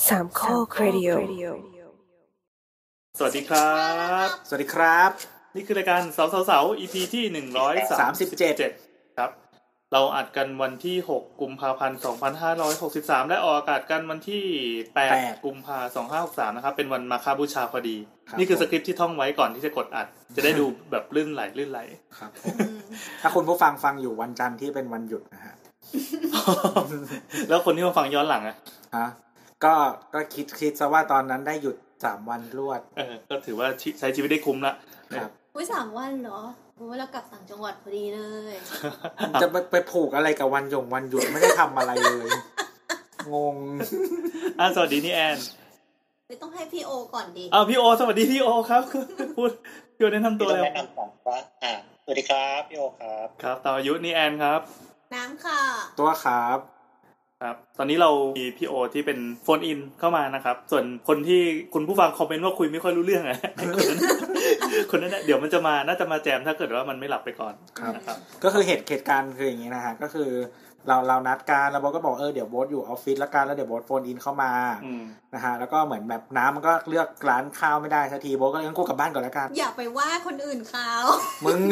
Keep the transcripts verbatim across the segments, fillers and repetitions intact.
สามข้อเรดิโอสวัสดีครับสวัสดีครับนี่คือรายการเสาเสาเสา อี พี ที่หนึ่งร้อยสามสิบเจ็ดครับเราอัดกันวันที่หกกุมภาพันธ์สองพันห้าร้อยหกสิบสามและออกอากาศกันวันที่แปดกุมภาพันธ์สองพันห้าร้อยหกสิบสามนะครับเป็นวันมาฆบูชาพอดีนี่คือสคริปต์ที่ท่องไว้ก่อนที่จะกดอัดจะได้ดูแบบลื่นไหลลื่นไหลครับถ้าคุณผู้ฟังฟังอยู่วันจันทร์ที่เป็นวันหยุดนะฮะแล้วคนที่มาฟังย้อนหลังอ่ะฮะก็ก็คิดคิดซะว่าตอนนั้นได้หยุดสามวันรวดเออก็ถือว่าใช้ชีวิตได้คุ้มละครับอุ๊ยสามวันเหรอโอ้เรากลับต่างจังหวัดพอดีเลยจะไปไปผูกอะไรกับวันหยงวันหยุดไม่ได้ทำอะไรเลยงงอ่ะสวัสดีนี่แอนไม่ต้องให้พี่โอก่อนดิอ้าวพี่โอสวัสดีพี่โอครับพูดพี่โอแนะนำตัวแล้วแนะนำก่อนว่าอ่าสวัสดีครับพี่โอครับครับตามอายุนี่แอนครับน้ำค่ะตัวครับครับตอนนี้เรามีพี่โอที่เป็นโฟนอินเข้ามานะครับส่วนคนที่คุณผู้ฟังคอมเมนต์ว่าคุยไม่ค่อยรู้เรื่องอ่ะคนนั้นคนนั้นเดี๋ยวมันจะมาน่าจะมาแจมถ้าเกิดว่ามันไม่หลับไปก่อนนะครับก็คือเหตุเหตุการณ์คืออย่างนี้นะฮะก็คือเราเรานัดกันแล้วโบ๊ทก็บอกเออเดี๋ยวโบ๊ทอยู่ออฟฟิศแล้วกันแล้วเดี๋ยวโบ๊ทโฟนอินเข้ามานะฮะแล้วก็เหมือนแบบน้ำมันก็เลือกร้านข้าวไม่ได้สักทีโบ๊ทก็เลยงั้นกูกลับบ้านก่อนแล้วกันอย่าไปว่าคนอื่นเขามึง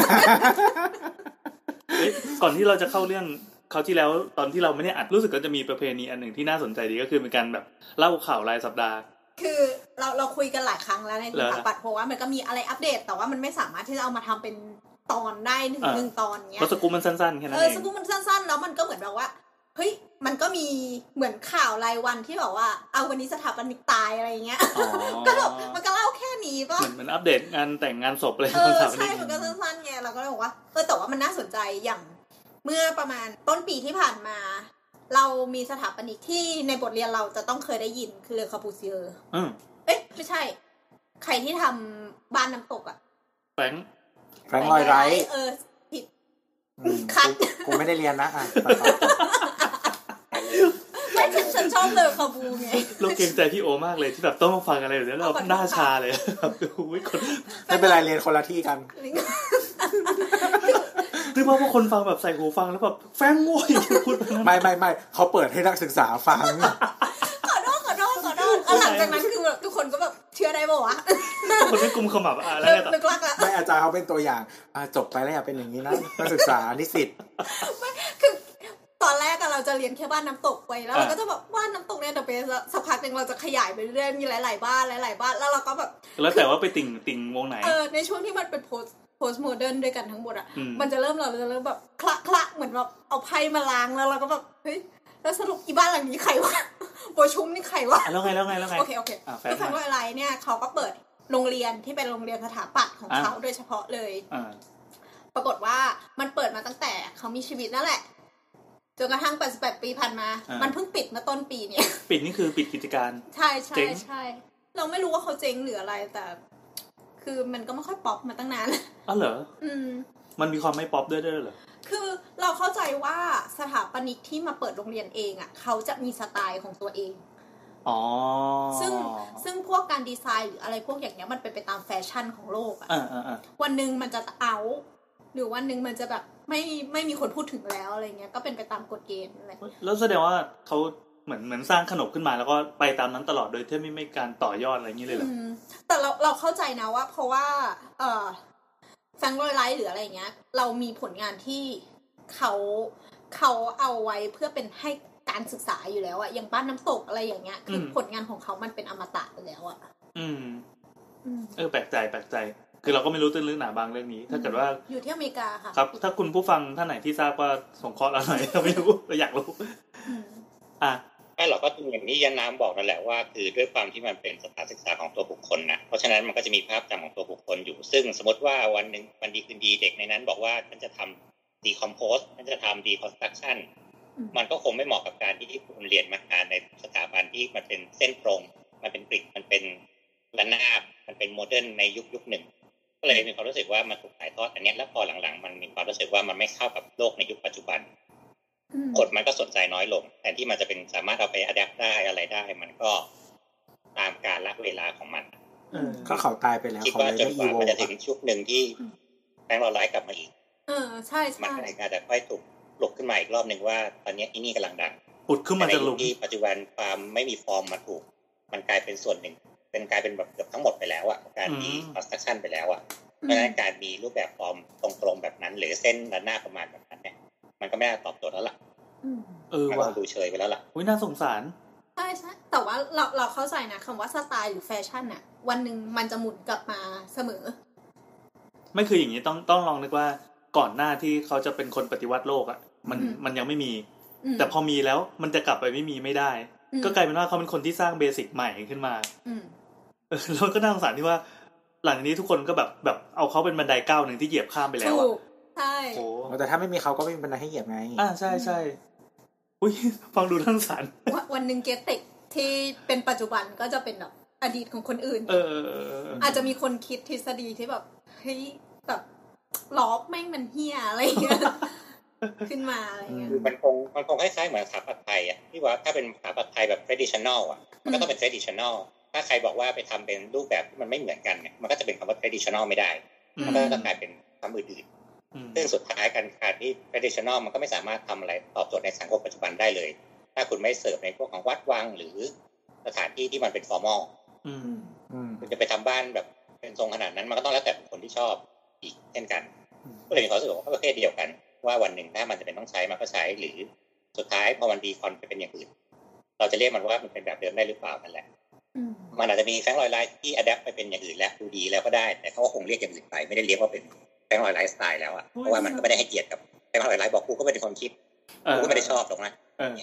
ก่อนที่เราจะเข้าเรื่องคราวที่แล้วตอนที่เราไม่ได้อัดรู้สึกก็จะมีประเพณีอันหนึ่งที่น่าสนใจดีก็คือเป็นการแบบเล่าข่าวรายสัปดาห์คือเราเราคุยกันหลายครั้งแล้วในสถาปัตย์เพราะว่ามันก็มีอะไรอัปเดตแต่ว่ามันไม่สามารถที่จะเอามาทำเป็นตอนได้หนึ่งหนึ่งตอนเงี้ยเพราะสกู๊ปมันสั้นๆแค่นั้นเองเออสกู๊ปมันสั้นๆแล้วมันก็เหมือนแบบว่าเฮ้ยมันก็มีเหมือนข่าวรายวันที่แบบว่าเอาวันนี้สถาปนิกตายอะไรเงี้ยก็แบบมันก็เล่าแค่นี้ป่ะเหมือนมันอัปเดตงานแต่งงานศพเลยเออใช่มันก็สั้นๆไงเราก็เลยบอกว่าเออแต่ว่ามันน่าสนใจอย่างเมื่อประมาณต้นปีที่ผ่านมาเรามีสถาปนิกที่ในบทเรียนเราจะต้องเคยได้ยินคือเลอคาบูเซียร์อืมเอ๊ะไม่ใช่ใครที่ทำบ้านน้ำตกอะแฟรงแฟรงลอยไรเออผิดคัดกูไม่ได้เรียนนะอ่ะไม่ฉันฉันชอบเลอคาบูไงเราเกรงใจพี่โอมากเลยที่แบบต้องมาฟังอะไรแบบนี้แล้วหน้าชาเลยครับอุ้ยคนไม่เป็นไรเรียนคนละที่กันหรือว่าพวกคนฟังแบบใส่หูฟังแล้วแบบแฟงโง่พูดไม่ไม่ไม่เขาเปิดให้นักศึกษาฟังขอโทษขอโทษขอโทษแล้วหลังจากนั้นคือแบบทุกคนก็แบบเชื่อได้ป่าววะคนไม่กุมขมับอ่ะแล้วนึกลักละไม่อาจารย์เขาเป็นตัวอย่างอ่าจบไปแล้วอย่าเป็นอย่างนี้นะนักศึกษานิสิตไม่คือตอนแรกเราจะเรียนแค่บ้านน้ำตกไปแล้วเราก็จะแบบบ้านน้ำตกเนี่ยเดี๋ยวไปสักพักนึงเราจะขยายไปเรื่อยมีหลายๆบ้านหลายๆบ้านแล้วเราก็แบบแล้วแต่ว่าไปติ่งติ่งวงไหนเออในช่วงที่มันเป็นโพสโพสโมเดิร์นด้วยกันทั้งหมดอ่ะมันจะเริ่มเราจะเริ่มแบบคละคละเหมือนแบบเอาไพ่มาล้างแล้วเราก็แบบเฮ้ยแล้วสรุปอีบ้านหลังนี้ใครวะโบชุ่มนี่ใครวะแล้วไงแล้วไงแล้วไงโอเคโอเคที่ฟังว่าอะไรเนี่ยเขาก็เปิดโรงเรียนที่เป็นโรงเรียนสถาปัตย์ของเขาโดยเฉพาะเลยปรากฏว่ามันเปิดมาตั้งแต่เขามีชีวิตนั่นแหละจนกระทั่งแปดสิบแปดปีผ่านมามันเพิ่งปิดเมื่อต้นปีเนี่ยปิดนี่คือปิดกิจการใช่ใช่ใช่เราไม่รู้ว่าเขาเจ๊งหรืออะไรแต่คือมันก็ไม่ค่อยป๊อปมาตั้งนานอ๋อเหรออืมมันมีความไม่ป๊อปด้วยด้วยเหรอคือเราเข้าใจว่าสถาปนิกที่มาเปิดโรงเรียนเองอ่ะเขาจะมีสไตล์ของตัวเองอ๋อซึ่งซึ่งพวกการดีไซน์หรืออะไรพวกอย่างเงี้ยมันเป็นไปตามแฟชั่นของโลกอ่ะวันนึงมันจะเอาหรือวันนึงมันจะแบบไม่ไม่มีคนพูดถึงแล้วอะไรเงี้ยก็เป็นไปตามกฎเกณฑ์อะไรแล้วแสดงว่าเขาเหมือนเหมือนสร้างขนบขึ้นมาแล้วก็ไปตามนั้นตลอดโดยที่ไม่ไม่การต่อยอดอะไรอย่างนี้เลยเหรอแต่เราเราเข้าใจนะว่าเพราะว่าเอ่อแฟงโรยไลท์หรืออะไรเงี้ยเรามีผลงานที่เขาเขาเอาไว้เพื่อเป็นให้การศึกษาอยู่แล้วอะอย่างบ้านน้ำตกอะไรอย่างเงี้ยคือผลงานของเขามันเป็นอมตะไปแล้วอะอืมเออแปลกใจแปลกใจคือเราก็ไม่รู้ตื้นลึกหนาบางเรื่องนี้ถ้าเกิดว่าอยู่ที่อเมริกาค่ะครับถ้าคุณผู้ฟังท่านไหนที่ทราบว่าสงเคราะห์เราหน่อยเราไม่รู้เราอยากรู้อ่ะไม่หรอกก็อย่างที่ยันน้ำบอกนั่นแหละว่าคือด้วยความที่มันเป็นสถานศึกษาของตัวบุคคลนะเพราะฉะนั้นมันก็จะมีภาพจำของตัวบุคคลอยู่ซึ่งสมมติว่าวันนึงวันดีคืนดีเด็กในนั้นบอกว่าฉันจะทำ decompose ฉันจะทำ deconstruction มันก็คงไม่เหมาะกับการที่คุณเรียนมาในสถาบันที่มันเป็นเส้นตรงมันเป็นกริดมันเป็นระนาบมันเป็นโมเดิร์นในยุคยุคหนึ่งก็เลยมีความรู้สึกว่ามันถูกถ่ายทอดอันนี้แล้วพอหลังๆมันมีความรู้สึกว่ามันไม่เข้ากับโลกในยุคปัจจุบันคนมันก็สนใจน้อยลงแทนที่มันจะเป็นสามารถเอาไปอะแดปได้อะไรได้มันก็ตามกาลเวลาของมันก็เขาตายไปแล้วคิดว่าจนกว่ามันจะถึงช่วงหนึ่งที่แบงค์เราไลฟ์กลับมาอีกเออใช่ๆมันอาจจะค่อยถูกปลุกขึ้นมาอีกรอบนึงว่าตอนนี้อีนี่กำลังดังปุดขึ้นมาจากหลุมที่ปัจจุบันความไม่มีฟอร์มมาถูกมันกลายเป็นส่วนหนึ่งเป็นกลายเป็นแบบเกือบทั้งหมดไปแล้วอ่ะการมี construction ไปแล้วอ่ะเพราะฉะนั้นการมีรูปแบบฟอร์มตรงๆแบบนั้นหรือเส้นระนาบประมาณแบบนั้นเนี่ยมันก็ไม่น่าตอบโจทย์แล้วล่ะเออว่าดูเฉยไปแล้วล่ะอุ้ยน่าสงสารใช่ใช่แต่ว่าเราเราเข้าใจนะคำว่าสไตล์หรือแฟชั่นน่ะวันหนึ่งมันจะหมุนกลับมาเสมอไม่คืออย่างนี้ต้องต้องลองนึกว่าก่อนหน้าที่เขาจะเป็นคนปฏิวัติโลกอ่ะมันมันยังไม่มีแต่พอมีแล้วมันจะกลับไปไม่มีไม่ได้ก็กลายเป็นว่าเขาเป็นคนที่สร้างเบสิกใหม่ขึ้นมาเออแล้วก็น่าสงสารที่ว่าหลังนี้ทุกคนก็แบบแบบเอาเขาเป็นบันไดก้าวหนึ่งที่เหยียบข้ามไปแล้วอ่ะใช่โอ้แต่ถ้าไม่มีเขาก็ไม่มีบันไดให้เหยียบไงอ่าใช่ใช่อุ้ยฟังดูน่าสงสารวันหนึ่งเกตเต็กที่เป็นปัจจุบันก็จะเป็นแบบอดีตของคนอื่นเอออาจจะมีคนคิดทฤษฎีที่แบบเฮ้ยแบบล้อแม่งมันเหี้ยอะไรอย่างเงี้ยขึ้นมาอะไรเงี้ยคือมันคงมันคงคล้ายๆเหมือนสถาปัตย์ไทยอ่ะที่ว่าถ้าเป็นสถาปัตย์ไทยแบบ traditional อ่ะมันก็ต้องเป็น traditional ถ้าใครบอกว่าไปทำเป็นรูปแบบที่มันไม่เหมือนกันเนี่ยมันก็จะเป็นคำว่า traditional ไม่ได้มันก็จะกลายเป็นคำอื่นๆซึ่งสุดท้ายการการที่ traditional มันก็ไม่สามารถทำอะไรตอบโจทย์ในสังคมปัจจุบันได้เลยถ้าคุณไม่เสิร์ฟในพวกของวัดวังหรือสถานที่ที่มันเป็น formal คุณจะไปทำบ้านแบบเป็นทรงขนาดนั้นมันก็ต้องแล้วแต่คนที่ชอบอีกเช่นกันก็เลยมีความรู้สึกว่าประเภทเดียวกันว่าวันหนึ่งถ้ามันจะเป็นต้องใช้มันก็ใช้หรือสุดท้ายพอมันดีคอนไปเป็นอย่างอื่นเราจะเรียกมันว่ามันเป็นแบบเดิมได้หรือเปล่านั่นแหละมันอาจจะมีแฟงรอยไลท์ที่อะแดปไปเป็นอย่างอื่นแล้วดูดีแล้วก็ได้แต่เขาก็คงเรียกอย่างอื่นไปไม่ได้เรียกว่าเป็นแฟงรอยไลท์สไตล์แล้วอ่ะเพราะว่ามันก็ไม่ได้ให้เกียรติกับแฟงรอยไลท์บอกกูก็ไม่ได้คนคิดกูก็ไม่ได้ชอบตรงนั้น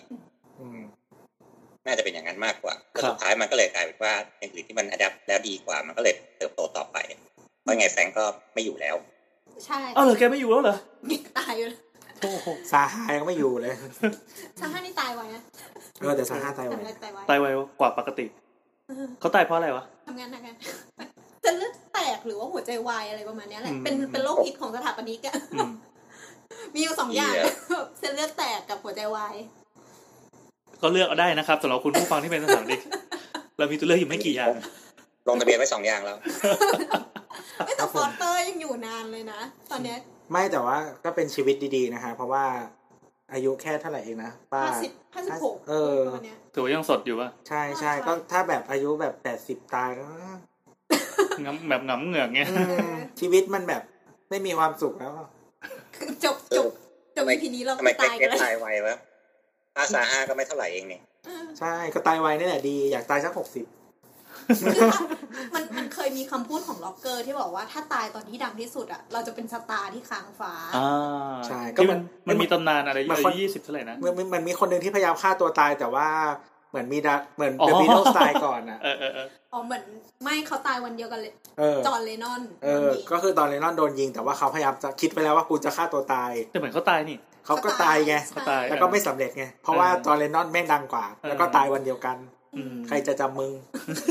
น่าจะเป็นอย่างนั้นมากกว่าแล้วสุดท้ายมันก็เลยกลายเป็นว่าอย่างอื่นที่มันอะแดปแล้วดีกว่ามันก็เลยเติบโตต่อไปเพราะไงแฟงก็ไม่อยู่แล้วใช่เออเหรอแกไม่อยู่แล้วเหรอตายเลยโอ้โหซาฮายังไม่อยู่เลยซาฮานี่ตายไวนะเออแต่ซาฮาตายไวตายไวกว่าปกติเขาตายเพราะอะไรวะทำงานหนักกันจะเลือดแตกหรือว่าหัวใจวายอะไรประมาณนี้แหละเป็นเป็นโรคฮิตของสถาปนิกอะมีอยู่สองอย่างเส้นเลือดแตกกับหัวใจวายก็เลือกเอาได้นะครับสำหรับคุณผู้ฟังที่เป็นสถาปนิกเรามีตัวเลือกอยู่ไม่กี่อย่างลงทะเบียนไว้สองอย่างแล้วไม่แต่ฟอสเตอร์ยังอยู่นานเลยนะตอนนี้ไม่แต่ว่าก็เป็นชีวิตดีๆนะคะเพราะว่าอายุแค่เท่าไหร่เองนะป้าห้าสิบ ห้าสิบหกเออถือว่ายังสดอยู่ป่ะใช่ๆก็ถ้าแบบอายุแบบแปดสิบตายก็งำแบบงำเหงือกเงี้ยชีวิตมันแบบไม่มีความสุขแล้วจบจบจบ อี พี นี้เราตายกันแล้วตายไววะถ้าซาห้าก็ไม่เท่าไหร่เองนี่ใช่ก็ตายไวนี่แหละดีอยากตายสักหกสิบมันมันเคยมีคำพูดของล็อกเกอร์ที่บอกว่าถ้าตายตอนที่ดังที่สุดอ่ะเราจะเป็นสตาร์ที่ค้างฟ้าอ่าใช่ก็มันมันมีตำนานอะไรอายุยี่สิบเท่าไหร่นะมันมันมีคนนึงที่พยายามฆ่าตัวตายแต่ว่าเหมือนมีดาเหมือนเดอะบีทลส์ตายก่อนอ่ะเออๆๆอ๋อเหมือนไม่เขาตายวันเดียวกันเลยจอห์นเลนนอนเออก็คือตอนเลนนอนโดนยิงแต่ว่าเขาพยายามจะคิดไปแล้วว่ากูจะฆ่าตัวตายแต่เหมือนเขาตายนี่เขาก็ตายไงแล้วก็ไม่สำเร็จไงเพราะว่าจอห์นเลนนอนแม่งดังกว่าแล้วก็ตายวันเดียวกันใครจะจำมึง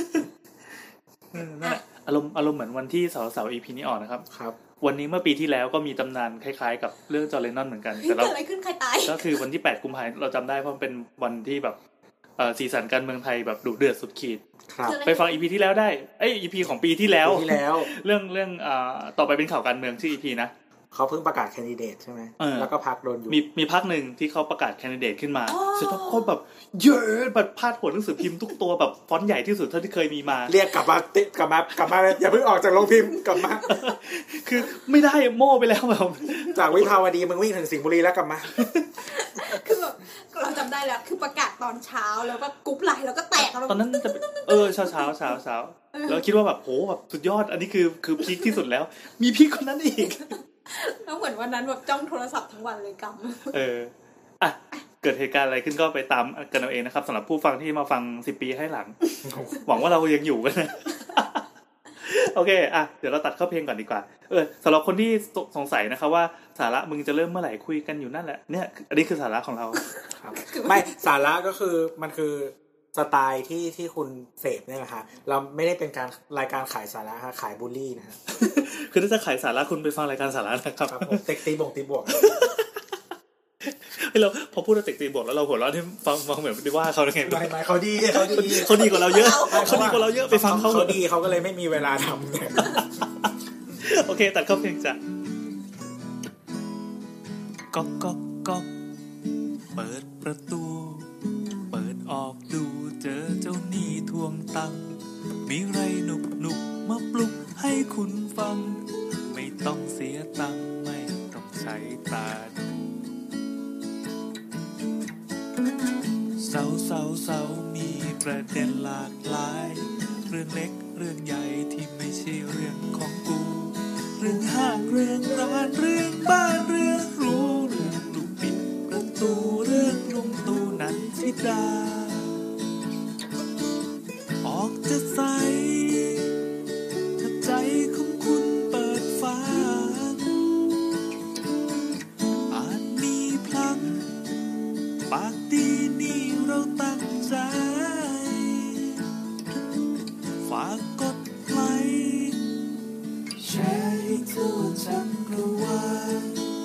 นั่นแหละอารมณ์อารมณ์เหมือนวันที่เสาร์เสาร์ อี พี นี้ออกนะครับครับวันนี้เมื่อปีที่แล้วก็มีตำนานคล้ายๆกับเรื่องจอร์แดนนอนเหมือนกันแต่เราอะไรขึ้นใครตายก็คือวันที่แปดกุมภาพันธ์เราจำได้เพราะมันเป็นวันที่แบบเอ่อสีสันการเมืองไทยแบบดุเดือดสุดขีดไปฟัง อี พี ที่แล้วได้เอ้ย อี พี ของปีที่แล้วที่แล้วเรื่องเรื่องอ่าต่อไปเป็นข่าวการเมืองชื่อ อี พี นะเขาเพิ่งประกาศแคนดิเดตใช่ไหมแล้วก็พรรคโดนอยู่มีมีพรรคหนึ่งที่เขาประกาศแคนดิเดตขึ้นมาสุดท้ายคนแบบเยอะแบบพาดหัวหนังสือพิมพ์ทุกตัวแบบฟอนต์ใหญ่ที่สุดเท่าที่เคยมีมาเรียกกลับมากลับมากลับมาอย่าเพิ่งออกจากโรงพิมพ์กลับมาคือไม่ได้โม่ไปแล้วแบบจากวิภาวดีมึงวิ่งถึงสิงห์บุรีแล้วกลับมาคือแบบเราจำได้แล้วคือประกาศตอนเช้าแล้วก็กรุ๊ปไลน์แล้วก็แตกตอนนั้นจะเออเช้าเช้าเช้าเช้าแล้วคิดว่าแบบโหแบบสุดยอดอันนี้คือคือพีคที่สุดแล้วมีพีคคนนั้นอีกแล้วเหมือนวันนั้นแบบจ้องโทรศัพท์ทั้งวันเลยกำเอออ่ะเกิดเหตุการณ์อะไรขึ้นก็ไปตามกันเอาเองนะครับสำหรับผู้ฟังที่มาฟังสิบปีให้หลัง หวังว่าเรายังอยู่กันนะโอเคอ่ะเดี๋ยวเราตัดเข้าเพลงก่อนดีกว่าเออสำหรับคนที่สงสัยนะครับว่าสาระมึงจะเริ่มเมื่อไหร่คุยกันอยู่นั่นแหละเนี่ยอันนี้คือสาระของเราครับไม่สาระก็คือมันคือสไตล์ที่ที่คุณเสพเนี่ยแหละฮะเราไม่ได้เป็นการรายการขายสาระฮะขายบูลลี่นะฮะคือถ้าจะขายสาระคุณไปฟังรายการสาระนะครับครับผมเต็กตีบวกตีบวกเราพอพูดว่าเต็กตีบวกแล้วเราหัวเราะที่ฟังฟังเหมือนไม่ว่าเขาไงไม่ไม่เขาดีเขาดีเขาดีกว่าเราเยอะเขาดีกว่าเราเยอะไปฟังเขาเขาดีเขาก็เลยไม่มีเวลาทำโอเคตัดเข้าเพลงจ้ะก๊อกก๊อกก๊อกเปิดประตูเปิดออกดูเจอเจ้าหนี้ทวงตังค์มีไรหนุกหนุกมาปลุกให้คุณฟังไม่ต้องเสียตังค์ไม่ต้องใช้ตาดูเสาเสาเสามีประเด็นหลากหลายเรื่องเล็กเรื่องใหญ่ที่ไม่ใช่เรื่องของกูเรื่องห้างเรื่องร้านเรื่องบ้านเรื่องรู้เรื่องลูกปิดประตูเรื่องลุงตู่นันทิดาออกจะใสถ้าใจของคุณเปิดฟังอาจมีพลังปากดีนี่เราตั้งใจฝากกดไลค์แชร์ให้ทั่วจักรวาล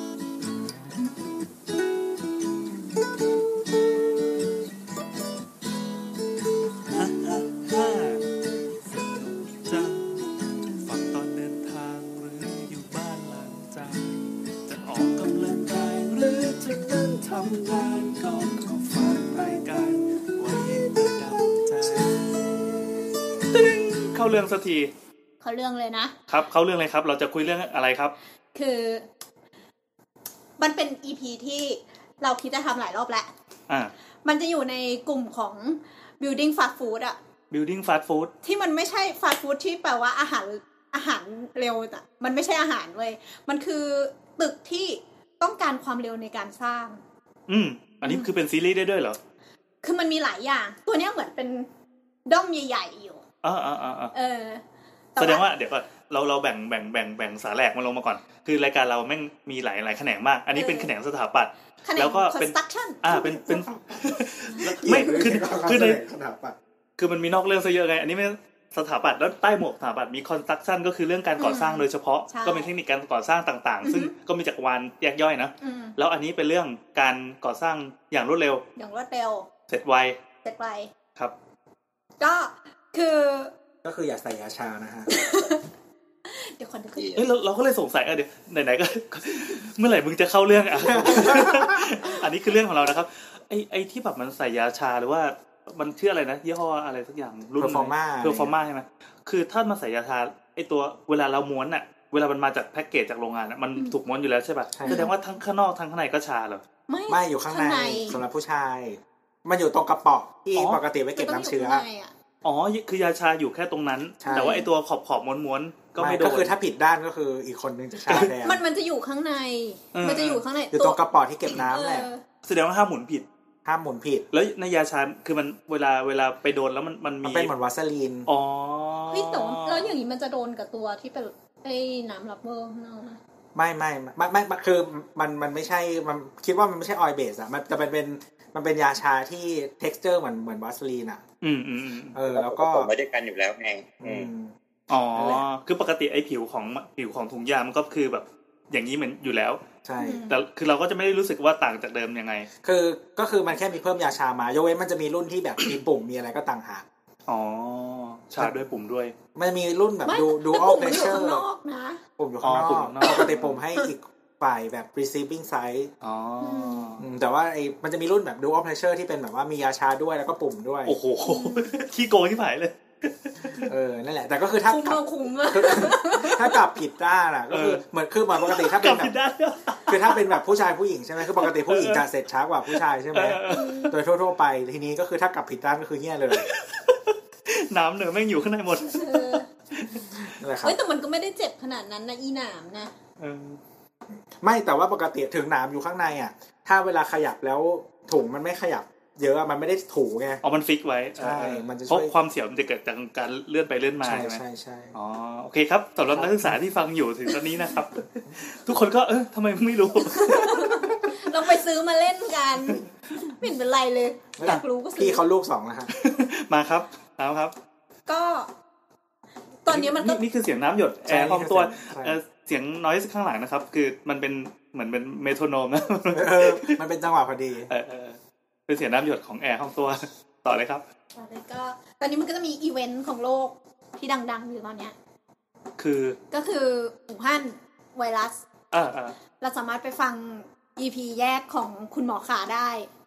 ฮ่าฮ่าฮ่าสนุกจังฟังตอนเดินทางหรืออยู่บ้านหลังจากจะออกกำลังกายหรือจะนั่งทำงานก็ขอฝากรายการไว้ประดับใจตึ้งเข้าเรื่องสักทีเข้าเรื่องเลยนะครับเข้าเรื่องเลยครับเราจะคุยเรื่องอะไรครับคือมันเป็น อี พี ที่เราคิดจะทำหลายรอบแล้วอ่ามันจะอยู่ในกลุ่มของ building fast food อ่ะ building fast food ที่มันไม่ใช่ fast food ที่แปลว่าอาหารอาหารเร็วแต่มันไม่ใช่อาหารเว้ยมันคือตึกที่ต้องการความเร็วในการสร้างอืมอันนี้คือเป็นซีรีส์ได้ด้วยเหรอคือมันมีหลายอย่างตัวเนี้ยเหมือนเป็นด้อมใหญ่ๆอยู่อ่าๆๆเออแสดงว่าเดี๋ยวก่อนเราเราแบ่งแบ่งแบ่งแบ่งสาแหลกมาลงมาก่อนคือรายการเราแม่งมีหลายหลายแขนงมากอันนี้เป็นแขนงสถาปัตย์แล้วก็เป็นอ่าเป็นเป็นไม่คือคือในสถาปัตย์คือมันมีนอกเรื่องซะเยอะไงอันนี้ไม่สถาปัตย์แล้วใต้หมวกสถาปัตย์มีคอนสตรัคชั่นก็คือเรื่องการก่อสร้างโดยเฉพาะก็เป็นเทคนิคการก่อสร้างต่างๆซึ่งก็มีจักรวาลแยกย่อยนะแล้วอันนี้เป็นเรื่องการก่อสร้างอย่างรวดเร็วอย่างรวดเร็วเสร็จไวเสร็จไวครับก็คือก็คืออย่าใส่ยาชานะฮะเดี๋ยวคนจะเอ้ยเราเราก็เลยสงสัยเออเดี๋ยวไหนๆก็เมื่อไหร่มึงจะเข้าเรื่องอ่ะ อันนี้คือเรื่องของเรานะครับไอ้ไอ้ที่แบบมันใส่ยาชาหรือว่ามันชื่ออะไรนะยี่ห้ออะไรสักอย่างรุ่นเพอร์ฟอร์ม่าเพอร์ฟอร์ม่าใช่ไหมคือถ้ามันใส่ยาชาไอ้ตัวเวลาเราม้วนอ่ะเวลามันมาจากแพ็กเกจจากโรงงานอ่ะมันถูกม้วนอยู่แล้วใช่ป่ะแสดงว่าทั้งข้างนอกทั้งข้างในก็ชาเหรอไม่ไม่อยู่ข้างในสำหรับผู้ชายมันอยู่ตรงกระป๋องที่ปกติไว้เก็บน้ำเชื้ออ๋อคือยาชาอยู่แค่ตรงนั้นแต่ว่าไอ้ตัวขอบขอบม้วนๆก็ไม่โดนก็คือถ้าผิดด้านก็คืออีกคนนึงจะชาแทนมันมันจะอยู่ข้างในมันจะอยู่ข้างในอยู่ตรงกระป๋องที่เก็บน้ำแหละแสดงว่าห้ามหมุนผิดห้ามหมุนผิดแล้วในยาชาคือมันเวลาเวลาไปโดนแล้วมันมันมีมันเป็นเหมือนวาสลีนอ๋อพี่ต๋อแล้วอย่างนี้มันจะโดนกับตัวที่เป็นไอ้น้ำรับเบอร์เนาะไม่ไม่ไม่ไม่คือมันมันไม่ใช่มันคิดว่ามันไม่ใช่ออยล์เบสอ่ะมันจะเป็นเป็นมันเป็นยาชาที่ texture เหมือนเหมือนวาสลีนอ่ะอืมอืมเออแล้วก็ไม่ได้กันอยู่แล้วไงอืมอ๋อคือปกติไอ้ผิวของผิวของถุงยามันก็คือแบบอย่างนี้เหมือนอยู่แล้วใช่แต่คือเราก็จะไม่ได้รู้สึกว่าต่างจากเดิมยังไงคือก็คือมันแค่มีเพิ่มยาชามายกเว้นมันจะมีรุ่นที่แบบมีปุ่มมีอะไรก็ต่างหากอ๋อชาด้วยปุ่มด้วยมันมีรุ่นแบบดูดูออฟเพรสเชอร์ปุ่มอยู่ข้างนอกปกติปุ่มให้อีกฝ่ายแบบ receiving side อ๋อแต่ว่าไอ้มันจะมีรุ่นแบบ dual pressure ที่เป็นแบบว่ามียาชาด้วยแล้วก็ปุ่มด้วยโอ้โหขี้โกงที่ผายเลยเออนั่นแหละแต่ก็คือถ้าคุ้มถ้ากลับผิดด้านอ่ะก็คือเหมือนคือเหมือนปกติถ้าเป็นแบบคือถ้าเป็นแบบผู้ชายผู้หญิงใช่ไหมคือปกติผู้หญิงจะเสร็จช้ากว่าผู้ชายใช่ไหมโดยทั่วๆไปทีนี้ก็คือถ้ากลับผิดด้านก็คือเงี้ยเลยน้ำเนื้อแม่งอยู่ข้างในหมดนั่นแหละครับเฮ้ยแต่มันก็ไม่ได้เจ็บขนาดนั้นนะอีหนามนะไม่แต่ว่าปกติถึงหนามอยู่ข้างในอ่ะถ้าเวลาขยับแล้วถุงมันไม่ขยับเยอะมันไม่ได้ถูไงอ๋อมันฟิกไว้ใช่มันจะเพราะความเสียวมันจะเกิดจากการเลื่อนไปเลื่อนมาใช่ไหมใช่ใช่อ๋อโอเคครับสำหรับนักศึกษาที่ฟังอยู่ถึงตอนนี้นะครับทุกคนก็เออทำไมไม่รู้เราไปซื้อมาเล่นกันไม่เป็นไรเลยอยากรู้ก็ซื้อพี่เขาลูกสองนะฮะมาครับน้ำครับก็ตอนนี้มันก็นี่คือเสียงน้ำหยดแอร์ห้องตัวเสียงน้อยข้างหลังนะครับคือมันเป็นเหมือนเป็นเมโทรโนมนะเออมันเป็นจังหวะพอดีเออๆเป็นเสียงน้ำหยดของแอร์ห้องตัวต่อเลยครับต่อเลยก็ตอนนี้มันก็จะมีอีเวนต์ของโลกที่ดังๆอยู่ตอนเนี้ยคือก็คืออู่ฮั่นไวรัสอ่าๆเราสามารถไปฟัง อี พี แยกของคุณหมอขาได้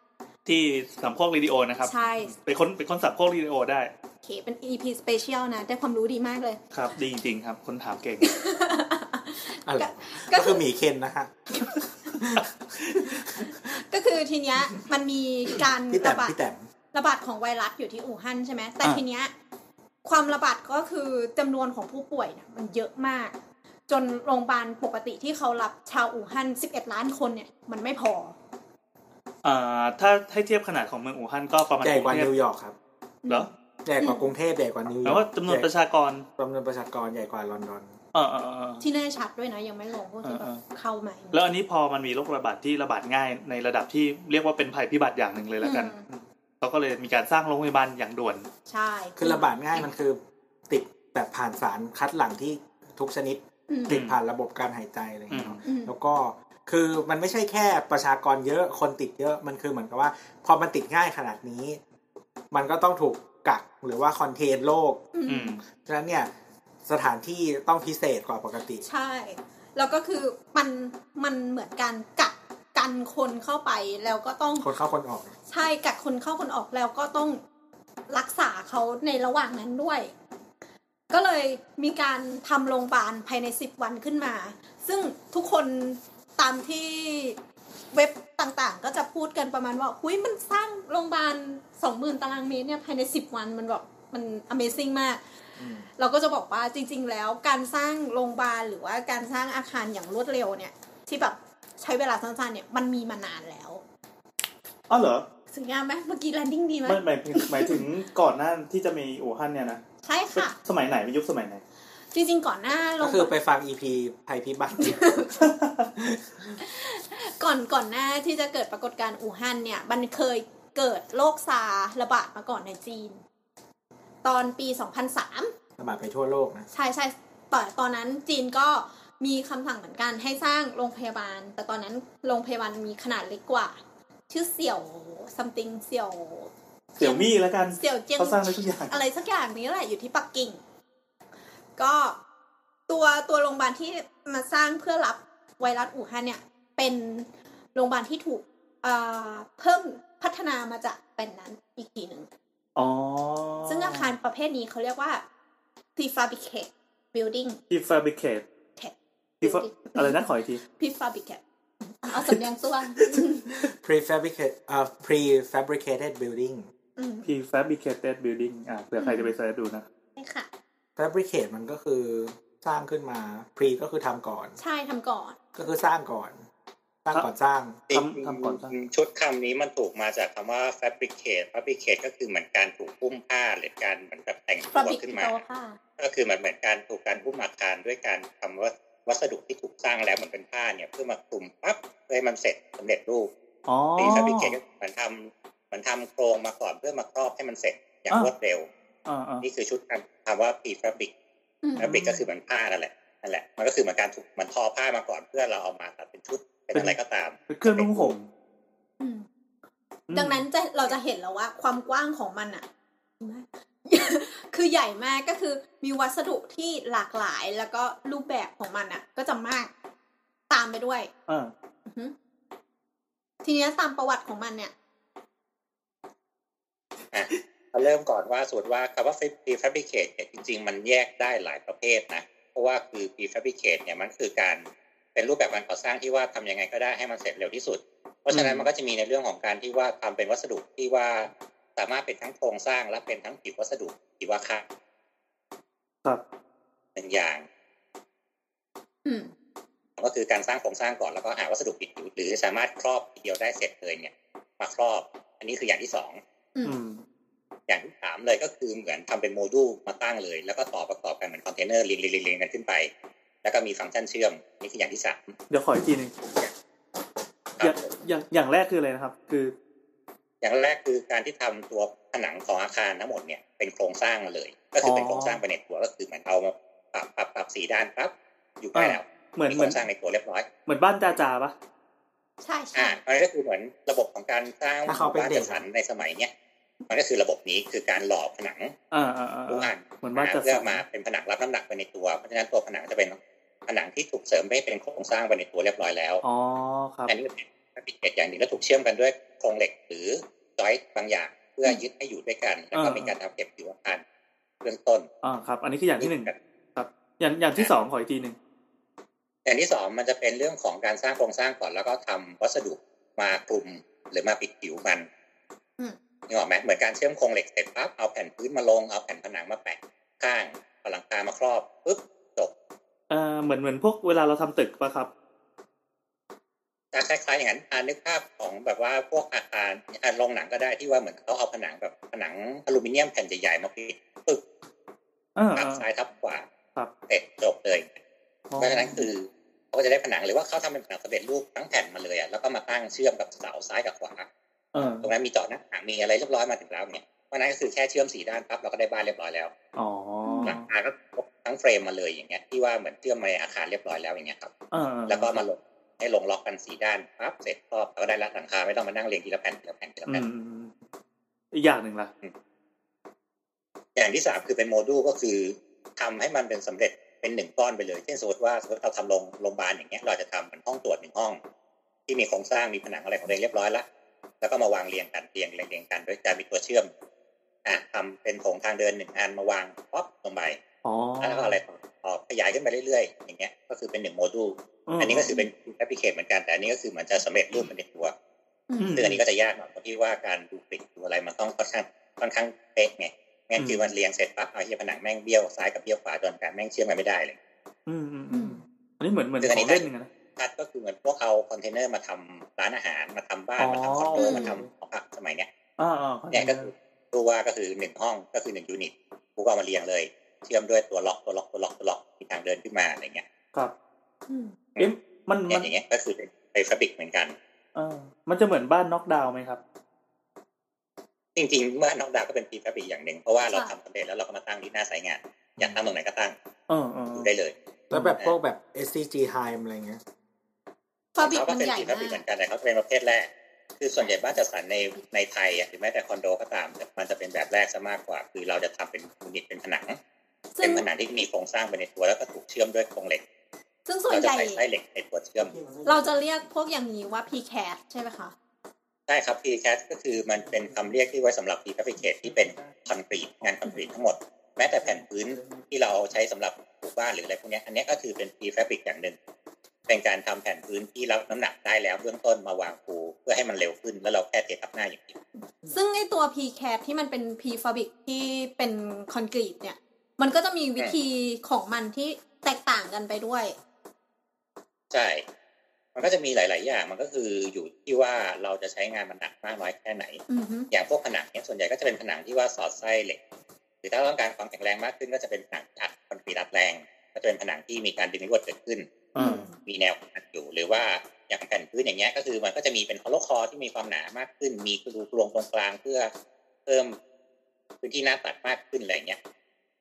ที่สามโคกเรดิโอนะครับใช่เป็นคนเป็นคนสามโคกเรดิโอได้โอเคเป็น อี พี special นะได้ความรู้ดีมากเลยครับดีจริงๆครับคนถามเก่งอะไรก็คือหมีเคนนะฮะก็คือทีเนี้ยมันมีการระบาดระบาดของไวรัสอยู่ที่อู่ฮั่นใช่ไหมแต่ทีเนี้ยความระบาดก็คือจำนวนของผู้ป่วยเนี่ยมันเยอะมากจนโรงพยาบาลปกติที่เขารับชาวอู่ฮั่นสิบเอ็ดล้านคนเนี่ยมันไม่พออ่าถ้าให้เทียบขนาดของเมืองอู่ฮั่นก็ประมาณใหญ่กว่านิวยอร์กครับเหรอใหญ่กว่ากรุงเทพใหญ่กว่านิวยอร์กแปลว่าจำนวนประชากรจำนวนประชากรใหญ่กว่าลอนดอนที่แน่ชัดด้วยนะยังไม่ลงพวกที่แบบเข้ามาแล้วอันนี้พอมันมีโรคระบาดที่ระบาดง่ายในระดับที่เรียกว่าเป็นภัยพิบัติอย่างหนึ่งเลยแล้วกันเขาก็เลยมีการสร้างโรงพยาบาลอย่างด่วนใช่คือระบาดง่ายมันคือติดแบบผ่านสารคัดหลั่งที่ทุกชนิดติดผ่านระบบการหายใจอะไรอย่างเงี้ยแล้วก็คือมันไม่ใช่แค่ประชากรเยอะคนติดเยอะมันคือเหมือนกับว่าพอมันติดง่ายขนาดนี้มันก็ต้องถูกกักหรือว่าคอนเทนโรคฉะนั้นเนี่ยสถานที่ต้องพิเศษกว่าปกติใช่แล้วก็คือมันมันเหมือนการกักกันคนเข้าไปแล้วก็ต้องคนเข้าคนออกใช่กักคนเข้าคนออกแล้วก็ต้องรักษาเขาในระหว่างนั้นด้วยก็เลยมีการทำโรงพยาบาลภายในสิบวันขึ้นมาซึ่งทุกคนตามที่เว็บต่างๆก็จะพูดกันประมาณว่าหุ้ยมันสร้างโรงพยาบาล สองหมื่น ตารางเมตรเนี่ยภายในสิบวันมันแบบมัน Amazing มากเราก็จะบอกว่าจริงๆแล้วการสร้างโรงพยาบาลหรือว่าการสร้างอาคารอย่างรวดเร็วเนี่ยที่แบบใช้เวลาสั้นๆเนี่ยมันมีมานานแล้วอ๋อเหรอสวยงามไหมเมื่อกี้แลนดิ้งดีไหมไม่หมายหมายถึงก่อนหน้าที่จะมีอู่ฮั่นเนี่ยนะใช่ค่ะสมัยไหนเป็นยุคสมัยไหนจริงๆก่อนหน้าก็คือไปฟัง อี พี ภัยพิบัติก่อนก่อนหน้าที่จะเกิดปรากฏการณ์อู่ฮั่นเนี่ยมันเคยเกิดโรคซาร์ระบาดมาก่อนในจีนตอนปีสองพันสามระบาดไปทั่วโลกนะใช่ๆแต่ตอนนั้นจีนก็มีคำสั่งเหมือนกันให้สร้างโรงพยาบาลแต่ตอนนั้นโรงพยาบาลมีขนาดเล็กกว่าชื่อเสี่ยว something เสี่ยวเสี่ยวมี่แล้วกันเสี่ยวเจียงเขาสร้างอะไรสักอย่างอะไรสักอย่างนี้แหละอยู่ที่ปักกิ่งก็ตัวตัวโรงพยาบาลที่มาสร้างเพื่อรับไวรัสอู่ฮั่นเนี่ยเป็นโรงพยาบาลที่ถูกเอ่อเพิ่มพัฒนามาจากเป็นนั้นอีกทีหนึ่งอ๋อซึ่งอาคารประเภทนี้เขาเรียกว่า prefabricate building prefabricate อะไรนะขออีกที prefabricate เอาสำเนียงส่วน prefabricate อ่า prefabricated building prefabricated building อ่าเผื่อใครจะไปเสิร์ชดูนะใช่ค่ะ fabricate มันก็คือสร้างขึ้นมา pre ก็คือทำก่อนใช่ทำก่อนก็คือสร้างก่อนสร้างก่อนสร้างทำทำก่อนชุดคำนี้มันถูกมาจากคำว่า fabricate fabricate ก็คือเหมือนการถูกหุ้มผ้าหรือการเหมือนแบบแต่งตัวขึ้นมาก็คือมันเหมือนการถูกการหุ้มอาคารด้วยการทำว่าวัสดุที่ถูกสร้างแล้วเหมือนเป็นผ้าเนี่ยเพื่อมาคลุมปั๊บเพื่อให้มันเสร็จสำเร็จรูปอ๋อ fabricate ก็เหมือนทำมันทำโครงมาก่อนเพื่อมาครอบให้มันเสร็จอย่างรวดเร็วนี่คือชุดคำว่า prefabric fabric ก็คือเหมือนผ้านั่นแหละนั่นแหละมันก็คือเหมือนการถูกมันทอผ้ามาก่อนเพื่อเราเอามาตัดเป็นชุดเป็นอะไรก็ตามเป็นเครื่องนุ่งห่มดังนั้นจะเราจะเห็นแล้วว่าความกว้างของมันอ่ะคือใหญ่มากก็คือมีวัสดุที่หลากหลายแล้วก็รูปแบบของมันอ่ะก็จะมากตามไปด้วยอทีนี้ตามประวัติของมันเนี่ยอ่ะเราเริ่มก่อนว่าสูตรว่าคำว่า prefabricate เนี่ยจริงๆมันแยกได้หลายประเภทนะเพราะว่าคือ prefabricate เนี่ยมันคือการเป็นรูปแบบการก่อสร้างที่ว่าทำยังไงก็ได้ให้มันเสร็จเร็วที่สุดเพราะฉะนั้นมันก็จะมีในเรื่องของการที่ว่าทำเป็นวัสดุที่ว่าสามารถเป็นทั้งโครงสร้างและเป็นทั้งผิววัสดุที่ว่าค่ะครับหนึ่งอย่างก็คือการสร้างโครงสร้างก่อนแล้วก็หาวัสดุปิดผิวหรือสามารถครอบทีเดียวได้เสร็จเลยเนี่ยมาครอบอันนี้คืออย่างที่สองอย่างที่สามเลยก็คือเหมือนทำเป็นโมดูลมาตั้งเลยแล้วก็ต่อประกอบกันเหมือนคอนเทนเนอร์เรียงๆๆกันขึ้นไปแล้วก็มีฟังก์ชันเชื่อมนี่คืออย่างที่สามเดี๋ยวขออีกทีนึงอย่างอย่างอย่างแรกคืออะไรนะครับคืออย่างแรกคือการที่ทำตัวผนังของอาคารทั้งหมดเนี่ยเป็นโครงสร้างมาเลยก็คือเป็นโครงสร้างไปในตัวก็คือเหมือนเอามาปรับปรับปรับสีด้านปั๊บอยู่ได้แล้วเหมือนโครงสร้างในตัวเรียบร้อยเหมือนบ้านจ่าจ่าปะใช่ใช่อ่าอันนี้ก็คือเหมือนระบบของการสร้างบ้านจัดสรรในสมัยเนี้ยมันก็คือระบบนี้คือการหล่อผนังอ่าอ่าอ่าเหมือนบ้านจัดสรรมาเป็นผนังรับน้ำหนักไปในตัวเพราะฉะนั้นตัวผนังจะเป็นผนังที่ถูกเสริมให้เป็นโครงสร้างไปในตัวเรียบร้อยแล้วอ๋อครับอันนี้เป็นปิดอย่างหนึ่งแล้วถูกเชื่อมกันด้วยโครงเหล็กหรือจอยบางอย่างเพื่อยึดให้อยู่ด้วยกันแล้วก็มีการทำเก็บผิวอาคารเบื้องต้นอ่าครับอันนี้คืออย่างที่หนึ่งครับอย่างอย่างที่สองขออีกทีนึงอย่างที่สองมันจะเป็นเรื่องของการสร้างโครงสร้างก่อนแล้วก็ทำวัสดุมาคลุมหรือมาปิดผิวมันนี่ออกไหมเหมือนการเชื่อมโครงเหล็กเสร็จปั๊บเอาแผ่นพื้นมาลงเอาแผ่นผนังมาแปะข้างเอาหลังคามาครอบปึ๊บจบเอ่อเหมือนเหมือนพวกเวลาเราทำตึกป่ะครับจะคล้ายๆอย่างนั้นอ่านึกภาพของแบบว่าพวกอาคารอาโรงหนังก็ได้ที่ว่าเหมือนเขาเอาผนังแบบผนังอลูมิเนียมแผ่นใหญ่ๆมาปิดปึ๊บทับซ้ายทับขวาเสร็จจบเลยเพราะฉะนั้นคือเขาก็จะได้ผนังหรือว่าเขาทำเป็นผนังสำเร็จรูปทั้งแผ่นมาเลยอ่ะแล้วก็มาตั้งเชื่อมกับเสาซ้ายกับขวาตรงนั้นมีเจาะหน้าต่างมีอะไรเรียบร้อยมาถึงแล้วเนี่ยเพราะนั้นก็คือแค่เชื่อมสี่ด้านปั๊บเราก็ได้บ้านเรียบร้อยแล้วอ๋อหลังคาก็ทั้งเฟรมมาเลยอย่างเงี้ยที่ว่าเหมือนเชื่อมมาในอาคารเรียบร้อยแล้วอย่างเงี้ยครับแล้วก็มาลงให้ลงล็อกกันสี่ด้านปั๊บเสร็จครอบเราก็ได้ละหลังคาไม่ต้องมานั่งเรียงทีละแผ่นทีละแผ่นทีละแผ่นอีกอย่างหนึ่งล่ะอย่างที่สามคือเป็นโมดูลก็คือทำให้มันเป็นสำเร็จเป็นหนึ่งก้อนไปเลยเช่นสมมติว่าสมมติเราทำโรงโรงพยาบาลอย่างเงี้ยเราจะทำเป็นห้องตรวจหนึ่งห้องที่มีโครงสร้างมีผนังอะไรของตัวเองเรียบร้อยแล้วแล้วก็มาวางเรียงกันเรียงเรียงเรียงกันโดยการมีตัวเชื่อมอ่ะทำเป็นโถงทางเดินหนึ่งอันมาวางป๊อปลงไปอ๋อแล้วก็อะไรต่อขยายขึ้นไปเรื่อยๆอย่างเงี้ยก็คือเป็นหนึ่งโมดูลอันนี้ก็คือเป็นแอปพลิเคชันเหมือนกันแต่อันนี้ก็คือมันจะสำเร็จรูปเป็นตัวซึ่งอันนี้ก็จะยากหน่อยเพราะที่ว่าการดูกริดดูอะไรมันต้องค่อนข้างค่อนข้างเป๊ะไงงั้นคือมันเรียงเสร็จปั๊บเอาที่ผนังแม่งเบี้ยวซ้ายกับเบี้ยวขวาจนกันแม่งเชื่อมกันไม่ได้เลยอืมอืมอืมอันนี้เหมือนเหมือนของเล่นนึงนะก็คือเหมือนพวกเอาคอนเทนเนอร์มาทำร้านอาหารมาทำบ้านมาทำคอนโดมาทำหอพักสมัยเนี้ยเนี่ยก็คือดูว่าก็คือหนึ่งห้องก็คือหนึ่งยูนิตกูก็มาเรียงเลยเชื่อมด้วยตัวล็อกตัวล็อกตัวล็อกตัวล็อกมีทางเดินขึ้นมาอะไรเงี้ยครับเอ๊ะมันมันอย่างเงี้ยก็คือเป็นฟาบริกเหมือนกันเออมันจะเหมือนบ้านน็อกดาวน์ไหมครับจริงๆเมื่อน็อกดาวน์ก็เป็นพรีฟาบริกอย่างหนึ่งเพราะว่าเราทำสำเร็จแล้วเราก็มาตั้งที่หน้าสายงานอยากตั้งตรงไหนก็ตั้งเออๆดูได้เลยแล้วแบบพวกแบบ เอส ซี จี Time อะไรเงี้ยฟาบริกมันใหญ่มากเหมือนกันแต่เขาเป็นประเภทแรกคือส่วนใหญ่บ้านจัดสรรในในไทยอ่ะหรือแม้แต่คอนโดก็ตามมันจะเป็นแบบแรกซะมากกว่าคือเราจะทำเป็นยูนิตเป็นผนังเป็นผนังที่มีโครงสร้างไปในตัวแล้วก็ถูกเชื่อมด้วยโครงเหล็กซึ่งส่วนใหญ่ใช้เหล็กในตัวเชื่อมเราจะเรียกพวกอย่างนี้ว่า พี แคด ใช่ไหมคะใช่ครับ พี แคด ก็คือมันเป็นคำเรียกที่ไว้สำหรับ prefabricate ที่เป็นคอนกรีตงานคอนกรีตทั้งหมดแม้แต่แผ่นพื้นที่เราใช้สำหรับปลูกบ้านหรืออะไรพวกนี้อันนี้ก็คือเป็น prefabric อย่างหนึ่งเป็นการทำแผ่นพื้นที่รับน้ำหนักได้แล้วเบื้องต้นมาวางปูเพื่อให้มันเร็วขึ้นแล้วเราแค่เททับหน้าอย่างเดียวซึ่งไอตัว พี แคด ที่มันเป็น prefabric ที่เป็นคอนกรีตเนี่ยมันก็จะมีวิธีของมันที่แตกต่างกันไปด้วยใช่มันก็จะมีหลายๆอย่างมันก็คืออยู่ที่ว่าเราจะใช้งานมันหนักมากน้อยแค่ไหน uh-huh. อย่างพวกผนังเนี่ยส่วนใหญ่ก็จะเป็นผนังที่ว่าสอดไส้เหล็กหรือถ้าต้องการความแข็งแรงมากขึ้นก็จะเป็นผนังอัดคอนกรีตอัดแรงก็จะเป็นผนังที่มีการดึงรวดเกิดขึ้น uh-huh. มีแนวอัดอยู่หรือว่าอย่างแผ่นพื้นอย่างเงี้ยก็คือมันก็จะมีเป็นฮอลโลคอร์ที่มีความหนามากขึ้นมีรูกลวงตรงกลางเพื่อเพิ่มพื้นที่หน้าตัดมากขึ้นอะไรเงี้ย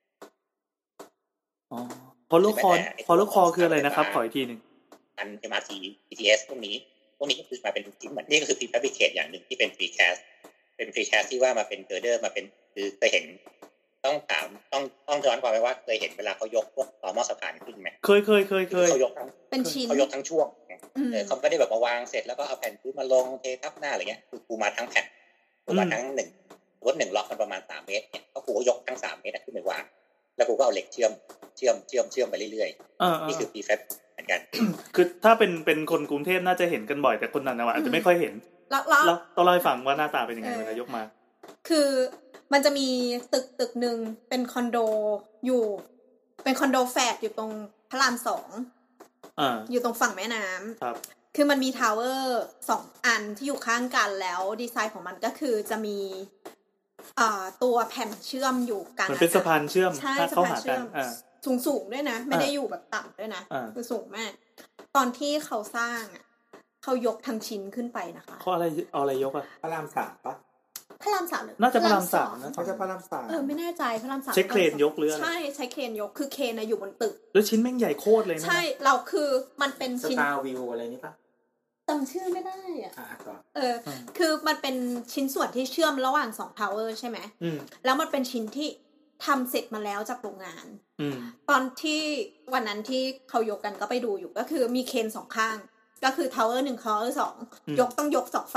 อ๋อฮอลโลคอร์ฮอลโลคอร์คืออะไรนะครับขออีกทีนึงอัน เอ็ม อาร์ ที บี ที เอส พวกนี้พวกนี้ก็คือมาเป็นชิ้นเหมือนนี่ก็คือ prefabricate อย่างหนึ่งที่เป็น precast เป็น precast ที่ว่ามาเป็น girder มาเป็นคือเคยเห็นต้องถามต้องต้องย้อนความไปว่าเคยเห็นเวลาเขายกพวกต่อหม้อสะพานขึ้นไหมเคยเคยเคยเคยเขายกทั้งเป็นชิ้นเขายกทั้งช่วงเออเขาไม่ได้แบบมาวางเสร็จแล้วก็เอาแผ่นพื้นมาลงเททับหน้าอะไรเงี้ยคือกูมาทั้งแผ่นกูมาทั้งหนึ่งรถหนึ่งล็อกมันประมาณสามเมตรเนี่ยเขากูก็ยกทั้งสามเมตรขึ้นไปวางแล้วกูก็เอาเหล็กเชื่อมเชื่อมเชื่อมเชื่อมไปเรื่อยๆนี่คือ prefab เหมือนกันคือถ้าเป็นเป็นคนกรุงเทพน่าจะเห็นกันบ่อยแต่คนต่างจังหวัดอาจจะไม่ค่อยเห็นแล้วต้องเล่าให้ฟังว่าหน้าตาเป็นยังไงเวลายกมาคือมันจะมีตึกตึกนึงเป็นคอนโดอยู่เป็นคอนโดแฝดอยู่ตรงพระรามสองอ่าอยู่ตรงฝั่งแม่น้ำครับคือมันมีทาวเวอร์สองอันที่อยู่ข้างกันแล้วดีไซน์ของมันก็คือจะมีอ่าตัวแผ่นเชื่อมอยู่กันมันเป็นสะพานเชื่อมเข้าหากันสูงสูงด้วยนะไม่ได้อยู่แบบต่ำด้วยนะคือสูงมากตอนที่เขาสร้างอ่ะเขายกทั้งชิ้นขึ้นไปนะคะเขาอะไรเอาอะไรยกอ่ะพระรามสามปะพระรามสามหรือน่าจะพระรามสามนะเขาจะพระรามสามเออไม่แน่ใจพระรามสามใช้เครนยกหรืออะไรใช่ใช้เครนยกคือเครนอยู่บนตึกแล้วชิ้นแม่งใหญ่โคตรเลยนะใช่เราคือมันเป็นชิ้น Star View อะไรนี่ปะจำชื่อไม่ได้อ่ะเอออคือมันเป็นชิ้นส่วนที่เชื่อมระหว่างสองทาวเวอร์ใช่ไหมแล้วมันเป็นชิ้นที่ทำเสร็จมาแล้วจากโรงงานตอนที่วันนั้นที่เขายกกันก็ไปดูอยู่ก็คือมีเครนสองข้างก็คือทาวเวอร์หนึ่งทาวเวอร์สองยกต้องยกสองฝั่ง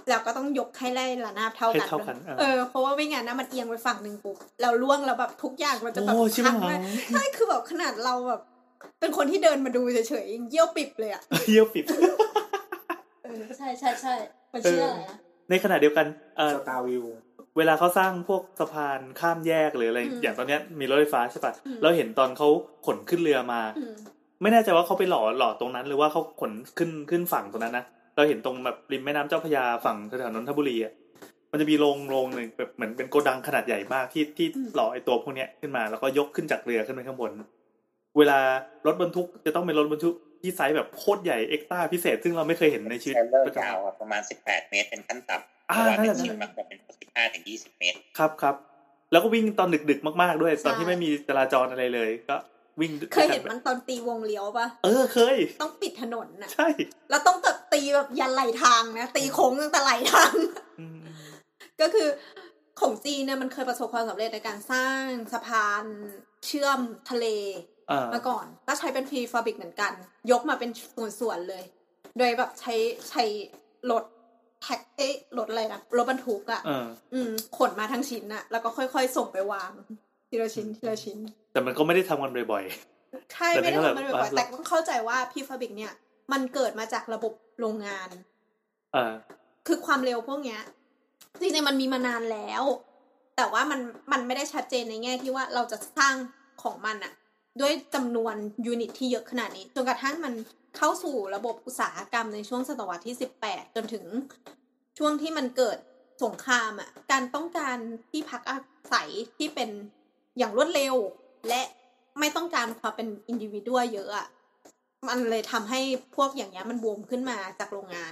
แล้วก็ต้องยกให้ได้ระนาบเท่ากันเออเพราะว่าไม่งั้นนะมันเอียงไปฝั่งนึงปุ๊บเราล่วงแล้วแบบทุกอย่างมันจะแบบพังเลยใช่คือแบบขนาดเราแบบเป็นคนที่เดินมาดูเฉยๆยังเยี่ยวปิบเลยอ่ะเยี่ยวปิบเออใช่ๆๆมันชื่ออะไรนะในขณะเดียวกันเอ่อ Star View เวลาเขาสร้างพวกสะพานข้ามแยกหรืออะไรอย่างตอนนี้มีรถไฟฟ้าใช่ป่ะเราเห็นตอนเขาขนขึ้นเรือมาไม่แน่ใจว่าเขาไปหล่อหล่อตรงนั้นหรือว่าเขาขนขึ้นขึ้นฝั่งตรงนั้นนะเราเห็นตรงแบบริมแม่น้ำเจ้าพระยาฝั่งแถวๆนนทบุรีอ่ะมันจะมีโรงโรงนึงแบบเหมือนเป็นโกดังขนาดใหญ่มากที่ที่หล่อไอ้ตัวพวกนี้ขึ้นมาแล้วก็ยกขึ้นจากเรือขึ้นไปข้างบนเวลารถบรรทุกจะต้องเป็นรถบรรทุกที่ไซส์แบบโคตรใหญ่เอ็กซ์ต้าพิเศษซึ่งเราไม่เคยเห็นในชีวิตประจำวันประมาณสิบแปดเมตรเป็นขั้นต่ำแต่ว่าในจริงมันจะเป็นสิบห้าถึงยี่สิบเมตรครับครับแล้วก็วิ่งตอนดึกๆมากๆด้วยตอนที่ไม่มีจราจรอะไรเลยก็วิ่งเคยเห็นมันตอนตีวงเลี้ยวป่ะเออเคยต้องปิดถนนน่ะใช่แล้วต้องแบบตีแบบยันไหลทางนะตีโค้งตั้งแต่ไหลทางก็คือของจีนเนี่ยมันเคยประสบความสำเร็จในการสร้างสะพานเชื่อมทะเลมาก่อนก็ใช้เป็นพรีฟาบริกเหมือนกันยกมาเป็นส่วนๆเลยโดยแบบใช้ใช้รถแท็กเอ๊ะรถอะไรนะรถบรรทุกอ่ะอืมขนมาทั้งชิ้นอ่ะแล้วก็ค่อยๆส่งไปวางทีละชิ้นทีละชิ้นแต่มันก็ไม่ได้ทำกันบ่อยๆใช่ไม่ได้ทำกันบ่อยๆแต่ต้องเข้าใจว่าพรีฟาบริกเนี่ยมันเกิดมาจากระบบโรงงานอ่าคือความเร็วพวกเนี้ยจริงๆมันมีมานานแล้วแต่ว่ามันมันไม่ได้ชัดเจนในแง่ที่ว่าเราจะสร้างของมันอะด้วยจำนวนยูนิตที่เยอะขนาดนี้จนกระทั่งมันเข้าสู่ระบบอุตสาหกรรมในช่วงศตวรรษที่สิบแปดจนถึงช่วงที่มันเกิดสงครามอะการต้องการที่พักอาศัยที่เป็นอย่างรวดเร็วและไม่ต้องการความเป็นอินดิวิวเยอะอะมันเลยทำให้พวกอย่างเงี้ยมันบวมขึ้นมาจากโรงงาน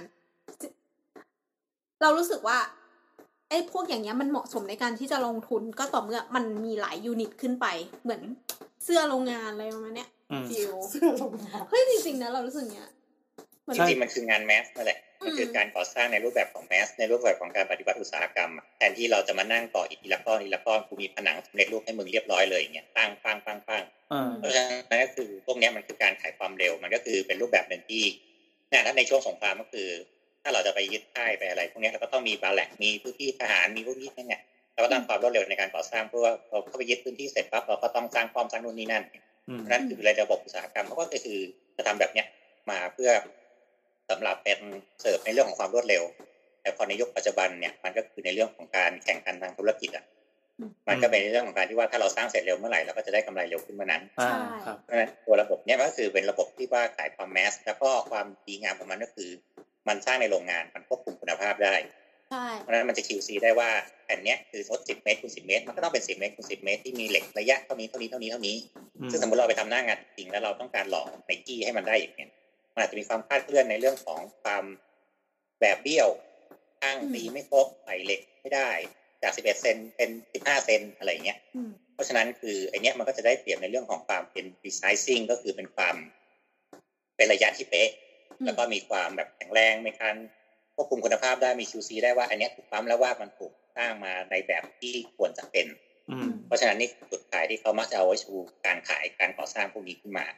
เรารู้สึกว่าไอ้พวกอย่างเงี้ยมันเหมาะสมในการที่จะลงทุนก็ต่อเมื่อมันมีหลายยูนิตขึ้นไปเหมือนเสื้อโรงงานอะไรประมาณเนี้ยฟิวเฮ้ยจริงๆนะเรารู้สึกเงี้ยจริงๆมันคืองานแมสนั่นแหละมันคือการก่อสร้างในรูปแบบของแมสในรูปแบบของการปฏิบัติอุตสาหกรรมแทนที่เราจะมานั่งก่ออิฐทีละก้อนทีละก้อนกูมีผนังสำเร็จรูปให้มึงเรียบร้อยเลยอย่างเงี้ยตั้งปังปังปังเพราะฉะนั้นก็คือพวกนี้มันคือการขายความเร็วมันก็คือเป็นรูปแบบหนึ่งที่เนี่ยถ้าในช่วงสงครามก็คือถ้าเราจะไปยึดค่ายไปอะไรพวกนี้เราก็ต้องมีบาแลกมีพื้นที่ทหารมีพวกนี้เนี่ยเราก็ต้องความรวดเร็วในการก่อสร้างเพราะว่าเราเข้าไปยึดพื้นที่เสร็จปั๊บเราก็ต้องสร้างป้อมสร้างนู่นนี่นั่นนั่นคือระบบอุตสาหกรรมเขาก็คือจะทำแบบเนี้ยมาเพื่อสำหรับเป็นเสิร์ฟในเรื่องของความรวดเร็วแต่พอในยุคปัจจุบันเนี่ยมันก็คือในเรื่องของการแข่งขันทางธุรกิจอ่ะมันก็เป็นในเรื่องของการที่ว่าถ้าเราสร้างเสร็จเร็วเมื่อไหร่เราก็จะได้กำไรเร็วขึ้นเมื่อนั้นเพราะฉะนั้นตัวระบบเนี้ยมันก็คือเป็นระบบที่ว่าขายความแมสแล้วก็ความดีงามของมันก็คือมันสร้างในโรงงานมันควบคุมคุณภาพได้เพราะฉะนั้นมันจะ คิว ซี ได้ว่าแผ่นเนี้ยคือสดสิบเมตรคูณสิบเมตรมันก็ต้องเป็นสิบเมตรคูณสิบเมตรที่มีเหล็กระยะเท่านี้เท่านี้เท่านี้เท่านี้ซึ่งสมมติเราไปทำหน้างานจริงแล้วเราต้องการหล่อไนกี้ให้มันได้อย่างเงี้ยมันอาจจะมีความคลาดเคลื่อนในเรื่องของความแบบเบี้ยวข้างตีไม่ครบใส่เหล็กไม่ได้จากสิบเอ็ดเซนเป็นสิบห้าเซนอะไรอย่างเงี้ยเพราะฉะนั้นคือไอเนี้ยมันก็จะได้เปรียบในเรื่องของความเป็น resizing ก็คือเป็นความเป็นระยะที่เป๊ะแล้วก็มีความแบบแข็งแรงในการควบคุมคุณภาพได้มี คิว ซี ได้ว่าอันนี้ถูกปั๊มแล้วว่ามันถูกสร้างมาในแบบที่ควรจะเป็นเพราะฉะนั้นนี่จุดขายที่เขามักจะเอาไว้ชูการขายการก่อสร้างพวกนี้ขึ้นมา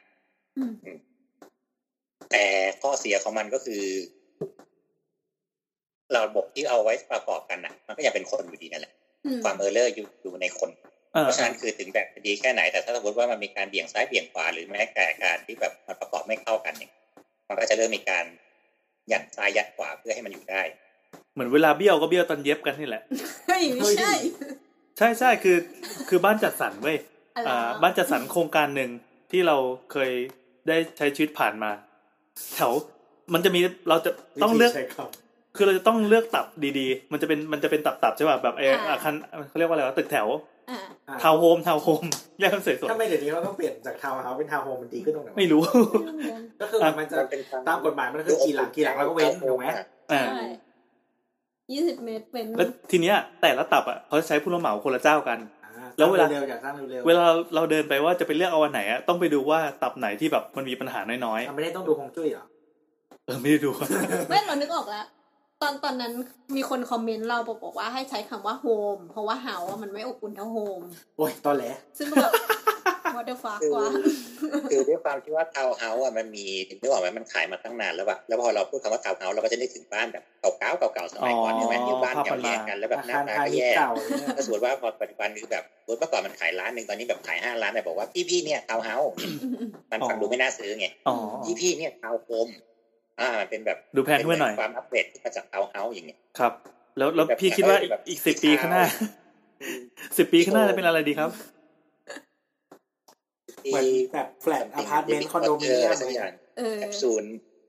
แต่ข้อเสียของมันก็คือระบบที่เอาไว้ประกอบกันน่ะมันก็ยังเป็นคนอยู่ดีนั่นแหละความเออร์เลอร์อยู่อยู่ในคนเพราะฉะนั้นคือถึงแบบดีแค่ไหนแต่ถ้าสมมติว่ามันมีการเบี่ยงซ้ายเบี่ยงขวาหรือแม้แต่การที่แบบมันประกอบไม่เข้ากันเนี่ยมันก็จะเริ่มมีการยัดซ้ายยัดขวาเพื่อให้มันอยู่ได้เหมือนเวลาเบี้ยวก็เบี้ยวตอนเย็บกันนี่แหละไม่ใช่ใช่ใช่คือคือบ้านจัดสรรเว้ยอ่าบ้านจัดสรรโครงการหนึ่งที่เราเคยได้ใช้ชีวิตผ่านมาแถวมันจะมีเราจะต้องเลือกคือเราจะต้องเลือกตับดีๆมันจะเป็นมันจะเป็นตับๆใช่ป่ะแบบไอ้อาคารเขาเรียกว่าอะไรวะตึกแถวทาวน์โฮมทาวน์โฮมแยกกันสวยๆถ้าไม่เดี๋ยวนี้เขาต้องเปลี่ยนจากทาวน์เฮาส์เป็นทาวน์โฮมมันดีขึ้นตรงไหนไม่รู้ก็คือมันจะตามกฎหมายมันคือกี่หลังกี่หลังแล้วก็เว้นถูกไหมอ่ายี่สิบเมตรเป็นแล้วทีเนี้ยแต่ละตับอ่ะเขาใช้ผู้รับเหมาคนละเจ้ากันแล้วเวลาเร็วอยากสร้างเร็วเวลาเราเดินไปว่าจะไปเลือกเอาอันไหนอ่ะต้องไปดูว่าตับไหนที่แบบมันมีปัญหาน้อยๆไม่ได้ต้องดูฮวงจุ้ยเหรอเออไม่ได้ดูไม่เรานึกออกแล้วตอนตอนนั้นมีคนคอมเมนต์เราบอกว่าให้ใช้คำว่าโฮมเพราะว่าเฮาส์มันไม่อบอุ่นเท่าโฮมโอ้ยตอนแหลซึ่งแบบ what the fuck กว่าคือด้วยความที่ว่าทาวน์เฮาส์อ่ะมันมีนึกออกไหมมันขายมาตั้งนานแล้วอะแล้วพอเราพูดคำว่าทาวน์เฮาส์เราก็จะนึกถึงบ้านแบบเก่าๆเก่าๆสมัยก่อนใช่ไหมที่บ้านแถวแยกกันแล้วแบบหน้าตาก็แย่ก็สมมติว่าพอปัจจุบันคือแบบเมื่อก่อนมันขายร้านนึงตอนนี้แบบขายห้าร้านแต่บอกว่าพี่ๆเนี่ยทาวน์เฮาส์มันฟังดูไม่น่าซื้อไงพี่ๆเนี่ยทาวน์โฮมอ่ามันเป็นแบบดูแพงขึ้นหน่อยความอัปเกรดที่มาจากทาวน์เฮาส์อย่างเงี้ยครับแล้วแล้วพี่คิดว่าอีกสิบปีข้างหน้าสิบปีข้างหน้าจะเป็นอะไรดีครับเหมือนแบบแฟลตอพาร์ตเมนต์คอนโดมิเนียมอะไรอย่างเออแคปซูล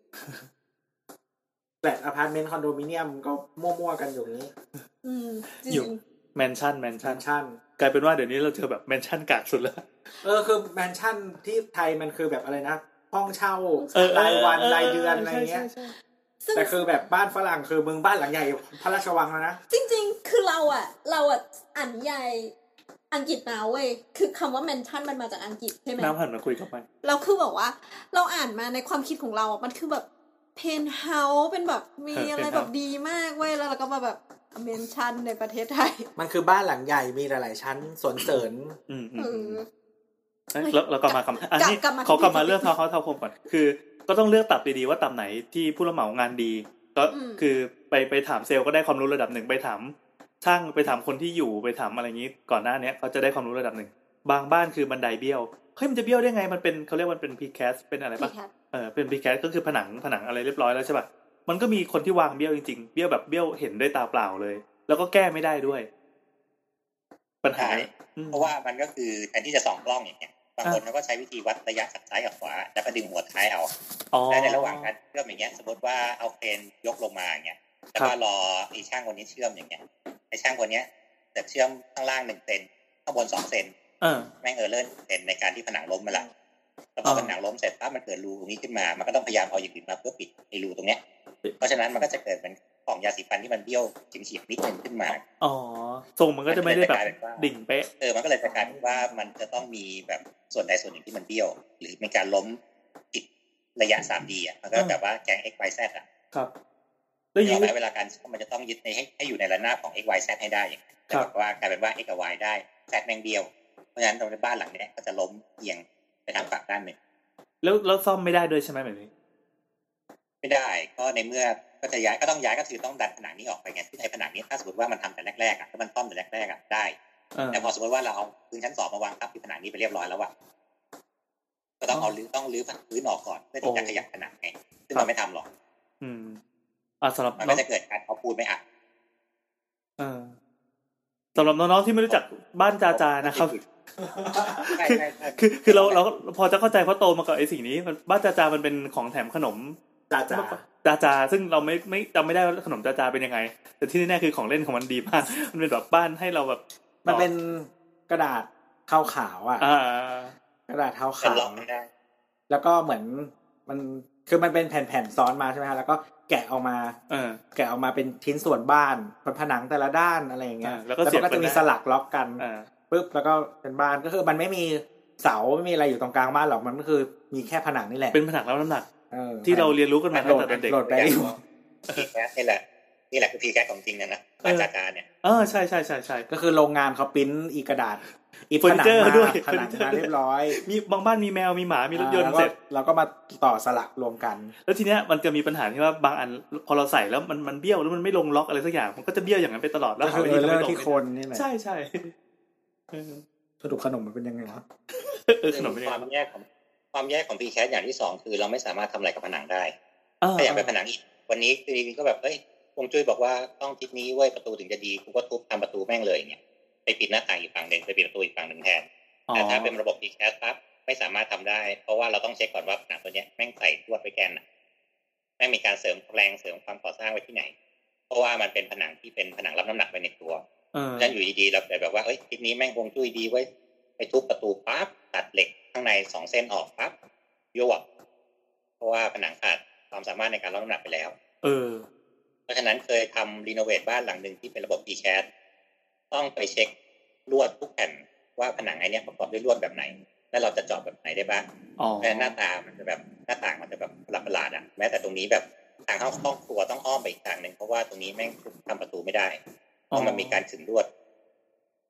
แฟลตอพาร์ตเมนต์คอนโดมิเนียมก็มั่วๆกันอยู่นี้อืมอยู่แมนชั่นแมนชั่นชั่นกลายเป็นว่าเดี๋ยวนี้เราเจอแบบแมนชั่นกากสุดแล้วเออคือแมนชั่นที่ไทยมันคือแบบอะไรนะห้องเช่ารายวันรายเดือนอะไรเงี้ยแต่คือแบบบ้านฝรั่งคือมึงบ้านหลังใหญ่พระราชวังแล้วนะจริงๆคือเราอ่ะเราอ่ะอ่านนิยายอังกฤษมาเว้ยคือคำว่าแมนชั่นมันมาจากอังกฤษใช่ไหมน้ำหันมาคุยกับมันเราคือบอกว่าเราอ่านมาในความคิดของเราอ่ะมันคือแบบเพนท์เฮาส์เป็นแบบมีอะไรแบบดีมากเว้ยแล้วเราก็มาแบบแมนชั่นในประเทศไทยมันคือบ้านหลังใหญ่มีหลายๆชั้นสวนเสริญอืมอืมแล้วแล้วก็มาคำอันนี้เขากลับมาเรื่องเท่าเขาเท่าคมก่อนคือก็ต้องเลือกตับดีๆว่าตับไหนที่ผู้รับเหมางานดีก็คือไปไปถามเซลล์ก็ได้ความรู้ระดับหนึ่งไปถามช่างไปถามคนที่อยู่ไปถามอะไรอย่างนี้ก่อนหน้านี้เขาจะได้ความรู้ระดับหนึ่งบางบ้านคือบันไดเบี้ยวเฮ้ยมันจะเบี้ยวได้ไงมันเป็นเขาเรียกว่าเป็น precast เป็นอะไรป่ะเออเป็น precast ก็คือผนังผนังอะไรเรียบร้อยแล้วใช่ป่ะมันก็มีคนที่วางเบี้ยวจริงๆเบี้ยวแบบเบี้ยวเห็นด้วยตาเปล่าเลยแล้วก็แก้ไม่ได้ด้วยปัญหาเพราะว่ามันก็คือแทนที่จะส่องกล้องอย่างเงี้ยบางคนเขาก็ใช้วิธีวัดระยะจากซ้ายกับขวาแล้วก็ดึงหัวท้ายเอาและในระหว่างการเชื่อมอย่างเงี้ยสมมติว่าเอาเครนยกลงมาอย่างเงี้ยแล้วก็รอไอ้ช่างคนนี้เชื่อมอย่างเงี้ยไอ้ช่างคนนี้จะเชื่อมข้างล่างหนึ่งเซนข้างบนสองเซนแม่งเออเลื่อนเซนในการที่ผนังล้มมาละแล้วพอผนังล้มเสร็จปั๊บมันเกิดรูตรงนี้ขึ้นมามันก็ต้องพยายามเอาอย่างอื่นมาเพื่อปิดไอ้รูตรงเนี้ยเพราะฉะนั้นมันก็จะเกิดเป็นกล่องยาสีฟันที่มันเบี้ยวเฉียงๆนิดนึงขึ้นมาอ๋อทรงมันก็จะไม่ได้แบบดิ่งเป๊ะเออมันก็เลยจะกลายเป็นว่ามันจะต้องมีแบบส่วนใดส่วนหนึ่งที่มันเบี้ยวหรือมีการล้มผิดระยะ ทรี ดี อ่ะมันก็แบบว่าแกง x y z อ่ะครับแล้วอยู่ในเวลาการมันจะต้องยึดในให้ให้อยู่ในระนาบของ x y z ให้ได้อย่างแต่แบบว่ากลายเป็นว่า x กับ y ได้ z แม่งเบี้ยวเพราะฉะนั้นตรงบ้านหลังนี้ก็จะล้มเอียงไปทางฝั่งด้านหนึ่งแล้วแล้วซ่อมไม่ได้ด้วยใช่ไหมแบบนี้ไม่ได้ก็ในเมื่อก็จะย้ายก็ต้องย้ายก็คือต้องดันผนังนี้ออกไปไงที่ในผนังนี้ถ้าสมมติว่ามันทำแต่แรกๆอ่ะถ้ามันซ่อมแต่แรกๆอ่ะได้แต่พอสมมติว่าเราเอาพื้นชั้นสองมาวางทับที่ผนังนี้ไปเรียบร้อยแล้วอ่ะก็ต้องเอาลื้อต้องลื้อพื้นออกก่อนเพื่อที่จะขยับผนังไงซึ่งเราไม่ทำหรอกอืมอ่าสำหรับมันก็จะเกิดการเอาปูนไม่อัดเออสำหรับน้องๆที่ไม่รู้จักบ้านจาจานะครับคือคือเราเราพอจะเข้าใจเพราะโตมากับไอ้สิ่งนี้บ้านจาจามันเป็นของแถมขนมจาจาจาจาซึ่งเราไม่ไม่จำไม่ได้ว่าขนมจาจาเป็นยังไงแต่ที่แน่ๆคือของเล่นของมันดีมากมันเป็นแบบบ้านให้เราแบบมันเป็นกระดาษขาวๆอ่ะกระดาษขาวๆแล้วก็เหมือนมันคือมันเป็นแผ่นๆซ้อนมาใช่ไหมฮะแล้วก็แกะออกมาแกะออกมาเป็นชิ้นส่วนบ้านเป็นผนังแต่ละด้านอะไรอย่างเงี้ยแล้วก็จะมีสลักล็อกกันปึ๊บแล้วก็เป็นบ้านก็คือมันไม่มีเสาไม่มีอะไรอยู่ตรงกลางบ้านหรอกมันก็คือมีแค่ผนังนี่แหละเป็นผนังรับน้ำหนักที่เราเรียนรู้กันมาตั้งแต่เด็กโหลดไปดิพีแคสนี่แหละนี่แหละคือพีแคสของจริงนะนะมาจากการเนี่ยเออใช่ใช่ใช่ใช่ก็คือโรงงานเขาปริ้นอีกระดาษอีเฟอร์นิเจอร์ด้วยผนังมาเรียบร้อยมีบางบ้านมีแมวมีหมามีรถยนต์เสร็จเราก็มาต่อสลักรวมกันแล้วทีเนี้ยมันจะมีปัญหาที่ว่าบางอันพอเราใส่แล้วมันมันเบี้ยวแล้วมันไม่ลงล็อกอะไรสักอย่างมันก็จะเบี้ยวอย่างนั้นไปตลอดแล้วหาวิธีทำให้ตรงที่คนนี่แหละใช่ใช่สรุปขนมมันเป็นยังไงวะเออขนมเป็นยังไงความแยกของความแยกของ Precast อย่างที่สองคือเราไม่สามารถทำอะไรกับผนังได้ถ้าอย่างเป็นผนังอีกวันนี้คือก็แบบเฮ้ยฮวงจุ้ยบอกว่าต้องทิศนี้เว้ยประตูถึงจะดีกูก็ทุบทำประตูแม่งเลยเนี่ยไปปิดหน้าต่างอีกฝั่งนึงไปปิดประตูอีกฝั่งนึงแทนแต่ถ้าเป็นระบบ Precast ปั๊บไม่สามารถทำได้เพราะว่าเราต้องเช็คก่อนว่าผนังตัวเนี้ยแม่งใส่ลวดไว้แกนน่ะแม่งมีการเสริมแรงเสริมความก่อสร้างไว้ที่ไหนเพราะว่ามันเป็นผนังที่เป็นผนังรับน้ำหนักไปในตัวฉะนั้นอยู่ดีๆเราแบบว่าเอ้ยทิศนี้แม่งฮวงจุ้ยดีเว้ยไปทุบประตูปั๊บตัดเหล็กข้างในสองเส้นออกปั๊บยวบเพราะว่าผนังขาดความสามารถในการรับน้ำหนักไปแล้วเออเพราะฉะนั้นเคยทำรีโนเวทบ้านหลังนึงที่เป็นระบบ Precast ต้องไปเช็คลวดทุกแผ่นว่าผนังไอ้นี้ประกอบด้วยลวดแบบไหนและเราจะเจาะแบบไหนได้บ้างเพราะหน้าตามันจะแบบหน้าต่างมันจะแบบประหลาดๆอ่ะแม้แต่ตรงนี้แบบทางเข้าห้องครัวต้องอ้อมไปอีกทางนึงเพราะว่าตรงนี้แม่งทำประตูไม่ได้เพราะมันมีการขึงลวด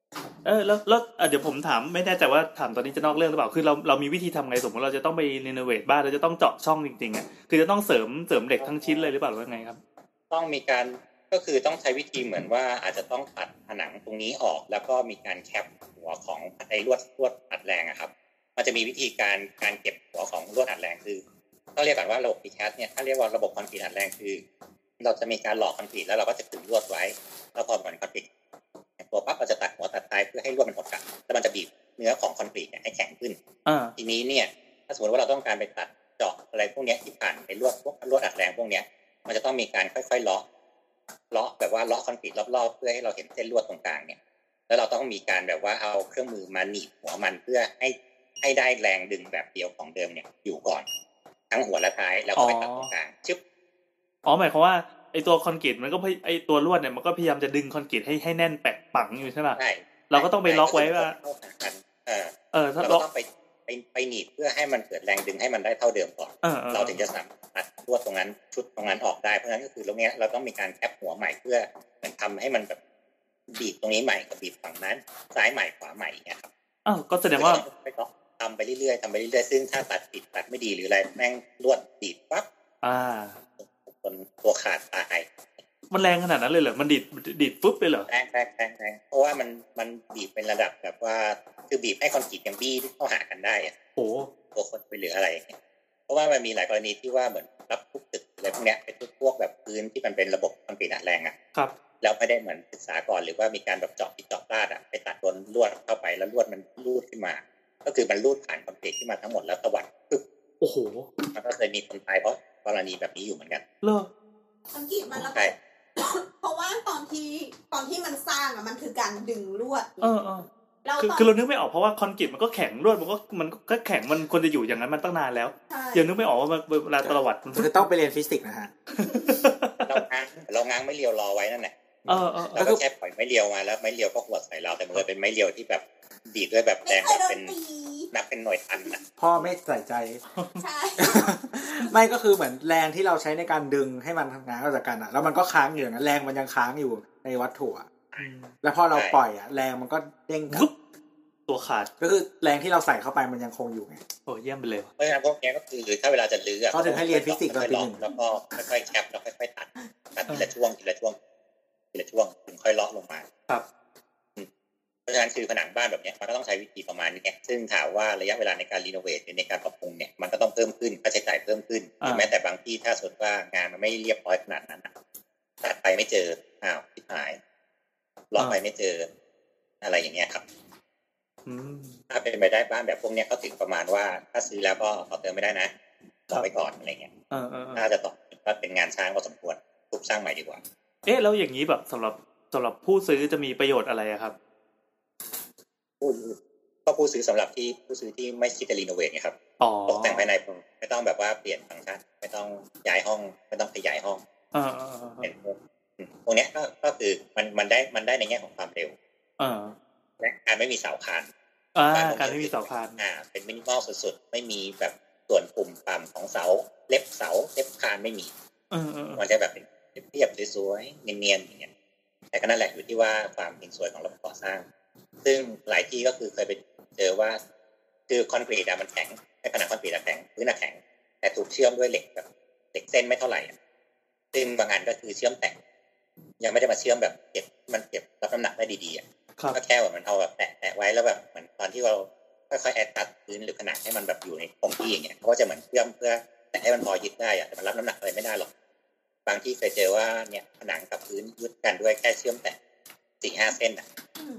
เออแล้วแล้วเดี๋ยวผมถามไม่แน่ใจว่าถามตอนนี้จะนอกเรื่องหรือเปล่าคือเราเรามีวิธีทำไงสมมติเราจะต้องไปรีโนเวทบ้านเราจะต้องเจาะช่องจริงๆอ่ะคือจะต้องเสริมเสริมเหล็กทั้งชิ้นเลยหรือเปล่าหรือว่าไงครับต้องมีการก็คือต้องใช้วิธีเหมือนว่าอาจจะต้องตัดผนังตรงนี้ออกแล้วก็มีการแคปหัวของไอ้ลวดลวดอัดแรงอะครับมันจะมีวิธีการการเก็บหัวของลวดอัดแรงคือต้องเรียกก่อนว่าระบบ พี แคส เนี่ยถ้าเรียกว่าระบบคอนกรีตอัดแรงคือเราจะมีการหล่อคอนกรีตแล้วเราก็จะขึงลวดไว้แล้วพอมันคอนกรีตตัวปั๊บเราจะตัดหัวตัดท้ายเพื่อให้ลวดมันหดกันแล้วมันจะบีบเนื้อของคอนกรีตเนี่ยให้แข็งขึ้นทีนี้เนี่ยถ้าสมมติว่าเราต้องการไปตัดเจาะอะไรพวกนี้ที่ผ่านไปลวดพวกลวดอัดแรงพวกนี้มันจะต้องมีการค่อยๆเลาะเลาะแบบว่าเลาะคอนกรีตรอบๆเพื่อให้เราเห็นเส้นลวดตรงกลางเนี่ยแล้วเราต้องมีการแบบว่าเอาเครื่องมือมาหนีบหัวมันเพื่อให้ให้ได้แรงดึงแบบเดียวของเดิมเนี่ยอยู่ก่อนทั้งหัวและท้ายแล้วก็ไปตัดตรงกลางชึบอ๋อหมายความว่าไอตัวคอนกรีตมันก็ไอตัวลวดเนี่ยมันก็พยายามจะดึงคอนกรีตให้ให้แน่นแปะปังอยู่ใช่ป่ะใช่เราก็ต้องไปล็อกไว้ว่าเออเออถ้าเราต้องไปไปไปหนีบเพื่อให้มันเกิดแรงดึงให้มันได้เท่าเดิมก่อนเราถึงจะสามารถตัดลวดตรงนั้นชุดตรงนั้นออกได้เพราะฉะนั้นก็คือตรงนี้เราต้องมีการแคปหัวใหม่เพื่อมันทำให้มันแบบบีบตรงนี้ใหม่กับบีบฝั่งนั้นซ้ายใหม่ขวาใหม่เนี่ยครับอ้าวก็แสดงว่าไปต่อทำไปเรื่อยๆทำไปเรื่อยๆซึ่งถ้าตัดผิดตัดไม่ดีหรืออะไรแม่งลวดบีบปั๊บอ่าคนตัวขาดตายมันแรงขนาดนั้นเลยเหรอมันดีดดีดปุ๊บเลยเหรอแรงแรงแรงแรงเพราะว่ามันมันบีบเป็นระดับแบบว่าคือบีบให้คอนกรีตยังบี้เข้าหากันได้อ่ะโอ้ตัวคนไปเหลืออะไรเพราะว่ามันมีหลายกรณีที่ว่าเหมือนรับทุกตึกอะไรพวกเนี้ยเป็นพวกแบบพื้นที่มันเป็นระบบคอนกรีตอัดแรงอ่ะครับแล้วไม่ได้เหมือนศึกษาก่อนหรือว่ามีการแบบเจาะปิดเจาะลาดอ่ะไปตัดโดนลวดเข้าไปแล้วลวดมันรูดขึ้นมาก็คือมันรูดผ่านคอนกรีตขึ้นมาทั้งหมดแล้วตวัดปึ๊บโอ้โหมันก็เคยมีคนตายเพราะกรณีแบบนี้อยู่เหมือนกันเหรอคอนกรีตมันระเบิดเพราะว่าตอนที่ตอนที่มันสร้างอ่ะมันคือการดึงลวดเออเออคือคือเรานึกไม่ออกเพราะว่าคอนกรีตมันก็แข็งลวดมันก็มันก็แข็งมันควรจะอยู่อย่างนั้นมันตั้งนานแล้วยังนึกไม่ออกว่าเวลาตลวัดมันจะต้องไปเรียนฟิสิกส์นะฮะเราง้างเราง้างไม่เลียวรอไว้นั่นแหละเออๆแล้วก็แค่ปล่อยไม้เลียวมาแล้วไม้เลียวก็หวดใส่เราแต่มันเลยเป็นไม้เลียวที่แบบดีดด้วยแบบแรงแบบเป็นนับเป็นหน่วยตันน่ะพ่อไม่ใส่ใจใช่ไม่ก็คือเหมือนแรงที่เราใช้ในการดึงให้มันทำงานก็จากกันอ่ะแล้วมันก็ค้างอยู่อย่างนั้นแรงมันยังค้างอยู่ในวัตถุอ่ะแล้วพอเราปล่อยอ่ะแรงมันก็เด้งกลับตัวขาดก็คือแรงที่เราใส่เข้าไปมันยังคงอยู่ไงโอ้เยี่ยมไปเลยเพราะฉะนั้นพวกนี้ก็คือถ้าเวลาจะลื้อเขาถึงให้เรียนฟิสิกส์ตอนปีหนึ่งแล้วก็ค่อยๆแคปแล้วค่อยๆตัดตัดทีละช่วงทีละช่วงทีละช่วงถึงค่อยเลาะลงมาครับเพราะฉะนั้นคือผนังบ้านแบบนี้มันก็ต้องใช้วิธีประมาณนี้ซึ่งถามว่าระยะเวลาในการรีโนเวทหรือในการปรับปรุงเนี่ยมันก็ต้องเพิ่มขึ้นค่าใช้จ่ายเพิ่มขึ้นแม้แต่บางที่ถ้าสมมติว่างานมันไม่เรียบร้อยขนาดนั้นตัดไปไม่เจออ้าวทิพหายเลาะไปไม่เจออะไรอย่างเงี้ยครับถ้าเป็นไปได้บ้านแบบพวกนี้เขาถึงประมาณว่าถ้าซื้อแล้วก็ต่อเติมไม่ได้นะต่อไปก่อนอะไรเงี้ยถ้าจะต่อก็เป็นงานช้างพอสมควรทุบสร้างใหม่ดีกว่าเอ๊ะแล้วอย่างนี้แบบสำหรับสำหรับผู้ซื้อจะมีประโยชน์อะไรครับผู้ก็ผู้ซื้อสำหรับที่ผู้ซื้อที่ไม่คิดจะรีโนเวทไงครับตกแต่งภายในไม่ต้องแบบว่าเปลี่ยนฟังก์ชันไม่ต้องย้ายห้องไม่ต้องขยายห้องเป็นพวกนี้ก็ก็คือมันมันได้มันได้ในแง่ของความเร็วและการไม่มีเสาคานการไม่มีเสาคานอ่าเป็นมินิมอลสุดๆไม่มีแบบส่วนปุ่มต่ำของเสาเล็บเสาเล็บคานไม่มีมันจะแบบเป็นเรียบสวยๆเนียนๆอย่างเงี้ยแต่ก็นั่นแหละอยู่ที่ว่าความเป็นสวยของระบบก่อสร้างซึ่งหลายที่ก็คือเคยไปเจอว่าคือคอนกรีตอะมันแข็งไอ้ผนังคอนกรีตอะแข็งพื้นอะแข็งแต่ถูกเชื่อมด้วยเหล็กแบบเหล็กเส้นไม่เท่าไหร่ซึ่งบางอันก็คือเชื่อมแตกยังไม่ได้มาเชื่อมแบบเก็บมันเก็บรับน้ำหนักได้ดีๆอ่ะก็แค่แบบมันเอาแบบแตะแตะไว้แล้วแบบเหมือนตอนที่เราค่อยๆแอดตัดพื้นหรือผนังให้มันแบบอยู่ในคงที่อย่างเงี้ยเขาก็จะเหมือนเชื่อมเพื่อแต่ให้มันพอยึดได้อ่ะแต่มันรับน้ำหนักอะไรไม่ได้หรอกบางที่เคยเจอว่าเนี่ยผนังกับพื้นยึดกันด้วยแค่เชื่อมแตะสี่ห้าเส้นอ่ะ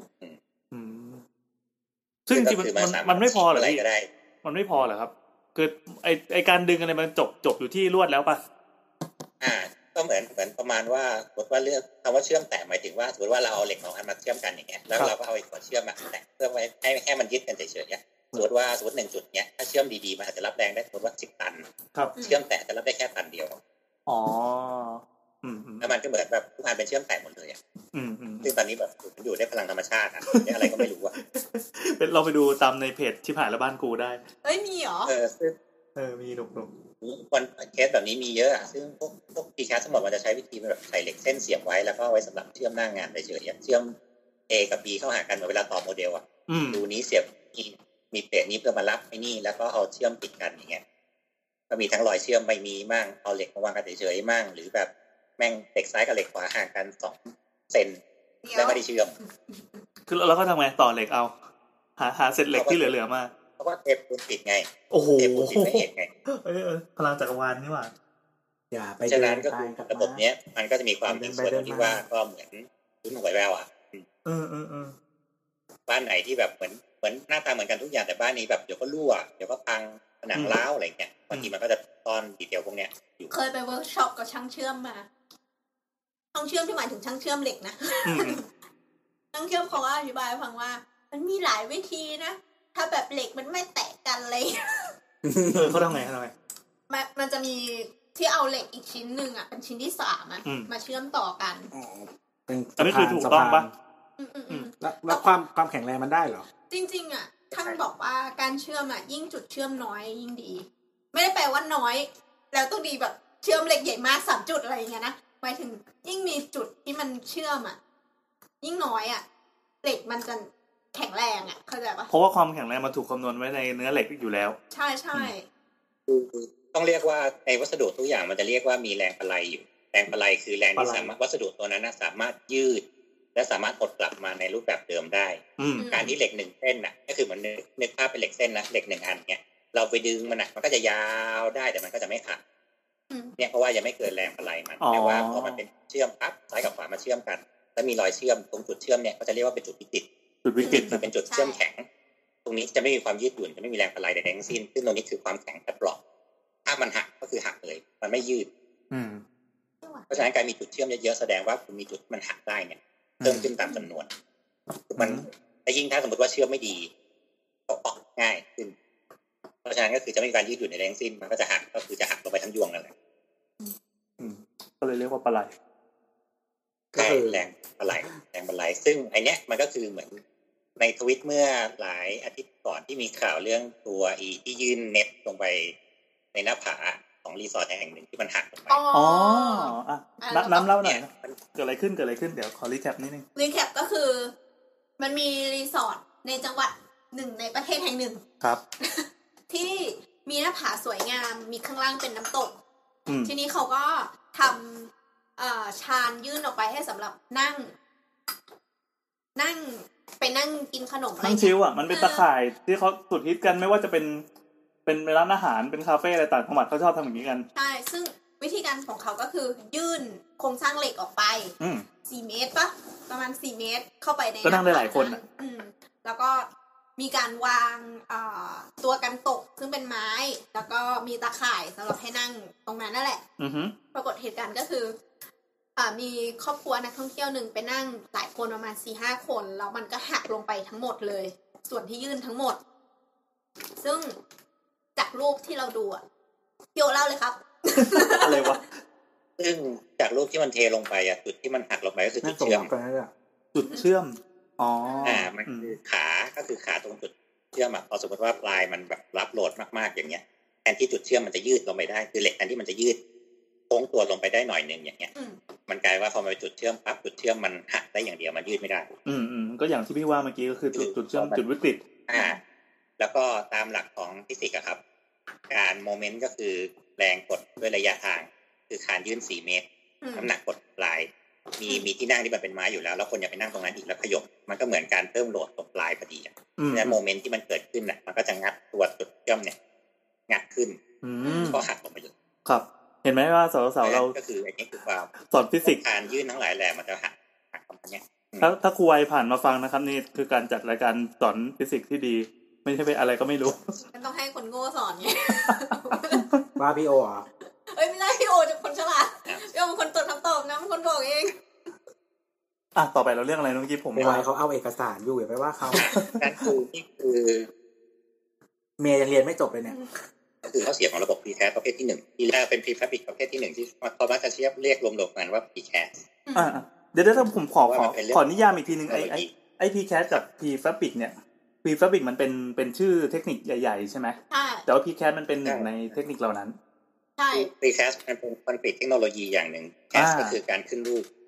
ซึ่งจริงๆมันมันไม่พอเหรอพี่มันไม่พอเหรอครับคือไอไอการดึงอะไรมันจบจบอยู่ที่ลวดแล้วป่ะอ่าก็เหมือนเหมือนประมาณว่าสมมติว่าเลือกคำว่าเชื่อมแตะหมายถึงว่าสมมติว่าเราเอาเหล็กสองอันมาเชื่อมกันอย่างเงี้ยแล้วเราก็เอาไอ้ตัวเชื่อมมาแตะเพื่อไว้ให้แค่มันยึดกันเฉยๆเนี่ยสมมติว่าสมมติหนึ่งจุดเนี้ยถ้าเชื่อมดีๆมันอาจจะรับแรงได้สมมติว่าสิบตันเชื่อมแตะจะรับได้แค่ตันเดียวอ๋อแล้วมันก็เหมือนแบบทุกอันเป็นเชื่อมแตะหมดเลยอ่ะซึ่งตอนนี้แบบมันอยู่ในพลังธรรมชาติอ่ะนี่อะไรก็ไม่รู้อ่ะเป็นเราไปดูตามในเพจที่ผ่านแล้วบ้านกูได้เอ้ยมีเหรอเออเออมีหนุกๆวันเคสแบบนี้มีเยอะอ่ะซึ่งพวกพวก พี แคส ทั้งหมดมันจะใช้วิธีแบบใส่เหล็กเส้นเสียบไว้แล้วก็ไว้สำหรับเชื่อมหน้างานเฉยๆเชื่อม A กับ B เข้าหากันเหมือนเวลาต่อโมเดลอ่ะดูนี้เสียบนี่มีเปลทนี้เพื่อมารับไอ้นี่แล้วก็เอาเชื่อมติดกันอย่างเงี้ยก็มีทั้งรอยเชื่อมไม่มีมั่งเอาเหล็กมาวางกันเฉยๆมั่งหรือแบบแม่งเหล็กซ้ายกับเหล็กขวาห่างกันสองเซนแล้วไม่ได้เชื่อมคือแล้วก็ทำไงต่อเหล็กเอาหาหาเศษเหล็กที่เหลือๆมาเพราะว่าเทปปูนติดไงโอ้โหเทปปูนติดไม่เห็นไงเออพลังจักรวาลนี่หว่าอย่าไปฉะนั้นก็คือระบบเนี้ยมันก็จะมีความยิ่งสวยตรงที่ว่าก็เหมือนรุ่นหวยแววอ่ะเออเออเออบ้านไหนที่แบบเหมือนเหมือนหน้าตาเหมือนกันทุกอย่างแต่บ้านนี้แบบเดี๋ยวก็รั่วเดี๋ยวก็พังผนังร้าวอะไรเงี้ยบางทีมันก็จะซ่อนดีเทลพวกเนี้ยอยู่เคยไปเวิร์กช็อปกับช่างเชื่อมมาช่างเชื่อมที่หมายถึงช่างเชื่อมเหล็กนะช่างเชื่อมเขาอธิบายให้ฟังว่ามันมีหลายวิธีนะถ้าแบบเหล็กมันไม่แตกกันเลยเขาทำไงเขาทำไงมันมันจะมีที่เอาเหล็กอีกชิ้นหนึ่งอ่ะเป็นชิ้นที่สามอ่ะมาเชื่อมต่อกันอันนี้คือถูกต้องปะแล้วความความแข็งแรงมันได้เหรอจริงๆอ่ะท่านบอกว่าการเชื่อมอ่ะยิ่งจุดเชื่อมน้อยยิ่งดีไม่ได้แปลว่าน้อยแล้วต้องดีแบบเชื่อมเหล็กใหญ่มากสามจุดอะไรอย่างเงี้ยนะหมายถึงยิ่งมีจุดที่มันเชื่อมอ่ะยิ่งน้อยอ่ะเหล็กมันจะแข็งแรงอ่ะเข้าใจปะเพราะว่าความแข็งแรงมันถูกคำนวณไว้ในเนื้อเหล็กอยู่แล้วใช่ใช่ต้องเรียกว่าในวัสดุทุกอย่างมันจะเรียกว่ามีแรงปะไลอยู่แรงปะไลคือแรงที่สามารถวัสดุตัวนั้นสามารถยืดและสามารถหดกลับมาในรูปแบบเดิมได้การที่เหล็กหนึ่งเส้นน่ะก็คือมันนึกภาพเป็นเหล็กเส้นนะเหล็กหนึ่งอันเนี้ยเราไปดึงมันน่ะมันก็จะยาวได้แต่มันก็จะไม่ขาดเนี่ยเพราะว่ายังไม่เกินแรงปะไลมันแต่ว่าพอมันเป็นเชื่อมปั๊บซ้ายกับขวามาเชื่อมกันแล้วมีรอยเชื่อมตรงจุดเชื่อมเนี่ยก็จะเรียกว่าเป็นจุดวิกฤตจุดวิกฤตเป็นจุดเชื่อมแข็งตรงนี้จะไม่มีความยืดหยุ่นจะไม่มีแรงปะไลใดๆทั้งสิ้นซึ่งตรงนี้คือความแข็งและเปราะถ้ามันหักก็คือหักเลยมันไม่ยืดเพราะฉะนั้นการมีจุดเชื่อมเยอะๆแสดงว่าคุณมีจุดมันหักได้เนี่ยเพิ่มขึ้นตามจำนวนมันแต่ยิ่งถ้าสมมติว่าเชื่อมไม่ดีก็ออกง่ายขึ้นเพราะฉะนั้นก็คือจะไม่มีการยืดหยุ่นในแรงสิ้นมันก็จะหักก็คือจะหักลงไปทั้งยวงนั่นแหละก็เลยเรียกว่าปะไลก็คือแรงปะไลแรงปะไลซึ่งไอเนี้ยมันก็คือเหมือนในทวิตเมื่อหลายอาทิตย์ก่อนที่มีข่าวเรื่องตัวอีที่ยื่นเน็ตลงไปในหน้าผาของรีสอร์ทแห่งหนึ่งที่มันหักลงไปอ๋ออ่ะน้ำเล่าหน่อยเกิดอะไรขึ้นเกิดอะไรขึ้นเดี๋ยวขอรีแคปนิดนึงรีแคปก็คือมันมีรีสอร์ทในจังหวัดหนึ่งในประเทศแห่งหนึ่งครับที่มีหน้าผาสวยงามมีข้างล่างเป็นน้ำตกทีนี้เขาก็ทำชานยื่นออกไปให้สำหรับนั่งนั่งไปนั่งกินขนมอะไรนั่งชิลอ่ะมันเป็นตะข่ายที่เขาสุดฮิตกันไม่ว่าจะเป็นเป็นร้านอาหารเป็นคาเฟ่อะไรต่างจังหวัดเขาชอบทำอย่างนี้กันใช่ซึ่งวิธีการของเขาก็คือยื่นโครงสร้างเหล็กออกไปสี่เมตรปะประมาณสี่เมตรเข้าไปในก็นั่งได้หลายคนอ่ะแล้วก็มีการวางตัวกันตกซึ่งเป็นไม้แล้วก็มีตะข่ายสำหรับให้นั่งตรงนั้นนั่นแหละปรากฏเหตุการณ์ก็คือมีครอบครัวนักท่องเที่ยวหนึ่งไปนั่งหลายคนประมาณ สี่ห้า คนแล้วมันก็หักลงไปทั้งหมดเลยส่วนที่ยื่นทั้งหมดซึ่งจากรูปที่เราดูอ่ะพี่โอเล่าเลยครับอะไรวะซึ่งจากรูปที่มันเทลงไปอ่ะจุดที่มันหักลงไปก็คือจุดเชื่อมจุดเชื่อมอ๋ออ่ามันคือขาก็คือขาตรงจุดเชื่อมอ่ะพอสมมติว่าปลายมันแบบรับโหลดมากๆอย่างเงี้ยแทนที่จุดเชื่อมมันจะยืดลงไปได้คือเหล็กแทนที่มันจะยืดโค้งตัวลงไปได้หน่อยนึงอย่างเงี้ยมันกลายว่าพอมันไปจุดเชื่อมปั๊บจุดเชื่อมมันหักได้อย่างเดียวมันยืดไม่ได้อืมอืมก็อย่างที่พี่ว่าเมื่อกี้ก็คือจุดจุดเชื่อมจุดวิกฤตอ่าแล้วก็ตามหลักของฟิสิกส์ครับการโมเมนต์ก็คือแรงกดด้วยระยะทางคือคานยื่นสี่เมตรน้ำหนักกดปลายมีมีที่นั่งที่มันเป็นไม้อยู่แล้วแล้วคนอย่าไปนั่งตรงนั้นอีกแล้วขยบมันก็เหมือนการเพิ่มโหลดตรงปลายพอดีอ่ะเพราะฉะนั้นโมเมนต์ที่มันเกิดขึ้นน่ะมันก็จะงัดตัวจุดเชื่อมเนี่ยงัดขึ้นก็หักลงไปเลยครับเห็นไหมว่าสาวๆเราก็คืออันนี้คือความสอนฟิสิกส์คานยื่นทั้งหลายแหล่มันจะหักหักตรงนี้ถ้าถ้าครูไวผ่านมาฟังนะครับนี่คือการจัดรายการสอนฟิสิกส์ที่ดีไม่ใช่ไปอะไรก็ไม่รู้มันต้องให้คนโง่สอนไงว่าพี่โออ่ะเอ้ยไม่ได้พี่โอจะคนฉลาดพี่โอเป็นคนตรวจคำตอบนะเป็นคนบอกเองอ่ะต่อไปเราเรื่องอะไรเมื่อกี้ผมว่าเขาเอาเอกสารอยู่อย่าไปว่าเขานั่นคือนี่คือเมย์ยังเรียนไม่จบเลยเนี่ยคือข้อเสียของระบบ Precast ประเภทที่หนึ่งที่แรกเป็น Prefabric ประเภทที่หนึ่งที่เขามักจะเรียกรวมๆกันว่า Precast อ่าเดี๋ยวๆถ้าผมขอขอขอนิยามอีกทีนึงไอ้ไอ้ไอ้ Precast กับ Prefabric เนี่ยPrefabric มันเป็นเป็นชื่อเทคนิคใหญ่ๆใช่ไหมใช่แต่ว่า Precast มันเป็นหนึ่งในเทคนิคเหล่านั้นใช่ Precast มันเป็นคอนกรีตเทคโนโลยีอย่างหนึ่ง Cast ก็คือการขึ้นรูป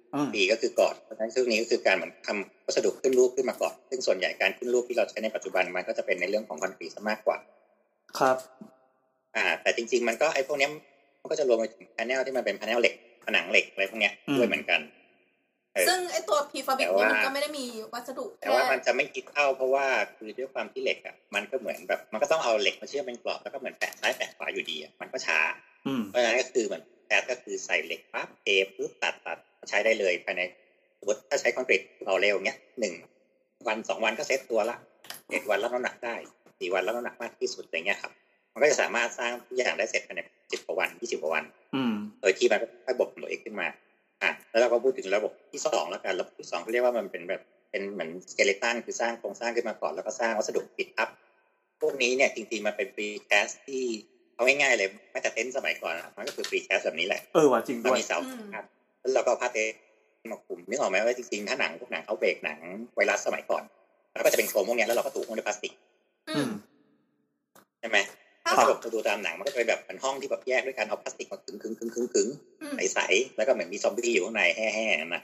ปี ก็คือก่อนเพราะฉะนั้นซึ่งนี้ก็คือการเหมือนทำวัสดุขึ้นรูปขึ้นมาก่อนซึ่งส่วนใหญ่การขึ้นรูปที่เราใช้ในปัจจุบันมันก็จะเป็นในเรื่องของคอนกรีตซะมากกว่าครับอ่าแต่จริงๆมันก็ไอ้พวกนี้มันก็จะรวมไปถึงแผงที่มันเป็นแผงเหล็กผนังเหล็กอะไรพวกนี้ด้วยเหมือนกันซึ่งไอ้ตัว Prefab นี่มันก็ไม่ได้มีวัสดุแต่ว่ามันจะไม่คิดเข้าเพราะว่าคือด้วยความที่เหล็กอ่ะมันก็เหมือนแบบมันก็ต้องเอาเหล็กมาเชื่อมเป็นกรอบแล้วก็เหมือนแปะซ้ายแปะขวาอยู่ดีอ่ะมันก็ช้าเพราะฉะนั้นก็คือเหมือนแปะก็คือใส่เหล็กปั๊บเทปุ๊บตัดตัดใช้ได้เลยภายในสมมติถ้าใช้คอนกรีตต่อเร็วเนี้ยหนึ่งวันสองวันก็เซ็ตตัวละเจ็ดวันรับน้ำหนักได้สี่วันรับน้ำหนักมากที่สุดอย่างเงี้ยครับมันก็จะสามารถสร้างทุกอย่างได้เสร็จภายในสิบกว่าวันยี่สิบกว่าวันโดยที่มันค่อยๆบ่มตัวเองขึ้นมาอ่ะแล้วเราก็พูดถึงระบบที่สองแล้วกันระบบที่สองเขาเรียกว่ามันเป็นแบบเป็นเหมือนสเกเลตันคือสร้างโครงสร้างขึ้นมาก่อนแล้วก็สร้างวัสดุปิดทับพวกนี้เนี่ยจริงๆมันเป็นพรีแคสที่เอาง่ายๆเลยแม้แต่เต็นท์สมัยก่อนมันก็คือพรีแคสแบบนี้แหละเออว่ะจริงด้วยมีเสาครับแล้วเราก็พาเต็นท์มาคุมนึกออกไหมว่าจริงๆถ้าหนังพวกหนังเอาเบรกหนังไวรัสสมัยก่อนแล้วก็จะเป็นโครงพวกนี้แล้วเราก็ถูกหุ้มด้วยพลาสติกใช่ไหมถ้าเราดูตามหนังมันก็จะเป็นแบบเป็นห้องที่แบบแยกด้วยกันเอาพลาสติกมาขึงขึงขึงขึงขึงใสๆแล้วก็เหมือนมีซอมบี้อยู่ข้างในแห่ๆนะ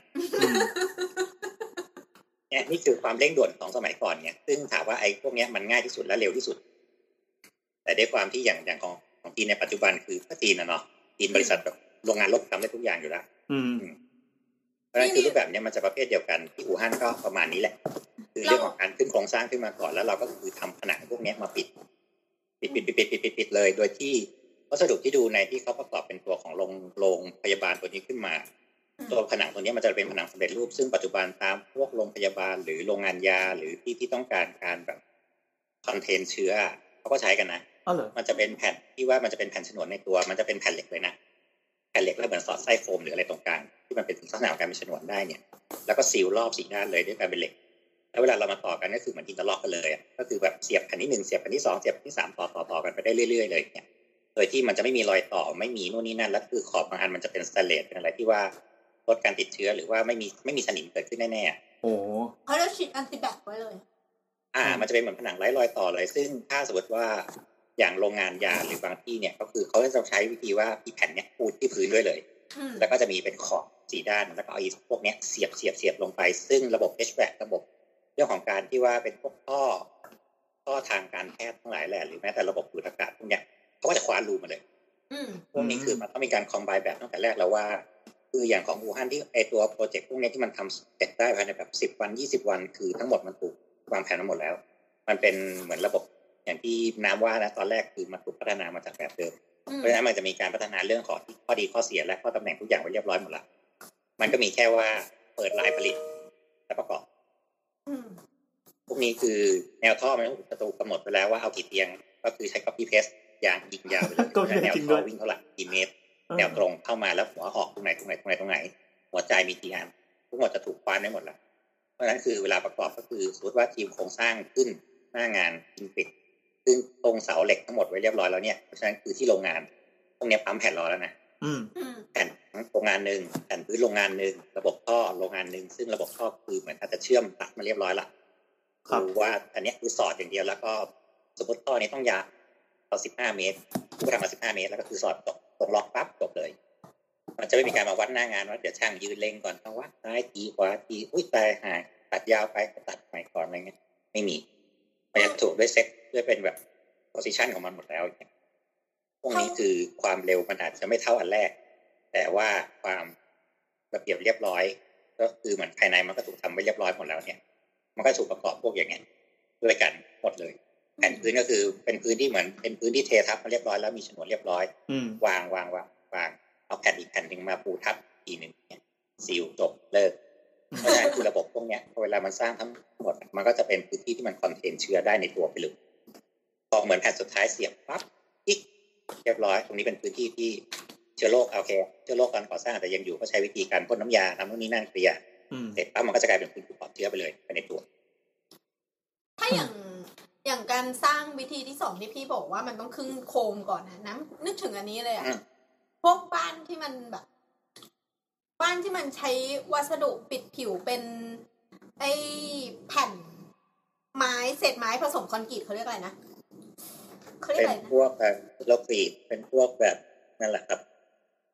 เนี่ยนี่คือความเร่งด่วนของสมัยก่อนเนี่ยซึ่งถามว่าไอ้พวกนี้มันง่ายที่สุดและเร็วที่สุดแต่ด้วยความที่อย่างอย่างของของจีนในปัจจุบันคือถ้าจีนนะเนาะจีนบริษัทแบบโรงงานรถทำได้ทุกอย่างอยู่แล้วเพราะฉะนั้นคือรูปแบบนี้มันจะประเภทเดียวกันที่อู่ฮั่นก็ประมาณนี้แหละคือเรื่องของการขึ้นโครงสร้างขึ้นมาก่อนแล้วเราก็คือทำผนังพวกนี้มาปิดปิดปิดปิดปิดปิดปิดเลยโดยที่วัสดุที่ดูในที่เขาประกอบเป็นตัวของโรงโรงพยาบาลตัวนี้ขึ้นมาตัวผนังตัวนี้มันจะเป็นผนังสำเร็จรูปซึ่งปัจจุบันตามพวกโรงพยาบาลหรือโรงงานยาหรือที่ที่ต้องการการแบบคอนเทนเชื้อเขาก็ใช้กันนะมันจะเป็นแผ่นที่ว่ามันจะเป็นแผ่นฉนวนในตัวมันจะเป็นแผ่นเหล็กเลยนะแผ่นเหล็กแล้วเหมือนสอดไส้โฟมหรืออะไรตรงกลางที่มันเป็นลักษณะของการเป็นฉนวนได้เนี่ยแล้วก็ซีลรอบสี่ด้านเลยด้วยการเป็นเหล็กแล้วเวลาเรามาต่อกันก็คือเหมือนอินเตอร์ล็อกกันเลยก็คือแบบเสียบแผ่นที่หนึ่งเสียบแผ่นที่สองเสียบแผ่นที่สามต่อต่อต่อกันไปได้เรื่อยๆเลยเนี่ยโดยที่มันจะไม่มีรอยต่อไม่มีนู่นนี่นั่นแล้วคือขอบบางอันมันจะเป็นสแตนเลสเป็นอะไรที่ว่าลดการติดเชื้อหรือว่าไม่มีไม่มีสนิมเกิดขึ้นแน่ๆโอ้เขาจะฉีดแอนติแบคไว้เลยอ่ามันจะเป็นเหมือนผนังไร้รอยต่อเลยซึ่งถ้าสมมติว่าอย่างโรงงานยาหรือบางที่เนี่ยก็คือเขาจะใช้วิธีว่าอีแผ่นเนี้ยปูที่พื้นด้วยเลยแล้วก็จะมีเป็นขอบสี่ด้านแล้วก็เอาอีพวกเนี้ยเสียบเสียบเสียบลงไปซึ่งระบบ เอช วี เอ ซี ระบบเรื่องของการที่ว่าเป็นพวกท่อท่อทางการแพทย์ทั้งหลายแหละหรือแม้แต่ระบบดูดอากาศพวกเนี้ยเขาก็จะคว้ารูมาเลยพวกนี้คือมันต้องมีการคอมไบน์แบบตั้งแต่แรกแล้วว่าคืออย่างของอู่ฮั่นที่ไอตัวโปรเจกต์พวกนี้ที่มันทำเสร็จได้ภายในแบบสิบวันยี่สิบวันคือทั้งหมดมันถูกวางแผนมาหมดแล้วมันเป็นเหมือนระบบอย่างที่น้ำว่านะตอนแรกคือมันถูกพัฒนามาจากแบบเดิมเพราะฉะนั้นมันจะมีการพัฒนาเรื่องของข้อดีข้อเสียและข้อตำแหน่งทุกอย่างไว้เรียบร้อยหมดละมันก็มีแค่ว่าเปิดลายผลิตและประกอบพวกนี้คือแนวท่อมันจะถูกกำหนดไปแล้วว่าเอากี่เตียงก็คือใช้ copy paste ยางยิงยาวไปเลยแนวท่อวิ่งเท่าไหร่กี่เมตรแนวตรงเข้ามาแล้วหัวออกตรงไหนตรงไหนตรงไหนตรงไหนหัวใจมีกี่อันทั้งหมดจะถูกควานได้หมดแล้วเพราะฉะนั้นคือเวลาประกอบก็คือสมมติว่าทีมโครงสร้างขึ้นหน้างานยิงปิดซึ่งตรงเสาเหล็กทั้งหมดไว้เรียบร้อยแล้วเนี่ยเพราะฉะนั้นคือที่โรงงานพวกนี้ปั๊มแผ่นรอแล้วนะแผ่นโรงงานหนึ่งแผ่นพื้นโรงงานหนึ่งระบบท่อโรงงานหนึ่งซึ่งระบบท่อคือเหมือนอาจจะเชื่อมตัดมาเรียบร้อยละคือว่าอันนี้คือสอดอย่างเดียวแล้วก็สมมติท่อนี้ต้องยาวเอาสิบห้าเมตรผู้ทำมาสิบห้าเมตรแล้วก็คือสอดตกตรงล็อกปั๊บจบเลยมันจะไม่มีการมาวัดหน้างานว่าเดี๋ยวช่างยืนเล็งก่อนต้องวัดซ้ายทีขวาทีอุ้ยตายหายตัดยาวไปตัดใหม่ก่อนอะไรเงี้ยไม่มีมันจะถูกด้วยเซ็ตด้วยเป็นแบบโพสิชันของมันหมดแล้วพวกนี้คือความเร็วมันอาจจะไม่เท่าอันแรกแต่ว่าความระเบียบเรียบร้อยก็คือเหมือนภายในมันก็ถูกทำไว้เรียบร้อยหมดแล้วเนี่ยมันก็ถูกประกอบพวกอย่างเงี้ยด้วยกันหมดเลยแผ่นพื้นก็คือเป็นพื้นที่เหมือนเป็นพื้นที่เททับมาเรียบร้อยแล้วมีฉนวนเรียบร้อยวางวางวางวางเอาแผ่นอีกแผ่นหนึ่งมาปูทับอีกหนึ่งเนี่ยซีลจบเลิกเพราะฉะนั้นคือระบบพวกนี้พอเวลามันสร้างทั้งหมดมันก็จะเป็นพื้นที่ที่มันคอนเทนเชื้อได้ในตัวไปเลยพอเหมือนแผ่นสุดท้ายเสียบปั๊บอีกเรียบร้อยตรงนี้เป็นพื้นที่ที่เชื้อโรคโอเคเชื้อโรคการก่อสร้างแต่ยังอยู่ก็ใช้วิธีการพ่นน้ำยาทำนู่นนี่นั่นเคลียร์เสร็จปั๊บมันก็จะกลายเป็นพื้นที่ปลอดเชื้อไปเลยไปในตัวถ้าอย่างอย่างการสร้างวิธีที่สองที่พี่บอกว่ามันต้องขึ้นโครงก่อนนะน้ำนึกถึงอันนี้เลยอ่ะพวกบ้านที่มันแบบบ้านที่มันใช้วัสดุปิดผิวเป็นไอ้แผ่นไม้เศษไม้ผสมคอนกรีตเขาเรียกอะไรนะเขาเรียกอะไรนะเป็นพวกแบบโลกรีดเป็นพวกแบบนั่นแหละครับ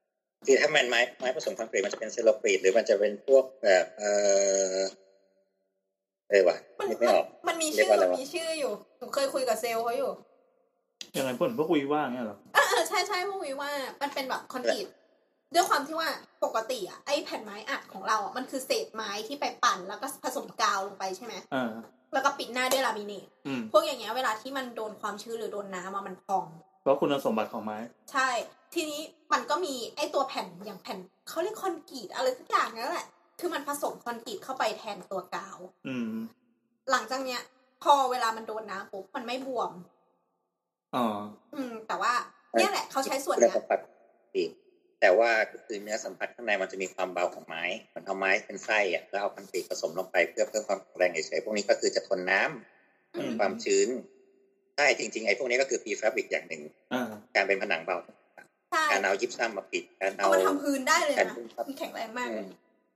คือถ้ามันไม้ไม้ผสมคอนกรีตมันจะเป็นเซลลูกรีตหรือมันจะเป็นพวกแบบเออเออว่ะนึกไม่ออกมันมีชื่อมันมีชื่ออยู่หนูเคยคุยกับเซลล์เขาอยู่ยังไงพวกพวกคุยว่าเงี้ยเหรออ่าใช่ใช่พวกคุยว่ามันเป็นแบบคอนกรีตด้วยความที่ว่าปกติอ่ะไอ้แผ่นไม้อัดของเราอ่ะมันคือเศษไม้ที่ไปปั่นแล้วก็ผสมกาวลงไปใช่ไหมอ่าแล้วก็ปิดหน้าด้วยลามิเนตพวกอย่างเงี้ยเวลาที่มันโดนความชื้นหรือโดนน้ำมันพองเพราะคุณสมบัติของไม้ใช่ทีนี้มันก็มีไอ้ตัวแผ่นอย่างแผ่นเขาเรียกคอนกรีตอะไรสักอย่างนั่นแหละคือมันผสมคอนกรีตเข้าไปแทนตัวกาวอืมหลังจากเนี้ยพอเวลามันโดนน้ำปุ๊บมันไม่บวมอ๋ออืมแต่ว่าเนี่ยแหละเขาใช้ส่วนเนี้ยแต่ว่าคือเนื้อสัมผัสข้างในมันจะมีความเบาของไม้มันเอาไม้เป็นไส้อ่ะแล้วเอาคอนกรีตผสมลงไปเพื่อเพิ่มความแข็งแรงเฉยๆพวกนี้ก็คือจะทนน้ำความชื้นใช่จริงๆไอ้พวกนี้ก็คือ prefab อย่างหนึ่งการเป็นผนังเบาการเอายิปซัมมาปิดการเอามาทำพื้นได้เลยนะมันแข็งแรงมากเลย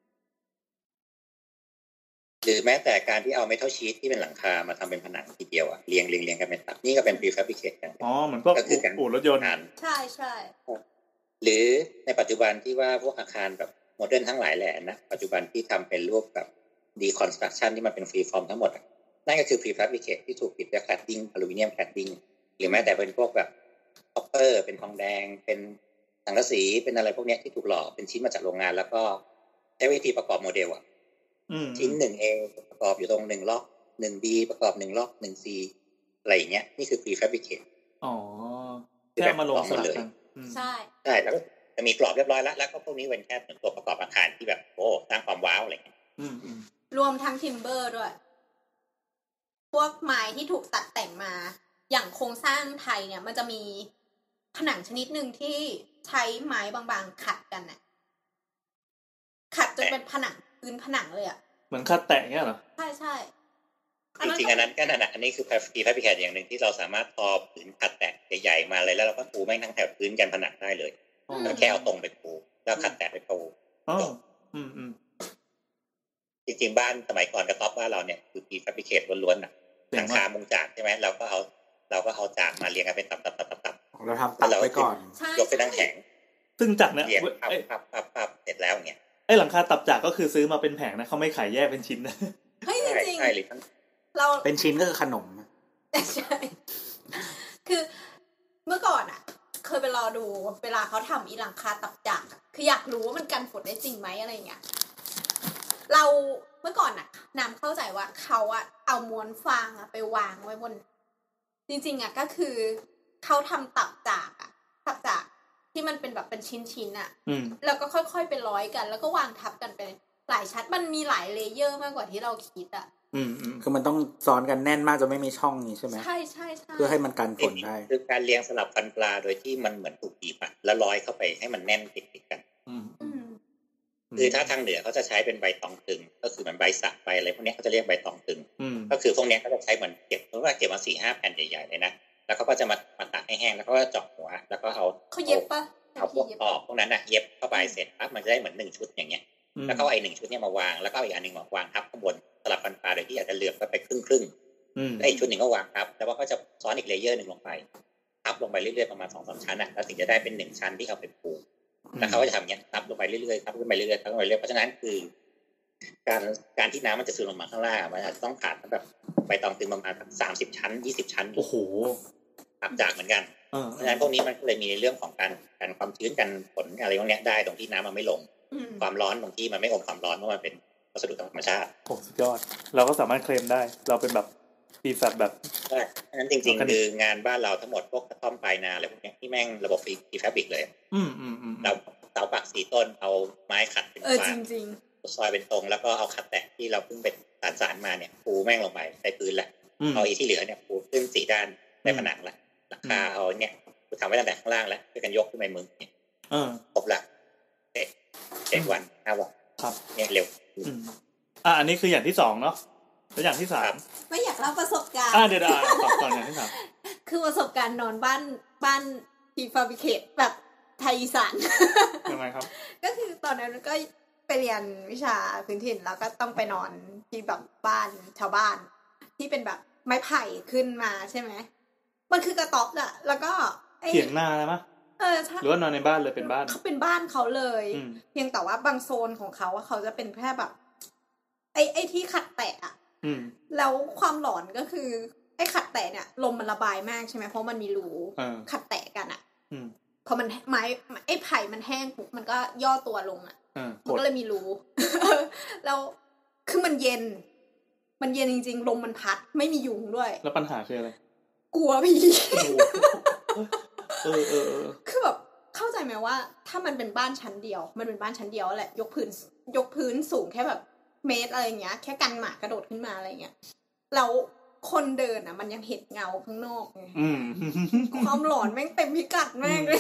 หรือแม้แต่การที่เอาเมทัลชีทที่เป็นหลังคามาทำเป็นผนังทีเดียวอ่ะเรียงเรียงเรียงกันเป็นตับนี่ก็เป็น prefabicate กันอ๋อเหมือนพวกอู่รถยนต์ใช่ใช่หรือในปัจจุบันที่ว่าพวกอาคารแบบโมเดิร์นทั้งหลายแหละนะปัจจุบันที่ทำเป็นรูปแบบ deconstruction ที่มันเป็น free form ทั้งหมดนั่นก็คือ prefabricate ที่ถูกปิดด้วย cladding อลูมิเนียม cladding หรือแม้แต่เป็นพวกแบบ copper เป็นทองแดงเป็นสังกะสีเป็นอะไรพวกนี้ที่ถูกหล่อเป็นชิ้นมาจากโรงงานแล้วก็ใช้วิธีประกอบโมเดลอ่ะชิ้น หนึ่ง เอ ประกอบอยู่ตรงหนึ่งล็อก หนึ่ง บี ประกอบหนึ่งล็อก หนึ่ง ซี อะไรอย่างเงี้ยนี่คือ prefabricate อ๋อแค่มาลงสลับกันใช่ใช่แล้วก็จะมีกรอบเรียบร้อยแล้วแล้วก็พวกนี้เป็นแค่เหมือนตัวประกอบอาคารที่แบบโอ้สร้างความว้าวอะไรอย่างเงี้ยรวมทั้งทิมเบอร์ด้วยพวกไม้ที่ถูกตัดแต่งมาอย่างโครงสร้างไทยเนี่ยมันจะมีผนังชนิดหนึ่งที่ใช้ไม้บางๆขัดกันน่ะขัดจนเป็นผนังพื้นผนังเลยอ่ะเหมือนขัดแตะเงี้ยเหรอใช่ใช่จริงๆอันนั้นก็นั่นแหละอันนี้คือ prefabricate อย่างหนึ่งที่เราสามารถทอผืนขัดแตะใหญ่ๆมาเลยแล้วเราก็ปูแม่งทั้งแถบพื้นกันผนังได้เลยแล้วแค่เอาตรงไปปูแล้วขัดแตะไปปูอ๋ออืมอืมจริงๆบ้านสมัยก่อนกระต๊อบบ้านเราเนี่ยคือ prefabricate ล้วนๆน่ะหลังคามุงจากใช่ไหมเราก็เอาเราก็เอาจากมาเรียงกันเป็นตับๆๆๆเราทำตัดไว้ก่อนยกไปทั้งแข็งซึ่งจากเนี่ยปับๆๆเสร็จแล้วเงี้ยไอ้หลังคาตับจากก็คือซื้อมาเป็นแผงนะเขาไม่ขายแยกเป็นชิ้นนะเฮ้ยจริงๆใช่เลยเราเป็นชิ้นก็คือขนมใช่คือเมื่อก่อนอ่ะเคยไปรอดูเวลาเขาทำอีหลังคาตับจากคืออยากรู้ว่ามันกันฝนได้จริงไหมอะไรเงี้ยเราเมื่อก่อนน่ะน้ำเข้าใจว่าเขาอะเอาม้วนฟางอะไปวางไว้บนจริงๆอะก็คือเขาทำตับจากอะตับจากที่มันเป็นแบบเป็นชิ้นๆอะแล้วก็ค่อยๆไปร้อยกันแล้วก็วางทับกันไปหลายชั้นมันมีหลายเลเยอร์มากกว่าที่เราคิดอะอืมคือมันต้องซ้อนกันแน่นมากจนไม่มีช่องนี้ใช่ไหมใช่ใช่ใช่เพื่อให้มันกันฝนได้คือการเรียงสลับฟันปลาโดยที่มันเหมือนถูกบีบอะแล้วร้อยเข้าไปให้มันแน่นติดติดกันคือถ้าทางเหนือเขาจะใช้เป็นใบตองตึงก็คือเหมือนใบสักใบอะไรพวกนี้เขาจะเรียกใบตองตึงก็คือพวกนี้เขาจะใช้เหมือนเก็บเพราะว่าเก็บมาสี่ห้าแผ่นใหญ่ๆเลยนะแล้วเขาก็จะมามาตัดให้แห้งแล้วก็เจาะหัวแล้วก็เอาเขาเย็บปะเอาพวกออกพวกนั้นนะเย็บเข้าไปเสร็จปั๊บมันจะได้เหมือนหนึ่งชุดอย่างเงี้ยแล้วก็ไอ้หนึ่งชุดเนี้ยมาวางแล้วก็อีกอันนึงมาวางทับข้างบนสลับฟันปลาโดยที่อาจจะเหลื่อมไปครึ่งครึ่งแล้วอีกชุดหนึ่งก็วางทับแล้วก็จะซ้อนอีกเลเยอร์หนึ่งลงไปทับลงไปเรื่อยๆประมาณ สองสาม ชั้นน่ะแล้วถึงจะได้เป็นหนึ่งชั้นที่เอาไปปูแล้วเขาก็จะทำอย่างนี้ทับลงไปเรื่อยๆทับขึ้นไปเรื่อยๆทับขึ้นไปเรื่อยๆเพราะฉะนั้นคือการการที่น้ำมันจะซึมลงมาข้างล่างมันอาจจะต้องผ่านแบบใบตองตึงประมาณสามสิบชั้นยี่สิบชั้นโอ้โหตับจากเหมือนกันเพราะฉะนั้นพวกนี้มันเลยมีในเรื่องของการการความชื้นกันฝนอะไรพวกนี้ได้ตรงที่น้ำมันไม่ลงความร้อนตรงที่มันไม่อมความร้อนเพราะมันเป็นวัสดุธรรมชาติโอ้สุดยอดเราก็สามารถเคลมได้เราเป็นแบบปีแฟบแบบใช่ฉะนั้นจริงๆคืองานบ้านเราทั้งหมดพวกกระท่อมปลายนาอะไรพวกนี้ที่แม่งระบบปีแฟบริกเลยอืมอืมอืมเราเสาปักสี่ต้นเอาไม้ขัดเป็นฟางซอยเป็นตรงแล้วก็เอาขัดแตะที่เราเพิ่งไปสานสารมาเนี่ยปูแม่งลงไปใส่พื้นแหละเอาอีที่เหลือเนี่ยปูขึ้นสี่ด้านได้ผนังละหลังคาเอาเนี่ยทำไว้ตั้งแต่ข้างล่างแล้วช่วยกันยกขึ้นไปมึงเนี่ยครบละเจ็ดเจ็ดวันห้าวันครับเนี่ยเร็วอ่ะอันนี้คืออย่างที่สองเนาะแล้วอย่างที่สามไม่อยากเล่าประสบการณ์อ่ะเดี๋ยวๆตอบก่อนอย่างที่สามคือประสบการณ์นอนบ้านบ้านทีฟาบิเคทแบบไทยอีสานยังไงครับก็คือตอนนั้นก็ไปเรียนวิชาพื้นถิ่นแล้วก็ต้องไปนอนที่แบบบ้านชาวบ้านที่เป็นแบบไม้ไผ่ขึ้นมาใช่ไหมมันคือกระต๊อบอะแล้วก็เถียงนาอะไรมั้ยเออหรือว่านอนในบ้านเลยเป็นบ้านเขาเป็นบ้านเขาเลยเพียงแต่ว่าบางโซนของเขาว่าเขาจะเป็นแค่แบบไอ้ไอ้ที่ขัดแตะอ่ะแล้วความหลอนก็คือไอ้ขัดแตะเนี่ยลมมันระบายมากใช่ไหมเพราะมันมีรูขัดแตะกันอ่ะพอมันไม้ไอ้ไผ่มันแห้งปุ๊บมันก็ย่อตัวลงอ่ะมันก็เลยมีรูแล้วคือมันเย็นมันเย็นจริงๆลมมันพัดไม่มียุงด้วยแล้วปัญหาคืออะไรกลัวพี่เออเออคือแบบเข้าใจไหมว่าถ้ามันเป็นบ้านชั้นเดียวมันเป็นบ้านชั้นเดียวแหละยกพื้นยกพื้นสูงแค่แบบเมตรอะไรอย่างเงี้ยแค่กันหมากระโดดขึ้นมาอะไรเงี้ยแล้วคนเดินอ่ะมันยังเห็นเงาข้างนอกไงความหลอนแม่งเต็มพิกัดมากเลย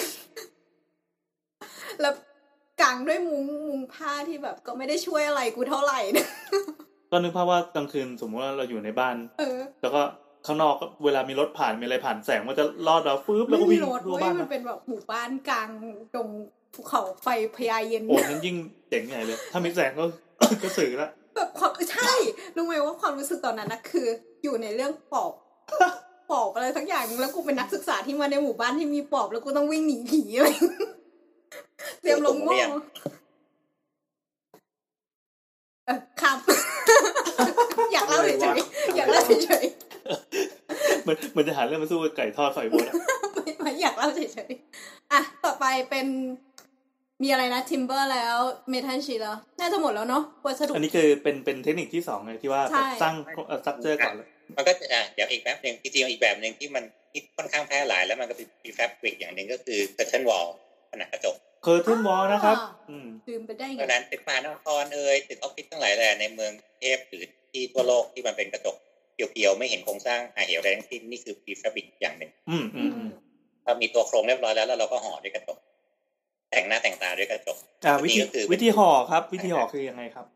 แล้วกางด้วยมุ้งมุ้งผ้าที่แบบก็ไม่ได้ช่วยอะไรกูเท่าไหร่นะก็นึกภาพว่ากลางคืนสมมติว่าเราอยู่ในบ้านแล้วก็ข้างนอกเวลามีรถผ่านมีอะไรผ่านแสงมันจะลอดเราฟื้บแล้วก็วิ่งทั่วบ้านมันเป็นแบบหมู่บ้านกลางตรงภูเขาไฟพญาเย็นโอ้นั้นยิ่งเจ๋งใหญ่เลยถ้ามีแสงก็ก็สื่อละแบบความใช่รู้ไหมว่าความรู้สึกตอนนั้นนะคืออยู่ในเรื่องปอบปอบอะไรสักอย่างแล้วกูเป็นนักศึกษาที่มาในหมู่บ้านที่มีปอบแล้วกูต้องวิ่งหนีผีอะไรเตรียมลงหม้อเออครับอยากเล่าเฉยๆอยากเล่าเฉยๆเหมือนเหมือนจะหาเรื่องมาสู้กับไก่ทอดไฟบดอ่ะไม่ไม่อยากเล่าเฉยๆอ่ะต่อไปเป็นมีอะไรนะทิมเบอร์แล้วเมทัลชีทแล้วน่าจะหมดแล้วเนาะวัสดุอันนี้คือเป็นเป็นเทคนิคที่สองเลยที่ว่าสร้างสตรัคเจอร์ก่อนเลยมันก็จะเดี๋ยวอีกแบบนึงจริงๆอีกแบบนึงที่มันที่ค่อนข้างแพร่หลายแล้วมันก็เป็นแฟบริกอย่างนึงก็คือ curtain wall ผนังกระจก curtain wall นะครับอืมลืมไปได้ไงเพราะนั้นตึกมหานครเอ่ยตึกออฟฟิศทั้งหลายแหล่ในเมืองเทพหรือที่ทั่วโลกที่มันเป็นกระจกเพียวๆไม่เห็นโครงสร้างหาเหวใดทั้งสิ้นนี่คือ prefab อย่างนึงอืมอืมถ้ามีตัวโครงเรียบร้อยแล้วแล้วเราก็ห่อด้วยกระจกแต่งหน้าแต่งตาด้วยกระจกอ่าวิธีวิธีห่อครับวิธีห่อคือยังไงครับ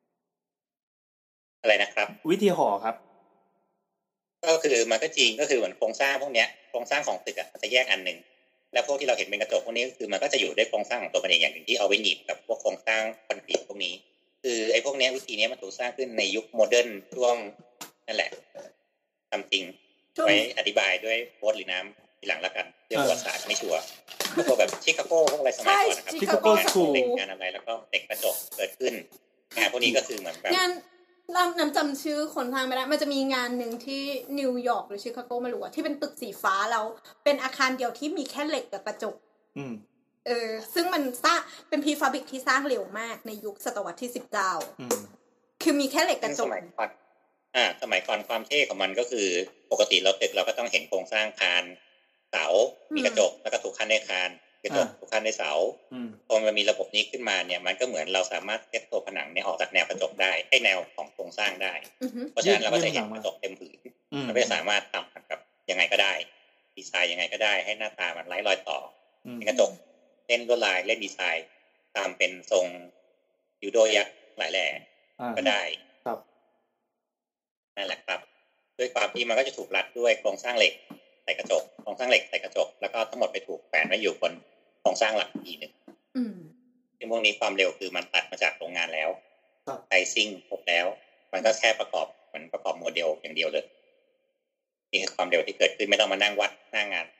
อะไรนะครับวิธีห่อครับก็คือมันก็จริงก็คือเหมือนโครงสร้างพวกเนี้ยโครงสร้างของตึกอ่ะมันจะแยกอันนึงแล้วพวกที่เราเห็นเป็นกระจกพวกนี้ก็คือมันก็จะอยู่ด้วยโครงสร้างของตัวมันเองอย่างนึงที่เอาไว้หนีบกับพวกโครงสร้างคอนกรีตพวกนี้คือไอ้พวกนี้วิธีนี้มันถูกสร้างขึ้นในยุคโมเดิร์นช่วงนั่นแหละทำจริงไว้อธิบายด้วยโพสต์หรือน้ำทีหลังแล้วกันเรื่องประวัติศาสตร์ไม่ชัวร์พวกแบบชิคาโกพวกอะไรสมัยก่อนนะครับชิคาโกสคูลงานอะไรแล้วก็เด็กกระจกเกิดขึ้นงานพวกนี้ก็คือเหมือนแบบงานเรานำจำชื่อคนทางไม่ได้มันจะมีงานหนึ่งที่นิวยอร์กหรือชิคาโกไม่รู้อะที่เป็นตึกสีฟ้าแล้วเป็นอาคารเดียวที่มีแค่เหล็กกับกระจกอืมเออซึ่งมันสร้างเป็นพรีฟาบริกที่สร้างเร็วมากในยุคศตวรรษที่สิบเก้าอืมคือมีแค่เหล็กกระจกสมัยก่อนอ่าสมัยก่อนความเท่ของมันก็คือปกติเราตึกเราก็ต้องเห็นโครงสร้างคานเสามีกระจกแล้วก็ถูกขั้นด้วยคานกระจกถูกขั้นด้วยเสาพอมันมีระบบนี้ขึ้นมาเนี่ยมันก็เหมือนเราสามารถเซตตัวผนังเนี่ยออกจากแนวกระจกได้ให้แนวของโครงสร้างได้เพราะฉะนั้นเราก็จะเห็นกระจกเต็มผืนมันก็จะสามารถทำกับยังไงก็ได้ดีไซน์ยังไงก็ได้ให้หน้าตามันไร้รอยต่อในกระจกเล่นลวดลายเล่นดีไซน์ตามเป็นทรงยูโดยักษ์หลายแหล่ก็ได้ครับนั่นแหละครับด้วยความที่มันก็จะถูกรัดด้วยโครงสร้างเหล็กใส่กระจกโครงสร้างเหล็กใส่กระจกแล้วก็ทั้งหมดไปถูกแขวนไว้อยู่บนโครงสร้างหลักอีกหนึ่งซึ่งพวกนี้ความเร็วคือมันตัดมาจากโรงงานแล้วไซซิ่งครบแล้วมันก็แค่ประกอบเหมือนประกอบโมเดลอย่างเดียวเลยนี่คือความเร็วที่เกิดขึ้นไม่ต้องมานั่งวัดหน้างาน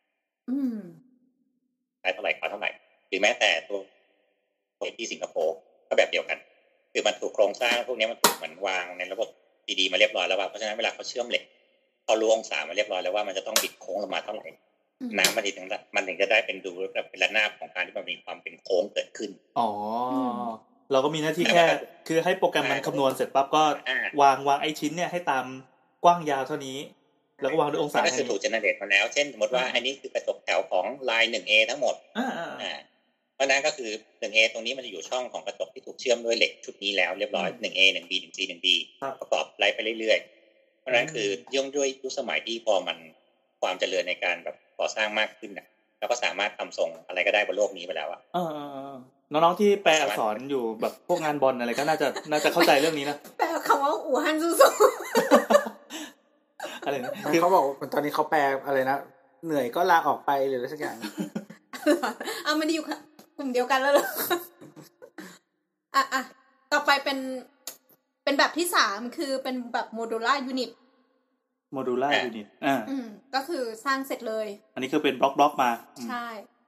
ได้เท่าไหร่ก็เท่าไหร่หรือแม้แต่ตัวที่สิงคโปร์ก็แบบเดียวกันคือมันถูกโครงสร้างพวกนี้มันถูกเหมือนวางในระบบดีๆมาเรียบร้อยแล้วว่าเพราะฉะนั้นเวลาเขาเชื่อมเหล็กเขารู้องศามาเรียบร้อยแล้วว่ามันจะต้องบิดโค้งลงมาเท่าไหร่น้ำมันถึงมันถึงจะได้เป็นดูแบบเป็นระนาบของการที่มันมีความเป็นโค้งเกิดขึ้นอ๋อเราก็มีหน้าที่แค่คือให้โปรแกรมมันคำนวณเสร็จปั๊บก็วางวางไอ้ชิ้นเนี่ยให้ตามกว้างยาวเท่านี้แล้วก็วางด้วยองศาก็คือถูกเจเนเรตมาแล้วเช่นสมมติว่าอันนี้คือกระจกแถวของลาย หนึ่ง เอ ทั้งหมดอ่าเพราะนั้นก็คือ หนึ่ง เอ ตรงนี้มันจะอยู่ช่องของกระจกที่ถูกเชื่อมด้วยเหล็กชุดนี้แล้วเรียบร้อย หนึ่ง เอ หนึ่ง บี หนึ่ง ซี หนึ่ง ดี ประกอบไล่ไปเรื่อยๆเพราะนั้นคือย่งด้วยยุคสมัยที่พอมันความเจริญในการแบบก่อสร้างมากขึ้นน่ะแล้วก็สามารถทำทรงอะไรก็ได้บนโลกนี้ไปแล้วอ่ะเออๆน้องๆที่แปลอักษรอยู่แบบพวกงานบอลอะไรก็น่าจะน่าจะเข้าใจเรื่องนี้นะแปลคำว่าอู่ฮั่นสู้ๆอะไรนะคือเขาบอกตอนนี้เขาแปลอะไรนะเหนื่อยก็ลาออกไปหรืออะไรสักอย่างอ้าวไม่ได้อยู่กลุ่มเดียวกันแล้วเหรออ่ะอ่ะต่อไปเป็นเป็นแบบที่สามคือเป็นแบบโมดูล่ายูนิตโมดูล่ายูนิตอ่าอืมก็คือสร้างเสร็จเลยอันนี้คือเป็นบล็อกๆมาใช่เ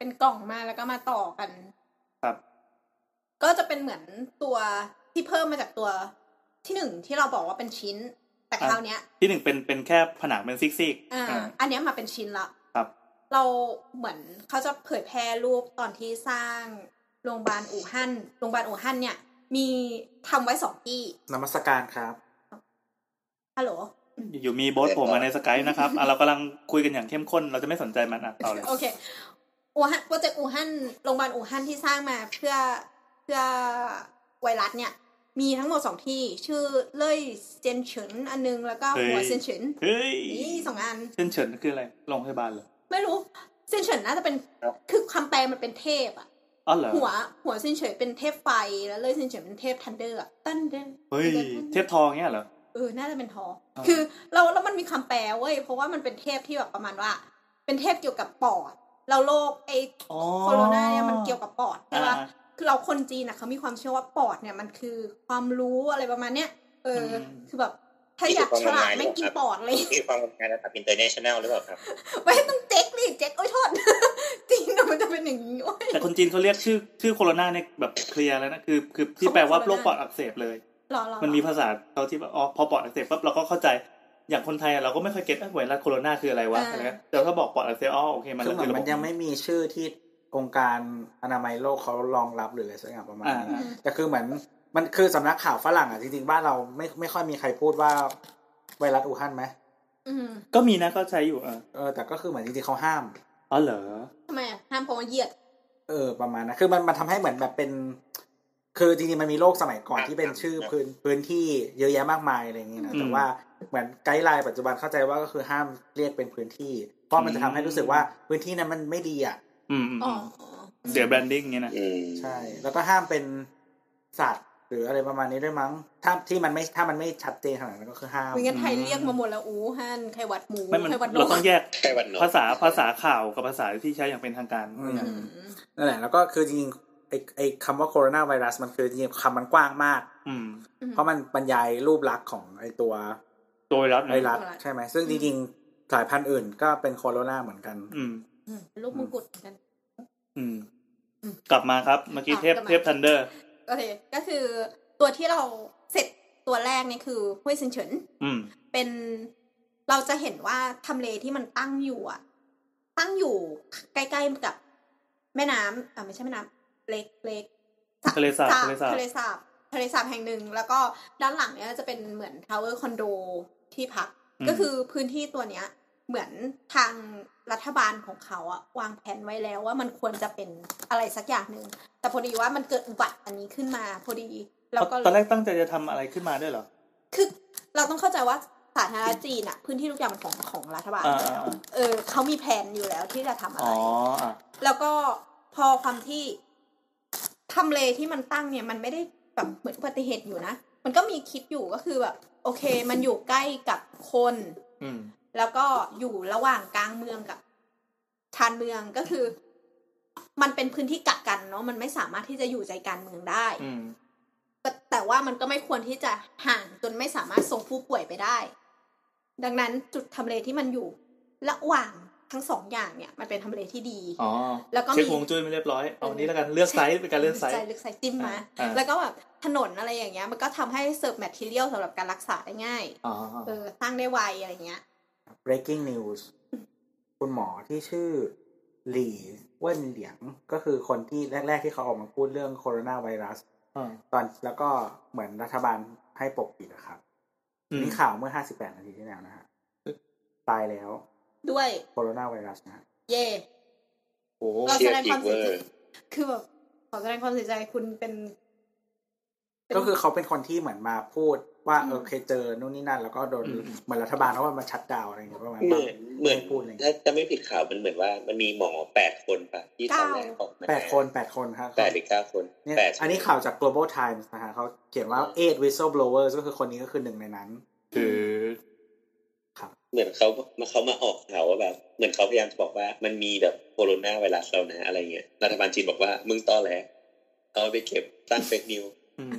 เป็นกล่องมาแล้วก็มาต่อกันครับก็จะเป็นเหมือนตัวที่เพิ่มมาจากตัวที่หนึ่งที่เราบอกว่าเป็นชิ้นแต่คราวเนี้ยที่หนึ่งเป็นเป็นแค่ผนังเป็นซิกๆอ่าอันนี้มาเป็นชิ้นละครับเราเหมือนเขาจะเผยแพร่รูปตอนที่สร้างโรงพยาบาลอู่ฮั่นโรงพยาบาลอู่ฮั่นเนี่ยมีทำไว้สองที่นมัสการครับฮัลโหลอยู่มีโบสผมมาในสกายนะครับอ่ะเรากำลังคุยกันอย่างเข้มข้นเราจะไม่สนใจมันอ่ะต่อเลยโอเคอู่ฮั่นโปรเจกต์อู่ฮั่นโรงพยาบาลอู่ฮั่นที่สร้างมาเพื่อเพื่อไวรัสเนี่ยมีทั้งหมดสองที่ชื่อเล่ยเซนเฉินอันนึงแล้วก็หัวเซนเฉินเฮ้ยนี่สองอันเซนเฉินคืออะไรโรงพยาบาลเหรอไม่รู้เซนเฉินน่าจะเป็นคือคำแปลมันเป็นเทพอ่ะอ๋อเหรอหัวหัวเซนเฉินเป็นเทพไฟแล้วเล่ยเซนเฉินเป็นเทพทันเดอร์อ่ะทันเดอร์เฮ้ยเทพทองเงี้ยเหรอเออน่าจะเป็นทองคือเราแล้วมันมีคำแปลเว้ยเพราะว่ามันเป็นเทพที่แบบประมาณว่าเป็นเทพเกี่ยวกับปอดเราโรคไอ้โคโรนาเนี่ยมันเกี่ยวกับปอดใช่ป่ะคือเราคนจีนน่ะเขามีความเชื่อว่าปอดเนี่ยมันคือความรู้อะไรประมาณเนี้ยเออคือแบบถ้าอยากฉลาดไม่กินปอดเลยที่ความงานระดับ international หรือเปล่าครับไม่ต้องเจ๊กดิเจ๊กโอ๊ยโทษจีนมันจะเป็นอย่างนี้โอ๊ยแต่คนจีนเขาเรียกชื่อชื่อโคโรนาเนี่ยแบบเคลียร์แล้วนะคือคือที่แปลว่าโรคปอดอักเสบเลยมันมีภาษาเขาที่ว่าอ๋อพอปอดอักเสบปั๊บเราก็เข้าใจอย่างคนไทยเราก็ไม่ค่อยเก็ตไวรัสโคโรนาคืออะไรวะอะไรเงี้ยแต่ถ้าบอกปอดอักเสบอ๋อโอเคมันคือมันยังไม่มีชื่อที่องค์การอนามัยโลกเขารองรับหรืออะไรสักอย่างประมาณนี้แต่คือเหมือนมันคือสำนักข่าวฝรั่งอ่ะจริงๆบ้านเราไม่ไม่ค่อยมีใครพูดว่าไวรัสอู่ฮั่นไหมก็มีนะก็ใช้อยู่เออเออแต่ก็คือเหมือนจริงๆเขาห้ามอ๋อเหรอทำไมอ่ะห้ามเพราะว่าเหยียดเออประมาณนะคือมันมันทำให้เหมือนแบบเป็นคือจริงๆมันมีโลกสมัยก่อนที่เป็นชื่อพื้นพื้นที่เยอะแยะมากมายอะไรอย่างเงี้ยนะแต่ว่าเหมือนไกด์ไลน์ปัจจุบันเข้าใจว่าก็คือห้ามเรียกเป็นพื้นที่เพราะมันจะทำให้รู้สึกว่าพื้นที่นั้นมันไม่ดีอ่ะอืมเสียแบรนดิ้งเงี้ยนะใช่แล้วก็ห้ามเป็นสัตว์หรืออะไรประมาณนี้ด้วยมั้งถ้าที่มันไม่ถ้ามันไม่ชัดเจนขนาดนั้นก็คือห้ามงั้นไทยเรียกมาหมดแล้วอู่ฮั่นไข้หวัดหมูไข้หวัดนกเราต้องแยกภาษาภาษาข่าวกับภาษาที่ใช้อย่างเป็นทางการนั่นแหละแล้วก็คือจริงๆไอ้ไอ้คำว่าโคโรนาไวรัสมันคือจริงๆคำมันกว้างมากเพราะมันบรรยายรูปลักษณ์ของไอ้ตัวตัวไวรัสไวรัสใช่ไหมซึ่งจริงๆสายพันธุ์อื่นก็เป็นโคโรนาเหมือนกันรูปมงกุฎเหมือนกันอืมกลับมาครับเมื่อกี้เทพเทพทันเดอร์โอเคก็คือตัวที่เราเสร็จตัวแรกนี่คือห้วยซินเฉินเป็นเราจะเห็นว่าทำเลที่มันตั้งอยู่อ่ะตั้งอยู่ใกล้ๆกับแม่น้ำอ่าไม่ใช่แม่น้ำเล็กๆทะเลสาบทะเลสาบทะเลสาบทะเลสาบแห่งหนึ่งแล้วก็ด้านหลังเนี้ยจะเป็นเหมือนทาวเวอร์คอนโดที่พักก็คือพื้นที่ตัวเนี้ยเหมือนทางรัฐบาลของเขาอะวางแผนไว้แล้วว่ามันควรจะเป็นอะไรสักอย่างนึงแต่พอดีว่ามันเกิดอุบัติอันนี้ขึ้นมาพอดีแล้วก็ตอนแรกตั้งใจจะทำอะไรขึ้นมาด้วยเหรอคือเราต้องเข้าใจว่าสาธารณรัฐจีนอะพื้นที่ทุกอย่างมันของของรัฐบาลแล้วเออเขามีแผนอยู่แล้วที่จะทำอะไรแล้วก็พอความที่ทำเลที่มันตั้งเนี่ยมันไม่ได้แบบเหมือนอุบัติเหตุอยู่นะมันก็มีคิดอยู่ก็คือแบบโอเคมันอยู่ใกล้กับคนแล้วก็อยู่ระหว่างกลางเมืองกับชานเมืองก็คือมันเป็นพื้นที่กักกันเนาะมันไม่สามารถที่จะอยู่ใจกลางเมืองได้แต่ว่ามันก็ไม่ควรที่จะห่างจนไม่สามารถส่งผู้ป่วยไปได้ดังนั้นจุดทำเลที่มันอยู่ระหว่างทั้งสองอย่างเนี่ยมันเป็นทำเลที่ดีอ๋อแล้วก็มีเช็คฮวงจุ้ยไม่เรียบร้อยเอานี้แล้วกันเลือกไซส์เป็นการเลือกไซส์เลือกไซส์จิ้มมาแล้วก็แบบถนนอะไรอย่างเงี้ยมันก็ทำให้เสิร์ฟแมททีเรียลสำหรับการรักษาได้ง่ายเออสร้างได้ไวอะไรเงี้ย breaking news คุณหมอที่ชื่อหลี่เว่นเหลียงก็คือคนที่แรกๆที่เขาออกมาพูดเรื่องโคโรนาไวรัสตอนแล้วก็เหมือนรัฐบาลให้ปกปิดอะครับนี่ข่าวเมื่อห้าสิบแปดนาทีที่แล้วนะฮะตายแล้วด้วยโคโรนาไวรัสนะเย่โอ้เราแสดงความเสียใจคือแบบขอแสดงความเสียใจคุณเป็นก็คือเขาเป็นคนที่เหมือนมาพูดว่าเออเคยเจอนู่นนี่นั่นแล้วก็โดนเหมือนรัฐบาลเขาว่ามาชัตดาวน์อะไรอย่างเงี้ยประมาณเหมือนเหมือนพูดถ้าจะไม่ผิดข่าวมันเหมือนว่ามันมีหมอแปดคนป่ะที่ตอนแรกออกมาแปดคนแปดคนครับแปดหรือเก้าคนเนี่ยอันนี้ข่าวจาก Global Times นะฮะเขาเขียนว่า eight whistleblowers ก็คือคนนี้ก็คือหนึ่งในนั้นคือครับเหมือนเขามาเขามาออกข่าวว่าแบบเหมือนเขาพยายามจะบอกว่ามันมีแบบโคโรนาไวรัสแล้วนะอะไรเงี้ยรัฐบาลจีนบอกว่ามึงตอแหลเอาไปเก็บตั้งเฟคนิว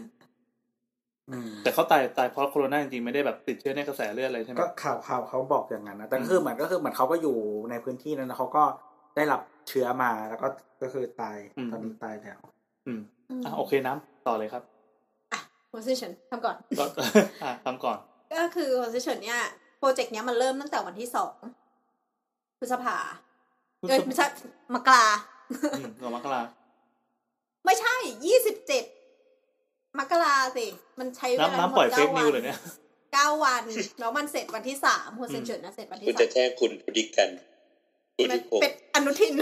แต่เขาตายตายเพราะโคโรนาจริงๆไม่ได้แบบติดเชื้อในกระแสเลือดอะไรใช่ไหมก็ข่าวข่าวเขาบอกอย่างนั้นนะแต่คือเหมือนก็คือเหมือนเขาก็อยู่ในพื้นที่นั้นเขาก็ได้รับเชื้อมาแล้วก็ก็คือตายตอนนี้ตายแล้วอืมอ่ะโอเคน้ำต่อเลยครับอ่ะ position ทำก่อนก็อ่ะทำก่อนก็คือ position เนี่ยโปรเจกต์เนี้ยมันเริ่มตั้งแต่วันที่สองพฤษภาเอ้ยไม่ใช่มกราอืมมกราไม่ใช่ยี่สิบเจ็ดมกราสิมันใช้เวลาน้ำปล่อยเฟคนิวส์เลยเนี่ยเก้าวันแล้วมันเสร็จวันที่สามโปรเจกต์นะเสร็จวันที่สามคุณจะแจ้งคุณพุดิกันเป็นอนุทิน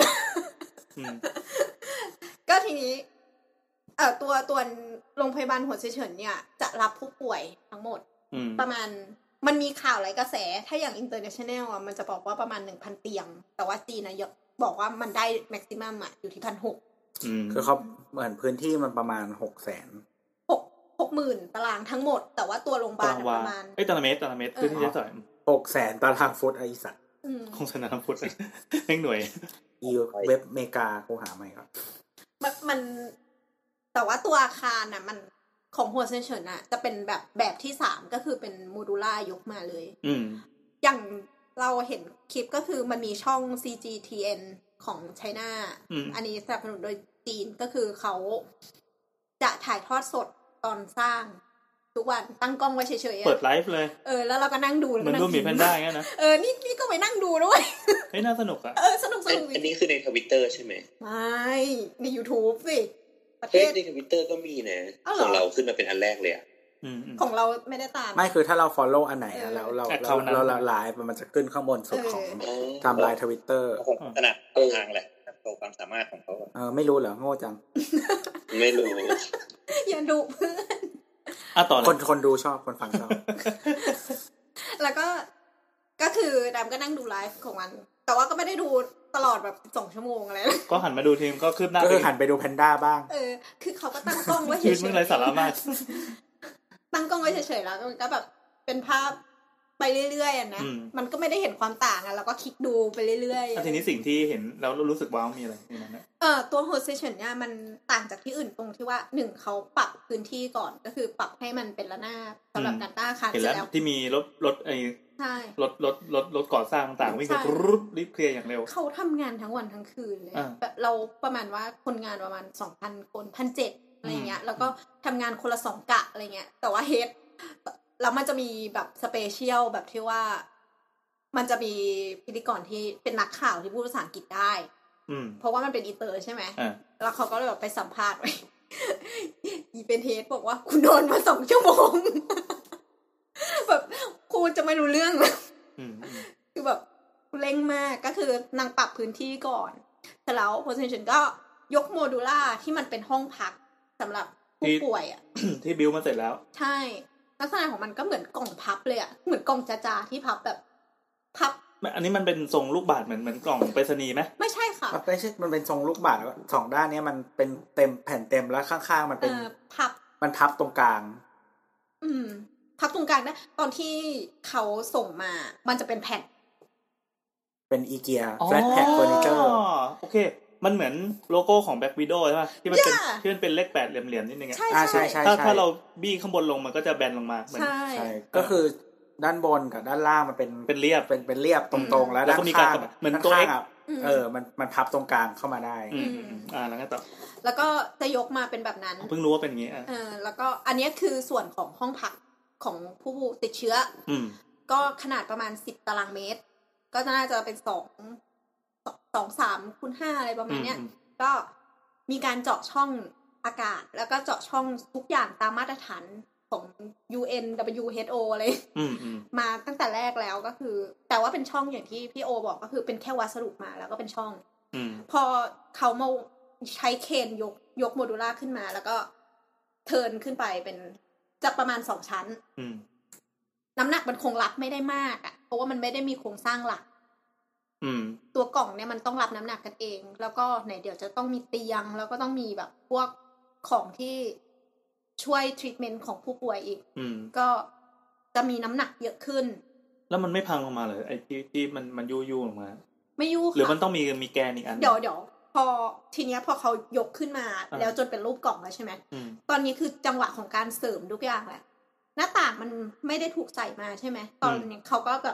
ก็ทีนี้เอ่อตัวตัวโรงพยาบาลหัวเฉินเนี่ยจะรับผู้ป่วยทั้งหมดประมาณมันมีข่าวหลายกระแสถ้าอย่าง international อ่ะมันจะบอกว่าประมาณ หนึ่งพัน เตียงแต่ว่าจีนนะบอกว่ามันได้ maximum อ่ะอยู่ที่ หนึ่งพันหกร้อยอืมคือเขาเหมือนพื้นที่มันประมาณ หกแสนหก หกหมื่น ตารางทั้งหมดแต่ว่าตัวโรงพยาบาลประมาณเอ้ยตารางเมตรตารางเมตรพื้นที่เท่าไหร่หกแสน ตารางฟุตไอ้สัตว์คงสนามฟุตแม่งหน่วยอีเว็บเมกากูหาใหม่ครับมันมันแต่ว่าตัวอาคารน่ะมันของหัวเซินเฉินน่ะจะเป็นแบบแบบที่สามก็คือเป็นโมดูล่ายกมาเลยอืมอย่างเราเห็นคลิปก็คือมันมีช่อง ซี จี ที เอ็น ของไชน่าอ, อันนี้สนับสนุนโดยจีนก็คือเขาจะถ่ายทอดสดตอนสร้างทุกวันตั้งกล้องไว้เฉยๆเปิดไลฟ์เลยเออแล้วเราก็นั่งดูมันดูมีแพนด้าอย่างนั้นนะเออนี่นี่ก็ไปนั่งดูด้วยเฮ้ยน่าสนุกอ่ะเออสนุกสนุกอันนี้คือใน Twitter ใช่ไหมไม่ใน YouTube สิประเทศใน Twitter ก็มีนะของเราขึ้นมาเป็นอันแรกเลยอ่ะของเราไม่ได้ตามไม่คือถ้าเรา follow อันไหนแล้วเราเราเราไลฟ์มันจะขึ้นข้างบนสุดของไทม์ไลน์ Twitter ของขนาดทางแหละโชว์ความสามารถของเขาเออไม่รู้เหรอโง่จังไม่รู้อย่าดูเพื่อนอ่ะต่อคนคนดูชอบคนฟังชอบแล้วก็ก็คือดำก็นั่งดูไลฟ์ของมันแต่ว่าก็ไม่ได้ดูตลอดแบบสองชั่วโมงอะไรก็หันมาดูทีมก็คืบหน้าก็คือหันไปดูแพนด้าบ้างเออคือเขาก็ตั้งกล้องไว้เฉยๆมึงไรสาระมากตั้งกล้องไว้เฉยๆแล้วก็แบบเป็นภาพไปเรื่อยๆอ่ะนะมันก็ไม่ได้เห็นความต่างอ่ะเราก็คลิกดูไปเรื่อยๆทีนี้สิ่งที่เห็นแล้วรู้สึกว้าวมีอะไรในนั้นนะเออตัวโฮสเทชันเนี่ยมันต่างจากที่อื่นตรงที่ว่าหนึ่งเขาปรับพื้นที่ก่อนก็คือปรับให้มันเป็นระนาบสำหรับการตั้งอาคารเสร็จแล้วที่มีรถรถไอ้ใช่รถรถรถรถก่อสร้างต่างๆวิ่งกันรุดรีบเคลียร์อย่างเร็วเขาทำงานทั้งวันทั้งคืนเลยแบบเราประมาณว่าคนงานประมาณ สองพัน คน หนึ่งพันเจ็ดร้อย อะไรเงี้ยแล้วก็ทำงานคนละสองกะอะไรเงี้ยแต่ว่าเฮดแล้วมันจะมีแบบสเปเชียลแบบที่ว่ามันจะมีพิธีกรที่เป็นนักข่าวที่พูดภาษาอังกฤษได้เพราะว่ามันเป็นอินเตอร์ใช่ไหมแล้วเขาก็เลยแบบไปสัมภาษณ์ไว้อีเป็นเทสบอกว่าคุณโดนมาสองชั่วโมงแบบคุณจะไม่รู้เรื่องเลยคือแบบเร่งมากก็คือนางปรับพื้นที่ก่อนแต่แล้วโพสิชันก็ยกโมดูล่าที่มันเป็นห้องพักสำหรับผู้ป่วยอ่ะที่บิวมาเสร็จแล้วใช่ลักษณะของมันก็เหมือนกล่องพับเลยอ่ะเหมือนกล่องจ้าๆที่พับแบบพับอันนี้มันเป็นทรงลูกบาศก์เหมือนเหมือนกล่องไปรษณีย์ไหมไม่ใช่ค่ะมันไม่ใช่มันเป็นทรงลูกบาศก์แล้วสองด้านนี้มันเป็นเต็มแผ่นเต็มแล้วข้างๆมันเป็นพับมันพับตรงกลางอืมพับตรงกลางนะตอนที่เขาส่งมามันจะเป็นแผ่นเป็นอีเกีย flat pack furniture อ๋อโอเคมันเหมือนโลโก้ของ Black Widow ใช่ป่ะที่มันเป็นที่มันเป็นเลขแปดเหลี่ยมๆนิดนึงอ่ะอ่าใช่ๆๆถ้าถ้าเราบี้ข้างบนลงมันก็จะแบนลงมาเหมือนใช่ก็คือด้านบนกับด้านล่างมันเป็นเป็นเรียบเป็นเป็นเรียบตรงๆแล้วด้านข้างเหมือนตัว X เออมันมันพับตรงกลางเข้ามาได้อืมอ่าแล้วก็ต่อแล้วก็จะยกมาเป็นแบบนั้นเพิ่งรู้ว่าเป็นอย่างงี้อ่ะเออแล้วก็อันนี้คือส่วนของห้องพักของผู้ติดเชื้ออืมก็ขนาดประมาณสิบตารางเมตรก็น่าจะเป็นสองสอง สามคูณห้าอะไรประมาณเนี้ยก็มีการเจาะช่องอากาศแล้วก็เจาะช่องทุกอย่างตามมาตรฐานของ ยู เอ็น ดับเบิลยู เอช โอ อะไรมาตั้งแต่แรกแล้วก็คือแต่ว่าเป็นช่องอย่างที่พี่โอบอกก็คือเป็นแค่วัสดุมาแล้วก็เป็นช่องพอเขามาใช้เคนยกยกโมดูล่าขึ้นมาแล้วก็เทิร์นขึ้นไปเป็นจะประมาณสองชั้นน้ำหนักมันคงรับไม่ได้มากอ่ะเพราะว่ามันไม่ได้มีโครงสร้างหลักตัวกล่องเนี่ยมันต้องรับน้ำหนักกันเองแล้วก็ไหนเดี๋ยวจะต้องมีเตียงแล้วก็ต้องมีแบบพวกของที่ช่วยทรีทเมนต์ของผู้ป่วยอีกก็จะมีน้ำหนักเยอะขึ้นแล้วมันไม่พังลงมาเลยไอ้ที่ที่มันมันยู่ยู่ลงมาไม่ยู่หรือมันต้องมีมีแกนอีกอันเดี๋ยวเดี๋ยวพอทีเนี้ยพอเขายกขึ้นมาแล้วจนเป็นรูปกล่องแล้วใช่ไหมตอนนี้คือจังหวะของการเสริมทุกอย่างแหละหน้าต่างมันไม่ได้ถูกใส่มาใช่ไหมตอนนี้เขาก็แบบ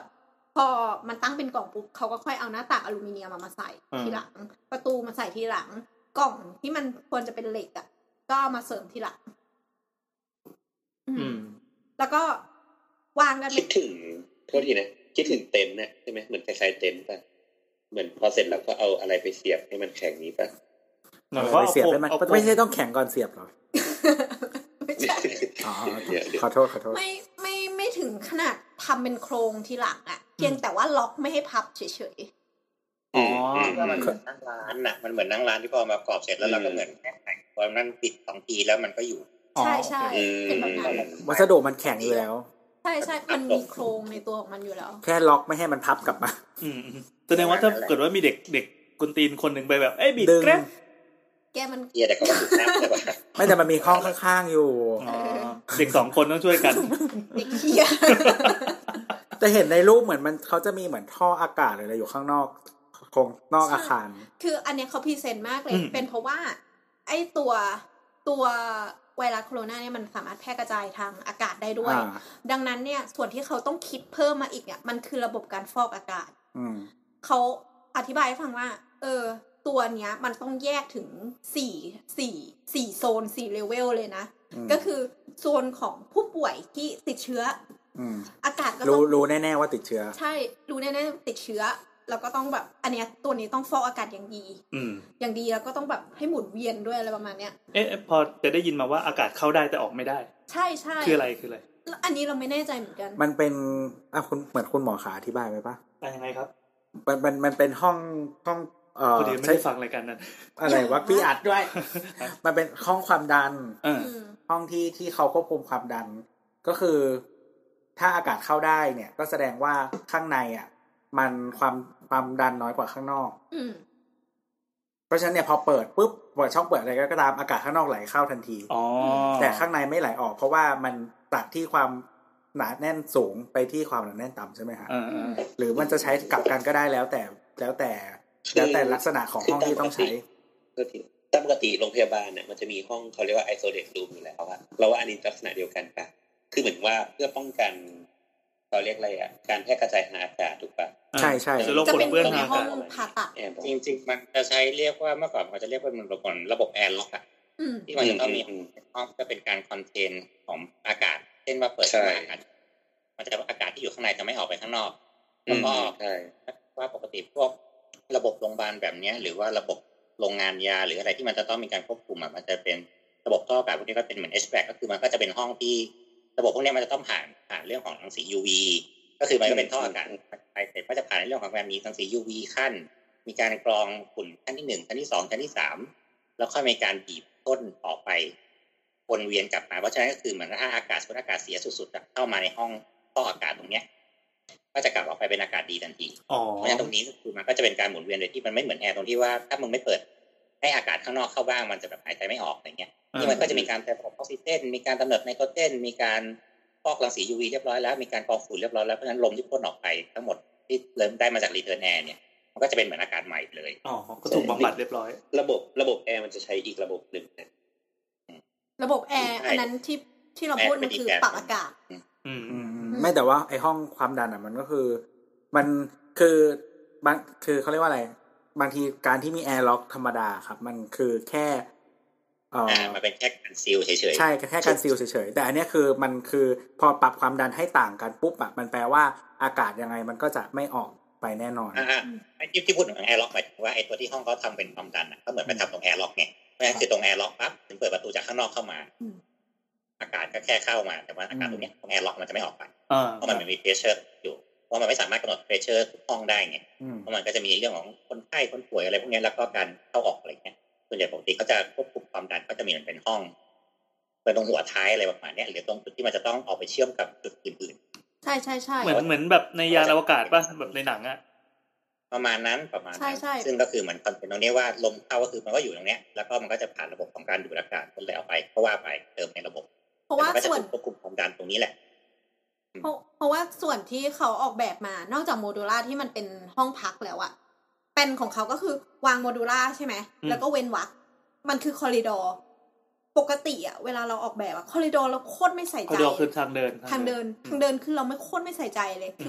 พอมันตั้งเป็นกล่องปุ๊บเขาก็ค่อยเอาหน้าต่างอลูมิเนียมมาใส่ทีหลังประตูมาใส่ทีหลังกล่องที่มันควรจะเป็นเหล็กอ่ะก็เอามาเสริมทีหลังอืมแล้วก็วางกันคิดถึงโทษทีนะคิดถึงเต็นท์นะใช่ไหมเหมือนคล้ายๆเต็นท์ป่ะเหมือนพอเสร็จแล้วก็เอาอะไรไปเสียบให้มันแข็งนี้ป่ะเอาไปเสียบให้มันไม่ใช่ต้องแข็งก่อนเสียบหรอไม่ใช่อ๋อขอโทษขอโทษไม่ไม่ไม่ถึงขนาดทำเป็นโครงทีหลังอ่ะเพียงแต่ว่าล็อกไม่ให้พับเฉยๆอ๋อมันเหมือนนั่งร้านน่ะมันเหมือนนั่งร้านที่พอมากรอบเสร็จแล้วเราก็เหมือนแค่แต่งพอนั่นปิดสองทีแล้วมันก็อยู่ใช่ใช่เป็นแบบนั้นวัสดุมันแข็งอยู่แล้วใช่ใช่มันมีโครงในตัวของมันอยู่แล้วแค่ล็อกไม่ให้มันพับกลับมาอืมแสดงว่าถ้าเกิดว่ามีเด็กเด็กกุนตีนคนหนึ่งไปแบบเอ้ยบิดแกรแกมันเกียแต่ก็ไม่ถูกนะใช่ป่ะไม่แต่มันมีห้องข้างๆอยู่อ๋อเด็กสองคนต้องช่วยกันเด็กเหี้ยแต่เห็นในรูปเหมือนมันเขาจะมีเหมือนท่ออากาศอะไรอยู่ข้างนอกคงนอกอาคารคืออันนี้เขาพรีเซนต์มากเลยเป็นเพราะว่าไอ้ตัวตัวไวรัสโคโรนาเนี่ยมันสามารถแพร่กระจายทางอากาศได้ด้วยดังนั้นเนี่ยส่วนที่เขาต้องคิดเพิ่มมาอีกเนี่ยมันคือระบบการฟอกอากาศเขาอธิบายให้ฟังว่าเออตัวเนี้ยมันต้องแยกถึงสี่สี่สี่โซนสี่เลเวลเลยนะก็คือโซนของผู้ป่วยที่ติดเชื้ออากาศก็รู้รู้แน่ๆว่าติดเชื้อใช่รู้แน่ๆติดเชื้อแล้วก็ต้องแบบอันเนี้ยตัวนี้ต้องฟอกอากาศอย่างดีอย่างดีแล้วก็ต้องแบบให้หมุนเวียนด้วยอะไรประมาณเนี้ยเอ๊ะพอจะได้ยินมาว่าอากาศเข้าได้แต่ออกไม่ได้ใช่ใช่คืออะไรคืออะไรอันนี้เราไม่แน่ใจเหมือนกันมันเป็นอ่ะคุณเหมือนคุณหมอขาอธิบายไหมปะเป็นยังไงครับมันมันมันเป็นห้องห้องเอ่อไม่ได้ฟังรายการนั้นอะไรวะพี่อัดด้วยมันเป็นห้องความดันห้องที่ที่เขาควบคุมความดันก็คือถ้าอากาศเข้าได้เนี่ยก็แสดงว่าข้างในอ่ะมันความความดันน้อยกว่าข้างนอกเพราะฉะนั้นเนี่ยพอเปิดปุ๊บเปิดช่องเปิดอะไรก็ตามอากาศข้างนอกไหลเข้าทันทีแต่ข้างในไม่ไหลออกเพราะว่ามันตัดที่ความหนาแน่นสูงไปที่ความหนาแน่นต่ำใช่ไหมฮะหรือมันจะใช้กลับกันก็ได้แล้วแต่แล้วแต่แล้วแต่ลักษณะของห้องที่ต้องใช้ตามปกติโรงพยาบาลเนี่ยมันจะมีห้องเขาเรียกว่า isolate room อยู่แล้วอะเราว่าอันนี้ลักษณะเดียวกันป่ะคือเหมือนว่าเพื่อป้องกันเราเรียกอะไรอ่ะการแพร่กระจายทางอากาศถูกป่ะใช่ใช่จะเป็นในห้องผ่าตัดจริงๆมันจะใช้เรียกว่าเมื่อก่อนมันจะเรียกว่ามันระบบระบบแอร์ล็อกอ่ะที่มันจะต้องมีห้องจะเป็นการคอนเทนของอากาศเช่นว่าเปิดอากาศมันจะอากาศที่อยู่ข้างในจะไม่ออกไปข้างนอกแล้วก็ว่าปกติพวกระบบโรงพยาบาลแบบนี้หรือว่าระบบโรงงานยาหรืออะไรที่มันจะต้องมีการควบคุมมันจะเป็นระบบท่ออากาศพวกนี้ก็เป็นเหมือน เอช วี เอ ซี ก็คือมันก็จะเป็นห้องที่ระบบพวกนี้มันจะต้องผ่านผ่านเรื่องของรังสี ยู วี ก็คือมันก็เป็นท่ออากาศไปเสร็จก็จะผ่านในเรื่องของการมีรังสี ยู วี ขั้นมีการกรองฝุ่นขั้นที่หนึ่งขั้นที่สองขั้นที่สามแล้วค่อยมีการบีบพ่นออกไปวนเวียนกลับมาเพราะฉะนั้นก็คือเหมือนถ้าอากาศสมมติอากาศเสียสุดๆเข้ามาในห้องท่ออากาศตรงเนี้ยก็จะกลับออกไปเป็นอากาศดีทันทีเพราะฉะนั้นตรงนี้คือมันก็จะเป็นการหมุนเวียนโดยที่มันไม่เหมือนแอร์ตรงที่ว่าถ้ามึงไม่เปิดให้อากาศข้างนอกเข้าบ้างมันจะแบบหายใจไม่ออกอะไรเงี้ยนี่มันก็จะมีการแต่ของออกซิเจนมีการกำเนิดไนโตรเจนมีการฟอกรังสี ยู วี เรียบร้อยแล้วมีการกรองฝุ่นเรียบร้อยแล้วเพราะฉะนั้นลมที่พ่นออกไปทั้งหมดที่เริ่มได้มาจากรีเทิร์นแอร์เนี่ยมันก็จะเป็นเหมือนอากาศใหม่เลยอ๋อก็ถูกบำบัดเรียบร้อยระบบระบบแอร์มันจะใช้อีกระบบหนึ่งนะระบบแอร์อันนั้นที่ที่เราพูดมันคือปรับอากาศอืมไม่แต่ว่าไอห้องความดันอ่ะมันก็คือมันคือบางคือเขาเรียกว่าอะไรบางทีการที่มีแอร์ล็อกธรรมดาครับมันคือแค่เอ่อมันเป็นแค่การซีลเฉยๆใช่แค่การซีลเฉยๆแต่อันนี้คือมันคือพอปรับความดันให้ต่างกันปุ๊บอะมันแปลว่าอากาศยังไงมันก็จะไม่ออกไปแน่นอนอ่าไอ้ที่ที่พูดถึงแอร์ล็อกหมายถึงว่าไอ้ตัวที่ห้องเขาทำเป็นความดันอ่ะก็เหมือนไปทำตรงแอร์ล็อกไงเพราะฉะนั้นคือตรงแอร์ล็อกปั๊บถึงเปิดประตูจากข้างนอกเข้ามาอากาศก็แค่เข้ามาแต่ว่าอากาศตรงนี้ตรงแอร์ล็อกมันจะไม่ออกไปเพราะมันมีเพรสเชอร์อยู่เพราะมันไม่สามารถกำหนดเพรสเชอร์ทุกห้องได้ไงเพราะมันก็จะมีเรื่องของคนไข้คนป่วยอะไรพวกนี้แล้วก็การเข้าออกอะไรเงี้ยส่วนใหญ่ปกติเขาจะควบคุมความดันก็จะมีเป็นห้องเป็นตรงหัวท้ายอะไรประมาณนี้หรือตรงจุดที่มันจะต้องออกไปเชื่อมกับจุดอื่นๆใช่ใช่ใช่เหมือนเหมือนแบบในยานอวกาศป่ะแบบในหนังอะประมาณนั้นประมาณนั้นซึ่งก็คือเหมือนคอนเซ็ปต์ตรงนี้ว่าลมเข้าก็คือมันก็อยู่ตรงนี้แล้วก็มันก็จะผ่านระบบของการดูดอากาศคนไหลออกไปเพราะว่าไปเติมในระบบเพราะว่าส่วนควบคุมความดันตรงนี้แหละเพราะเพราะว่าส่วนที่เขาออกแบบมานอกจากโมดูล่าที่มันเป็นห้องพักแล้วอะเป็นของเขาก็คือวางโมดูล่าใช่ไหมแล้วก็เว้นวรรคมันคือคอริดอร์ปกติอะเวลาเราออกแบบอะคอริดอร์เราโคตรไม่ใส่ใจคอริดอร์คือทางเดินทางเดินทางเดินคือเราไม่โคตรไม่ใส่ใจเลยคือแบบ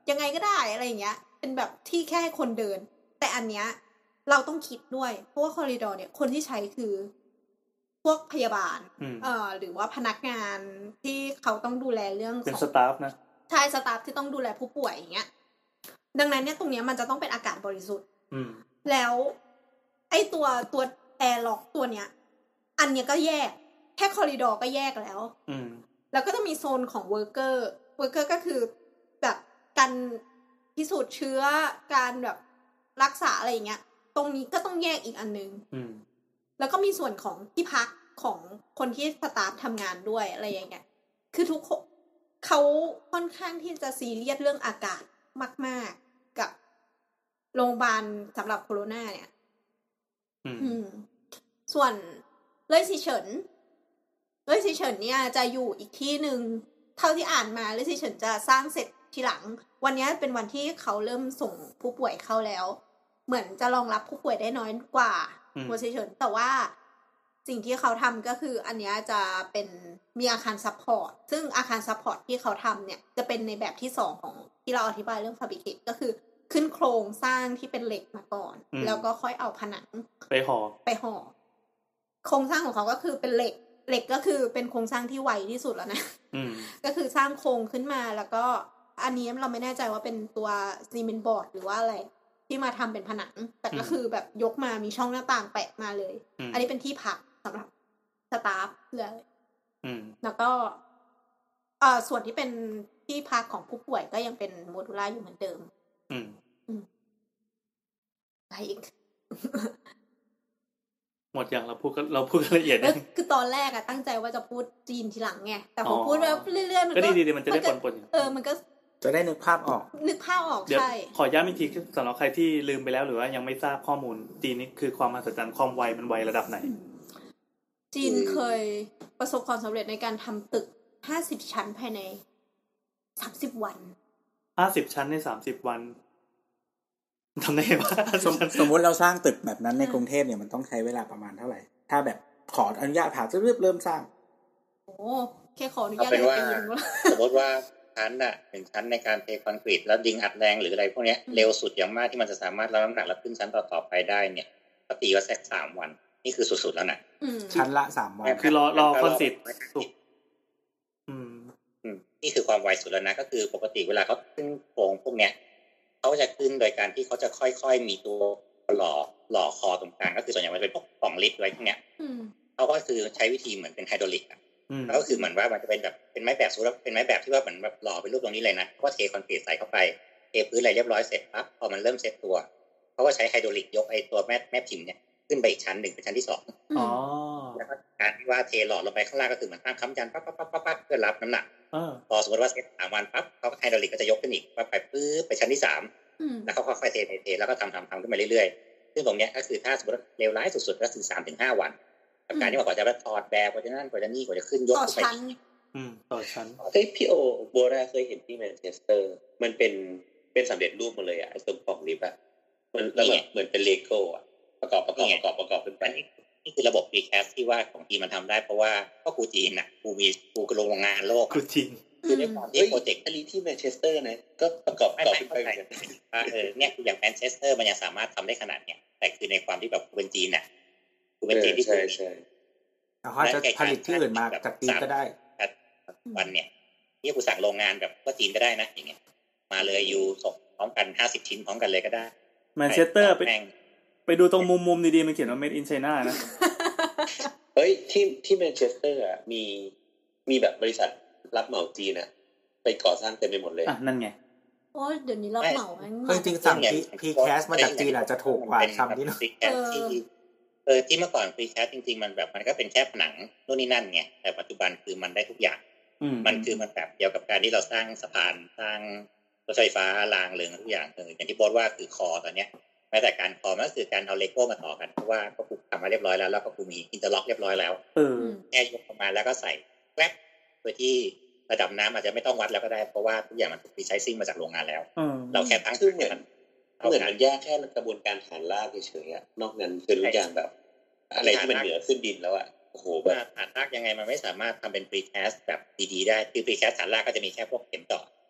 ยังไงก็ได้อะไรอย่างเงี้ยเป็นแบบที่แค่ให้คนเดินแต่อันเนี้ยเราต้องคิดด้วยเพราะว่าคอริดอร์เนี่ยคนที่ใช้คือพวกพยาบาลเอ่อหรือว่าพนักงานที่เขาต้องดูแลเรื่องของเป็นสตาฟนะใช่สตาฟที่ต้องดูแลผู้ป่วยอย่างเงี้ยดังนั้นเนี่ยตรงเนี้ยมันจะต้องเป็นอากาศบริสุทธิ์แล้วไอ้ตัวตัวแอร์ล็อกตัวเนี้ยอันเนี้ยก็แยกแค่คอริดอร์ก็แยกแล้วแล้วก็จะมีโซนของเวิร์กเกอร์เวิร์กเกอร์ก็คือแบบการพิสูจน์เชื้อการแบบรักษาอะไรอย่างเงี้ยตรงนี้ก็ต้องแยกอีกอันนึงแล้วก็มีส่วนของที่พักของคนที่สตาฟทำงานด้วยอะไรอย่างเงี้ยคือทุกคนเขาค่อนข้างที่จะซีเรียสเรื่องอากาศมากๆกับโรงพยาบาลสำหรับโคโรนาเนี่ยอืมส่วนเล่ยซีเฉินเล่ยซีเฉินเนี่ยจะอยู่อีกที่หนึ่งเท่าที่อ่านมาเล่ยซีเฉินจะสร้างเสร็จทีหลังวันนี้เป็นวันที่เขาเริ่มส่งผู้ป่วยเข้าแล้วเหมือนจะรองรับผู้ป่วยได้น้อยกว่าเล่ยซีเฉินแต่ว่าสิ่งที่เขาทำก็คืออันนี้จะเป็นมีอาคารซัพพอร์ตซึ่งอาคารซัพพอร์ตที่เขาทำเนี่ยจะเป็นในแบบที่สองของที่เราอธิบายเรื่อง fabricate ก็คือขึ้นโครงสร้างที่เป็นเหล็กมาก่อนแล้วก็ค่อยเอาผนังไปห่อไปห่อโครงสร้างของเขาก็คือเป็นเหล็กเหล็กก็คือเป็นโครงสร้างที่ไวที่สุดแล้วนะก็คือสร้างโครงขึ้นมาแล้วก็อันนี้เราไม่แน่ใจว่าเป็นตัวซีเมนต์บอร์ดหรือว่าอะไรที่มาทำเป็นผนังแต่ก็คือแบบยกมามีช่องหน้าต่างแปะมาเลยอันนี้เป็นที่พักสำหรับสตาฟเลยแล้วก็เอ่อส่วนที่เป็นที่พักของผู้ป่วยก็ยังเป็นโมดูล่าอยู่เหมือนเดิมอืมอืมอะไรอีกหมดอย่างเราพูดเราพูดละเอียดนะคือตอนแรกอะตั้งใจว่าจะพูดจีนทีหลังไงแต่พอพูดแบบเรื่อยๆมันก็ดีๆมันจะได้ปนๆเออมันก็จะได้นึกภาพออกนึกภาพออกใช่ขอย้ำอีกทีสำหรับใครที่ลืมไปแล้วหรือว่ายังไม่ทราบข้อมูลจีนนี่คือความมหัศจรรย์ความไวมันไวระดับไหนจีนเคยประสบความสำเร็จในการทำตึกห้าสิบชั้นภายในสามสิบวันห้าสิบชั้นในสามสิบวันทำได้ว่าสม, สมมติเราสร้างตึกแบบนั้นในกรุงเทพเนี่ยมันต้องใช้เวลาประมาณเท่าไหร่ถ้าแบบขออนุญาตผ่าจะเริ่มเริ่มสร้างโอ้แค่ขออนุญาตเป็นว่าสมมติว่าชั้นน่ะหนึ่งชั้นในการเทคอนกรีตแล้วดิงอัดแรงหรืออะไรพวกนี้เร็วสุดอย่างมากที่มันจะสามารถรับน้ำหนักแล้วขึ้นชั้นต่อๆไปได้เนี่ยปกติว่าสักสามวันนี่คือสุดๆแล้วนะชั้นละสามวันคือรอรอคอนสิทธิ์สุกอืมอืมนี่คือความไวสุดแล้วนะก็คือปกติเวลาเขาขึ้นโครงพวกเนี้ยเขาจะขึ้นโดยการที่เขาจะค่อยๆมีตัวหล่อหล่อคอตรงกลางก็คือส่วนใหญ่มันเป็นพวกปล่องลิฟต์อะไรพวกเนี้ยเขาก็คือใช้วิธีเหมือนเป็นไฮดรอลิกอ่ะแล้วก็คือเหมือนว่ามันจะเป็นแบบเป็นไม้แบบสูงแล้วเป็นไม้แบบที่ว่าเหมือนแบบหล่อเป็นรูปตรงนี้เลยนะเขาก็เทคอนกรีตใส่เข้าไปเทพื้นอะไรเรียบร้อยเสร็จปั๊บพอมันเริ่มเซตตัวเขาก็ใช้ไฮดรอลิกยกไอ้ตัวแม่แม่พิมพ์เนี่ยขึ้นไปอีกชั้นหนึ่งเป็นชั้นที่สองอ๋อแล้วก็การที่ว่าเทหล่อลงไปข้างล่างก็คือเหมือนตั้งค้ำยันปั๊บปั๊บปั๊บปั๊บเพื่อรับน้ำหนักพอสมมติว่าเซตสามวันปั๊บเขาไฮดรอลิกก็จะยกขึ้นอีกปั๊บไปปื๊บไปชั้นที่สามแล้วเขาค่อยๆเทเทแล้วก็ทำทำทำขึ้นมาเรื่อยๆซึ่งตรงเนี้ยก็คือถ้าสมมติเลวร้ายสุดๆก็คือสามถึงห้าวันการที่ว่ากว่าจะถอดแบบกว่าจะนั่นกว่าจะนี่กว่าจะขึ้นยกขึ้นไปอืมต่อชั้นเฮ้ยพี่โอโบราเคยเห็นที่แมนเชสเตอร์มันเป็นเป็นสำเร็จรูปมาเลยอ่ะไอ้ตรงปล่องลิฟต์อ่ะมันแล้วแบบเหมือนเป็นเลโก้อ่ะประกอบประกอบประกอบประกอบขึ้นไปนี่คือระบบ precast ที่ว่าของจีนมันทำได้เพราะว่าก็กูจีนน่ะกูมีกูกระโรงงานโลกกูจีนคือในความที่โปรเจกต์อันนี้ที่แมนเชสเตอร์นะก็ประกอบต่อขึ้นไปเออเนี่ยคืออย่างแมนเชสเตอร์มันยังสามารถทำได้ขนาดเนี้ยแต่คือในความที่แบบกูเป็นจีนน่ะกูเป็นจีนที่กูใช่เขาจะผลิตที่อื่นมาจากจีนก็ได้วันเนี่ยที่กูสั่งโรงงานแบบก็จีนก็ได้นะอย่างเงี้ยมาเลยอยู่ส่งพร้อมกันห้าสิบชิ้นพร้อมกันเลยก็ได้แมนเชสเตอร์ไปไปดูตรงมุมๆดีๆมันเขียนว่า Made in China นะเฮ้ยที่ที่แมนเชสเตอร์อ่ะมีมีแบบบริษัทรับเหมาจีนอ่ะไปก่อสร้างเต็มไปหมดเลยอ่ะนั่นไงโอ้เดี๋ยวนี้รับเหมาจริงๆสั่ง Precast มาจากจีนอาจจะถูกกว่าทำที่นู่นเออที่เมื่อก่อน Precast จริงๆมันแบบมันก็เป็นแค่ผนังนู่นนี่นั่นไงแต่ปัจจุบันคือมันได้ทุกอย่างมันคือมันแบบเดียวกับการที่เราสร้างสะพานสร้างรถไฟฟ้ารางเรืองทุกอย่างอย่างที่โบสว่าคือคอตอนเนี้ยแม้แต่การคอมันก็คือการเอาเลโก้มาต่อกันเพราะว่าก็ผูกทำมาเรียบร้อยแล้วแล้วก็ผูมีอินเตอร์ล็อกเรียบร้อยแล้วแค่ยกออกมาแล้วก็ใส่แกลบโดยที่ระดับน้ำอาจจะไม่ต้องวัดแล้วก็ได้เพราะว่าทุกอย่างมันถูกรีไซซิ่งมาจากโรงงานแล้วเราแค่ตั้งขึ้นเหมือนเหมือนมันแยกแค่กระบวนการฐานรากเฉยๆนอกนั้นคือทุกอย่างแบบอะไรที่มันเหนือขึ้นดินแล้วอ่ะโอ้โหแบบฐานรากยังไงมันไม่สามารถทำเป็น precast แบบดีๆได้คือ precast ฐานรากก็จะมีแค่พวกเข็มต่อ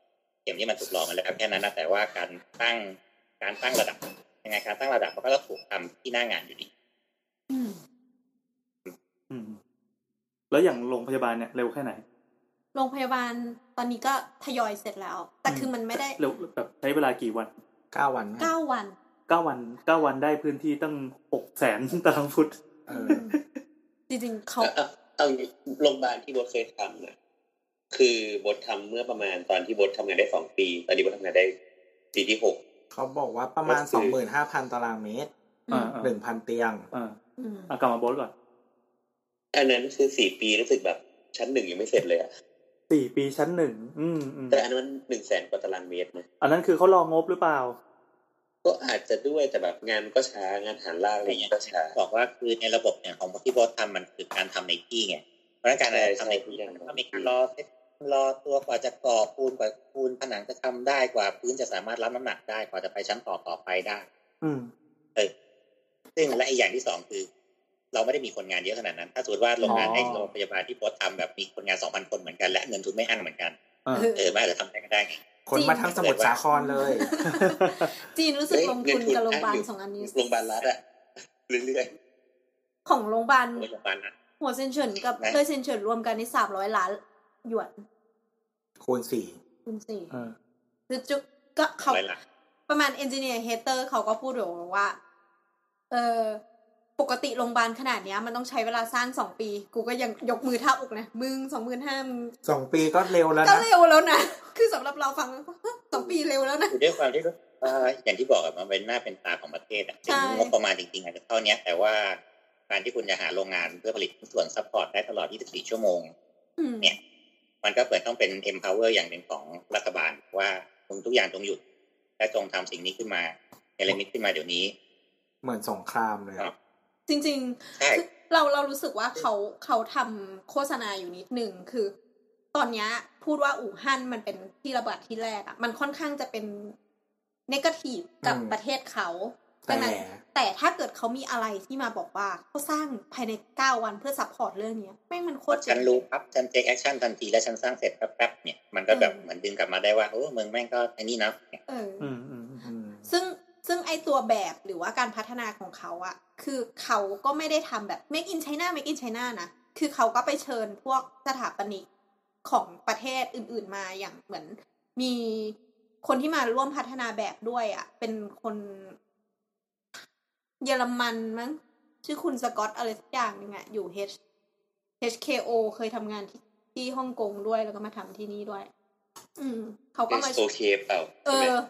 เข็มที่มันถูกหล่อมาแล้วแค่นั้นนะแต่ว่าการตั้งการตั้งระดับยังไงการตั้งระดับมันก็ต้องถูกทำที่หน้างานอยู่ดีอืมอืมแล้วอย่างโรงพยาบาลเนี่ยเร็วแค่ไหนโรงพยาบาลตอนนี้ก็ทยอยเสร็จแล้วแต่คือมันไม่ได้เร็วแบบใช้เวลากี่วันเก้าวันเก้าวันเก้าวันเก้าวันได้พื้นที่ตั้ง หกแสน ตารางฟุตเออจริงๆเขาเอาโรงพยาบาลที่โบทเคยทำนะคือโบททำเมื่อประมาณตอนที่โบททำงานได้สองปีตอนนี้โบททำงานได้ปีที่หกเขาบอกว่าประมาณ สองหมื่นห้าพัน ตารางเมตรอ่า หนึ่งพัน เตียงอ่าอ่ะกลับมาโบทก่อนอันนั้นคือสี่ปีรู้สึกแบบชั้นหนึ่งยังไม่เสร็จเลยอ่ะสี่ปีชั้นหนึ่งอืมแต่อันนั้นมัน หนึ่งแสน กว่าตารางเมตรนะอันนั้นคือเขารองบหรือเปล่าก็อาจจะด้วยแต่แบบงานก็ช้างานฐานล่างอะไรอย่างเงี้ยก็ช้าบอกว่าคือในระบบเนี่ยของที่โบททำมันคือการทำในที่ไงเพราะงั้นการทำในที่มันก็มีการรอรอตัวกว่าจะก่อปูนกว่าปูนผนังจะทำได้กว่าพื้นจะสามารถรับน้ำหนักได้กว่าจะไปชั้นต่อต่อไปได้อืมเออซึ่งและอีกอย่างที่สองคือเราไม่ได้มีคนงานเยอะขนาดนั้นถ้าสมมติว่าโรงงานในโรงพยาบาลที่โพสทำแบบมีคนงาน สองพัน คนเหมือนกันและเงินทุนไม่อั้นเหมือนกันเออไม่อาจจะทำได้ก็ได้ไงคนมาทั้งสมุทรสาครเลยจีนรู้สึกลงทุนกับโรงพยาบาลสองอันนี้โรงพยาบาลรัฐอะเรื่อยๆของโรงพยาบาลหัวเซนเฉินกับเลยเซนเฉินรวมกันนี่สามร้อยล้านหยวนคูณสี่คูณสี่คือจุก็เขาประมาณเอนจิเนียร์เฮเตอร์เขาก็พูดอยู่ว่าเออปกติโรงพยาบาลขนาดนี้มันต้องใช้เวลาสร้างสองปีกูก็ยังยกมือท่าอกนะมึง สองหมื่นห้าพัน มึงสองปีก็เร็วแล้วนะก็เร็วแล้วนะคือสำหรับเราฟังสองปีเร็วแล้วนะด้วยความที่ว่าอย่างที่บอกมันเป็นหน้าเป็นตาของประเทศอ่ะงบประมาณจริงๆอาจจะเท่านี้แต่ว่าการที่คุณจะหาโรงงานเพื่อผลิตส่วนซัพพอร์ตได้ตลอดยี่สิบสี่ชั่วโมงเนี่ยมันก็เปิดต้องเป็น empower อย่างหนึ่งของรัฐบาลว่ามึงทุกอย่างจงหยุดและจงทำสิ่งนี้ขึ้นมาเนรมิตขึ้นมาเดี๋ยวนี้เหมือนสงครามเลยจริงๆเราเรารู้สึกว่าเขาเขาทำโฆษณาอยู่นิดนึงคือตอนนี้พูดว่าอู่ฮั่นมันเป็นที่ระบาดที่แรกอ่ะมันค่อนข้างจะเป็นเนกาทีฟกับประเทศเขาแต่แต่ถ้าเกิดเขามีอะไรที่มาบอกว่าเขาสร้างภายในเก้าวันเพื่อซัพพอร์ตเรื่องนี้แม่งมันโคตรฉันรู้ปั๊บฉันเทคแอคชั่นทันทีแล้วฉันสร้างเสร็จแป๊บๆเนี่ยมันก็แบบเหมือนดึงกลับมาได้ว่าโอ้มึงแม่งก็ไอ้นี่นะเออซึ่งซึ่งไอตัวแบบหรือว่าการพัฒนาของเขาอะคือเขาก็ไม่ได้ทำแบบ make in China make in China นะคือเขาก็ไปเชิญพวกสถาปนิกของประเทศอื่นๆมาอย่างเหมือนมีคนที่มาร่วมพัฒนาแบบด้วยอะเป็นคนเยอรมันมั้งชื่อคุณสกอตอะไรสักอย่างนึงอะอยู่ H เอช เค โอ เคยทำงานที่ที่ฮ่องกงด้วยแล้วก็มาทำที่นี่ด้วยอืมเขาก็มาโอเคเปล่าเออ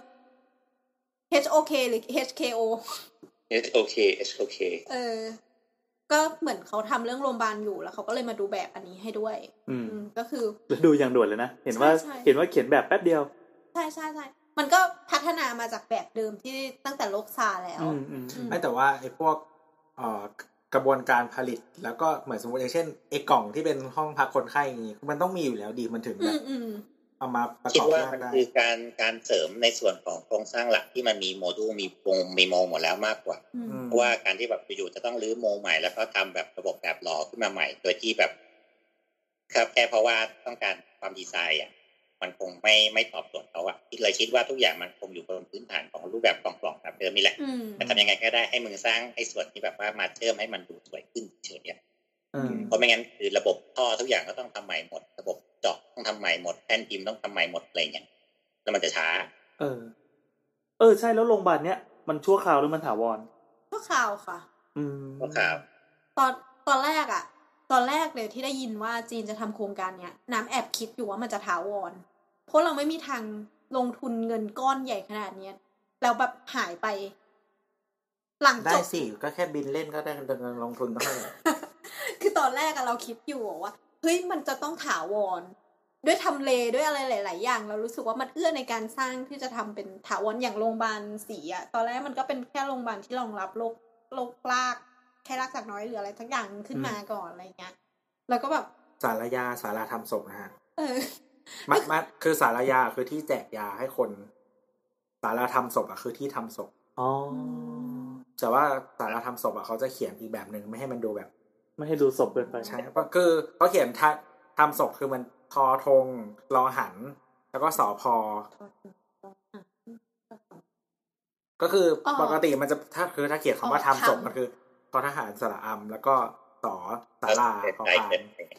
H O K หรือ H K O H O K H O K เออก็เหมือนเขาทำเรื่องโรงพยาบาลอยู่แล้วเขาก็เลยมาดูแบบอันนี้ให้ด้วยอืมก็คือดูอย่างด่วนเลยนะเห็นว่าเห็นว่าเขียนแบบแป๊บเดียวใช่ใช่ใช่มันก็พัฒนามาจากแบบเดิมที่ตั้งแต่โลกซาแล้วไม่แต่ว่าไอ้พวกเอ่อกระบวนการผลิตแล้วก็เหมือนสมมติอย่างเช่นไอ้กล่องที่เป็นห้องพักคนไข้อย่างงี้มันต้องมีอยู่แล้วดีมันถึงแบบเอามาประกอบได้คิดว่ามันคือการการเสริมในส่วนของโครงสร้างหลักที่มันมีโมดูลมีวงมีโมหมดแล้วมากกว่าเพราะว่าการที่แบบอยู่ๆจะต้องรื้อโมใหม่แล้วก็ทำแบบระบบแบบหล่อขึ้นมาใหม่โดยที่แบบครับแค่เพราะว่าต้องการความดีไซน์อ่ะมันคงไม่ไม่ตอบโจทย์เขาอ่ะเลยคิดว่าทุกอย่างมันคงอยู่บนพื้นฐานของรูปแบบกล่องๆแบบเดิมนี่แหละแต่ทำยังไงก็ได้ให้มึงสร้างไอ้ส่วนที่แบบว่ามาเชื่อมให้มันดูสวยขึ้นเฉยๆเพราะไม่งั้นคือระบบท่อทุกอย่างก็ต้องทำใหม่หมดระบบเจาะต้องทำใหม่หมดแท่นพิมพ์ต้องทำใหม่หมดอะไรเงี้ยแล้วมันจะช้าเออเออใช่แล้วโรงพยาบาลเนี้ยมันชั่วคราวหรือมันถาวรชั่วคราวค่ะอืมชั่วคราวตอนตอนแรกอ่ะตอนแรกเลยที่ได้ยินว่าจีนจะทำโครงการเนี้ยน้ำแอบคิดอยู่ว่ามันจะถาวรเพราะเราไม่มีทางลงทุนเงินก้อนใหญ่ขนาดนี้แล้วแบบหายไปหลังจบได้สิก็แค่บินเล่นก็ได้เงินลงทุนเท่าไหร่คือตอนแรกอะเราคิดอยู่ว่าเฮ้ยมันจะต้องถาวรด้วยทำเลด้วยอะไรหลายๆอย่างเรารู้สึกว่ามันเอื้อในการสร้างที่จะทำเป็นถาวรอย่างโรงพยาบาลศรีอะตอนแรกมันก็เป็นแค่โรงพยาบาลที่รองรับโรคโรครากแค่รากสักน้อยหรืออะไรทั้งอย่างขึ้นมาก่อนอะไรเงี้ยแล้วก็แบบสารยาสาราทำศพนะฮะเออมัดมัดคือสารยาคือที่แจกยาให้คนสาราทำศพอะคือที่ทำศพอ๋อแต่ว่าสาราทำศพอะเขาจะเขียนอีกแบบนึงไม่ให้มันดูแบบไม่ให้ดูศพเกินไปใช่ก็คือเขาเขียนทำศพคือมันทอธงรอหันแล้วก็สพก็คือปกติมันจะถ้าคือถ้าเขียนคำว่าทำศพมันคือทอทหารสระอำแล้วก็สอสาราพอพาน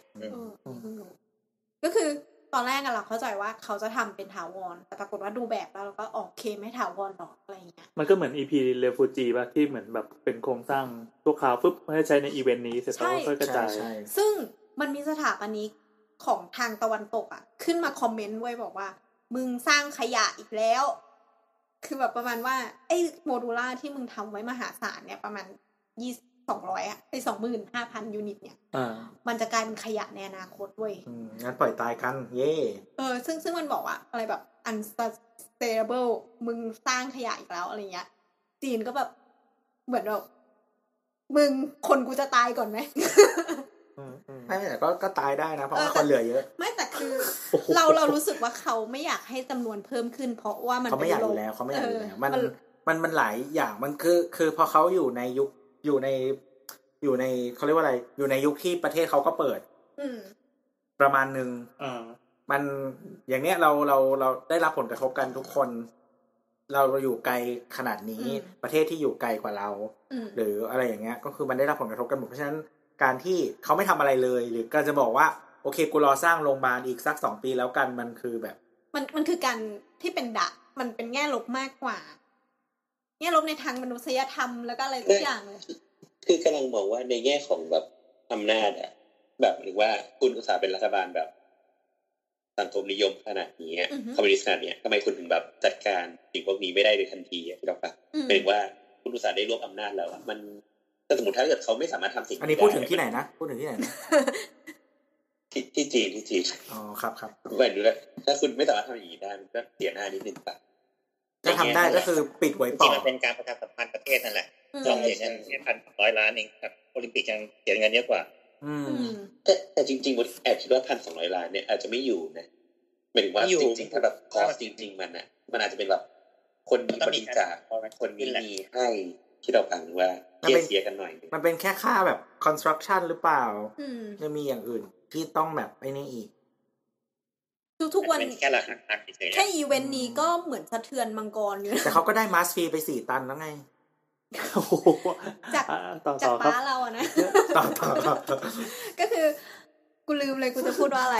ก็คือตอนแรกอะเราเข้าใจว่าเขาจะทำเป็นถาวรแต่ปรากฏว่าดูแบบแล้วเราก็โอเคไม่ถาวรหรอกอะไรเงี้ยมันก็เหมือน อี พี Refugee ป่ะที่เหมือนแบบเป็นโครงสร้างชั่วคราวปุ๊บให้ใช้ในอีเวนต์นี้เสร็จแล้วก็ค่อยกระจายซึ่งมันมีสถาปนิกของทางตะวันตกอะขึ้นมาคอมเมนต์ไว้บอกว่ามึงสร้างขยะอีกแล้วคือแบบประมาณว่าไอ้โมดูล่าที่มึงทำไว้มหาศาลเนี่ยประมาณยี่สิบ สองร้อยอ่ะไอ้ สองหมื่นห้าพัน ยูนิตเนี่ยมันจะกลายเป็นขยะในอนาคตเว้ยอืมงั้นปล่อยตายกันเย่เออซึ่งซึ่งมันบอกว่าอะไรแบบ unsustainable มึงสร้างขยะอีกแล้วอะไรเงี้ยจีนก็แบบเหมือนแบบมึงคนกูจะตายก่อนไหมไม่แต่ก็ก็ตายได้นะเพราะว่าคนเหลือเยอะไม่แต่คือเราเรารู้สึกว่าเขาไม่อยากให้จำนวนเพิ่มขึ้นเพราะว่ามันเขาไม่อยากอยู่แล้วเขาไม่อยากอยู่แล้วมันมันมันหลายอย่างมันคือคือพอเขาอยู่ในยุคอยู่ในอยู่ในเขาเรียกว่าอะไรอยู่ในยุคที่ประเทศเขาก็เปิดประมาณนึงมันอย่างเนี้ยเราเราเราได้รับผลกระทบกันทุกคนเราอยู่ไกลขนาดนี้ประเทศที่อยู่ไกลกว่าเราหรืออะไรอย่างเงี้ยก็คือมันได้รับผลกระทบกันหมดเพราะฉะนั้นการที่เขาไม่ทำอะไรเลยหรือการจะบอกว่าโอเคกูรอสร้างโรงพยาบาลอีกสักสองปีแล้วกันมันคือแบบมันมันคือการที่เป็นดะมันเป็นแง่ลบมากกว่าแง่ลบในทางมนุษยธรรมแล้วก็อะไรทุกอย่างเลยคือกำลังมองว่าในแง่ของแบบอำนาจอะแบบหรือว่าคุณอุตสาห์เป็นรัฐบาลแบบสังคมนิยมขนาดนี้คอมมิวนิสต์ขนาดนี้ทำไมคุณถึงแบบจัดการสิ่งพวกนี้ไม่ได้ในทันทีอ่ะพี่ดอกปะเป็นว่าคุณอุตสาห์ได้รวบอำนาจแล้วอะมันถ้าสมมติถ้าเกิดเขาไม่สามารถทำสิ่งอันนี้พูดถึงที่ไหนนะพูดถึงที่ไหนนะที่ที่จีนที่จีนอ๋อครับครับไม่รู้แล้วถ้าคุณไม่สามารถทำอย่างนี้ได้มันก็เสียหน้านิดนึงปะถ้าทำได้ก็คือปิดไว้ต่อมันเป็นการประชาสัมพันธ์ประเทศนั่นแหละลองเสียเงินแค่พันร้อยล้านเองครับโอลิมปิกยังเสียเงินเยอะกว่าอืมแต่แต่จริงๆแอบคิดว่าพันสองร้อยล้านเนี่ยอาจจะไม่อยู่นะหมายถึงว่าจริงๆถ้าแบบคอสจริงๆมันน่ะมันอาจจะเป็นแบบคนมีบริจาคคนมีให้ที่เราฟังว่าเสียเสียกันหน่อยมันเป็นแค่ค่าแบบ construction หรือเปล่าจะมีอย่างอื่นที่ต้องแบบไอ้นี่อีกทุกๆวันแค่ละหักแค่อีเวนต์นี้ก็เหมือนสะเทือนมังกรอยู่แต่เขาก็ได้มาสฟรีไปสี่ตันแล้วไงจากจากป้าเราอะนะก็คือกูลืมเลยกูจะพูดว่าอะไร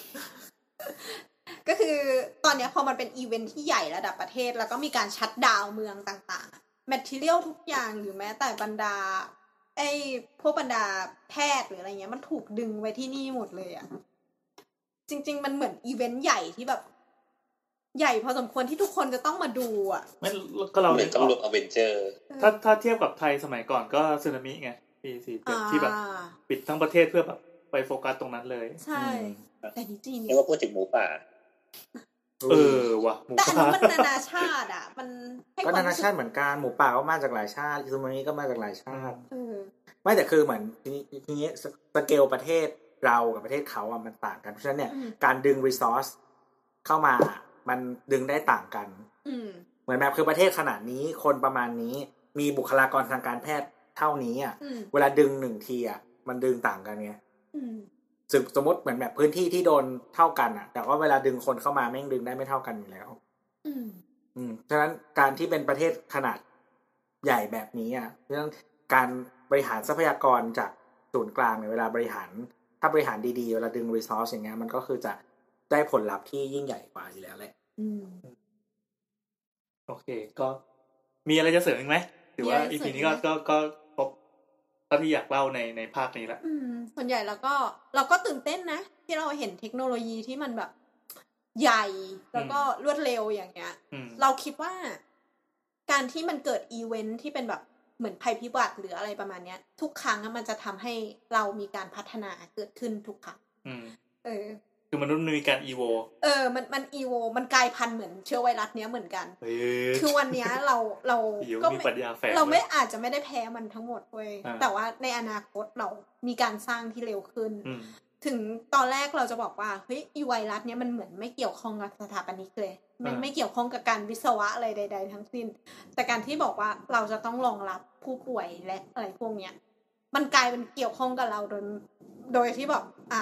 ก็คือตอนนี้พอมันเป็นอีเวนท์ที่ใหญ่ระดับประเทศแล้วก็มีการชัตดาวน์เมืองต่างๆแมททีเรียลทุกอย่างหรือแม้แต่บรรดาไอ้พวกบรรดาแพทย์หรืออะไรเงี้ยมันถูกดึงไว้ที่นี่หมดเลยอ่ะจริงๆมันเหมือนอีเวนต์ใหญ่ที่แบบใหญ่พอสมควรที่ทุกคนจะต้องมาดูอ่ะไม่ก็เราเนี่ยต้องรวมอเวนเจอร์ถ้าถ้าเทียบกับไทยสมัยก่อนก็สึนามิไงปีสี่สิบเจ็ดที่แบบปิดทั้งประเทศเพื่อแบบไปโฟกัสตรงนั้นเลยใช่แต่นี่จีนเรียกว่าพูดถึงหมูป่าเออว่ะหมูป่าแต่มันนานาชาติอ่ะมันก็นานาชาติเหมือนกันหมูป่าก็มาจากหลายชาติซึนามิก็มาจากหลายชาติไม่แต่คือเหมือนทีนี้ทีนี้สเกลประเทศเรากับประเทศเขาอ่ะมันต่างกันเพราะฉะนั้นเนี่ยการดึงรีซอสเข้ามามันดึงได้ต่างกันเหมือนแบบคือประเทศขนาดนี้คนประมาณนี้มีบุคลากรทางการแพทย์เท่านี้อ่ะเวลาดึงหนึ่งทีอ่ะมันดึงต่างกันไงสมมติเหมือนแบบพื้นที่ที่โดนเท่ากันอ่ะแต่ว่าเวลาดึงคนเข้ามาแม่งดึงได้ไม่เท่ากันอยู่แล้วอืมอืมฉะนั้นการที่เป็นประเทศขนาดใหญ่แบบนี้อ่ะเรื่องการบริหารทรัพยากรจากศูนย์กลางในเวลาบริหารถ้าบริหารดีๆเวลาดึงรีซอสอย่างเงี้ยมันก็คือจะได้ผลลัพธ์ที่ยิ่งใหญ่กว่าอยู่แล้วแหละอืมโอเคก็มีอะไรจะเสริมอีกไหมถือว่า อี พี นี้ก็ก็ก็ครบเท่าที่อยากเล่าในในภาคนี้แล้วอืมส่วนใหญ่แล้วก็เราก็ตื่นเต้นนะที่เราเห็นเทคโนโลยีที่มันแบบใหญ่แล้วก็รวดเร็วอย่างเงี้ยเราคิดว่าการที่มันเกิดอีเวนท์ที่เป็นแบบเหมือนภัยพิบัติหรืออะไรประมาณเนี้ยทุกครั้งมันจะทำให้เรามีการพัฒนาเกิดขึ้นทุกครั้งเออคือมนุษย์มีการอีโวเออมันมันอีโวมันกลายพันธุ์เหมือนเชื้อไวรัสเนี้ยเหมือนกันคือวันเนี้ยเราเราก็ไม่เราไม่อาจจะไม่ได้แพ้มันทั้งหมดเว้ยแต่ว่าในอนาคตเรามีการสร้างที่เร็วขึ้นถึงตอนแรกเราจะบอกว่าเฮ้ยอีไวรัสเนี้ยมันเหมือนไม่เกี่ยวข้องกับสถาปนิกเลยมันไม่เกี่ยวข้องกับการวิศวะอะไรใดๆทั้งสิ้นแต่การที่บอกว่าเราจะต้องรองรับผู้ป่วยและอะไรพวกเนี้ยมันกลายเป็นเกี่ยวข้องกับเราโดยโดยที่แบบอ้าว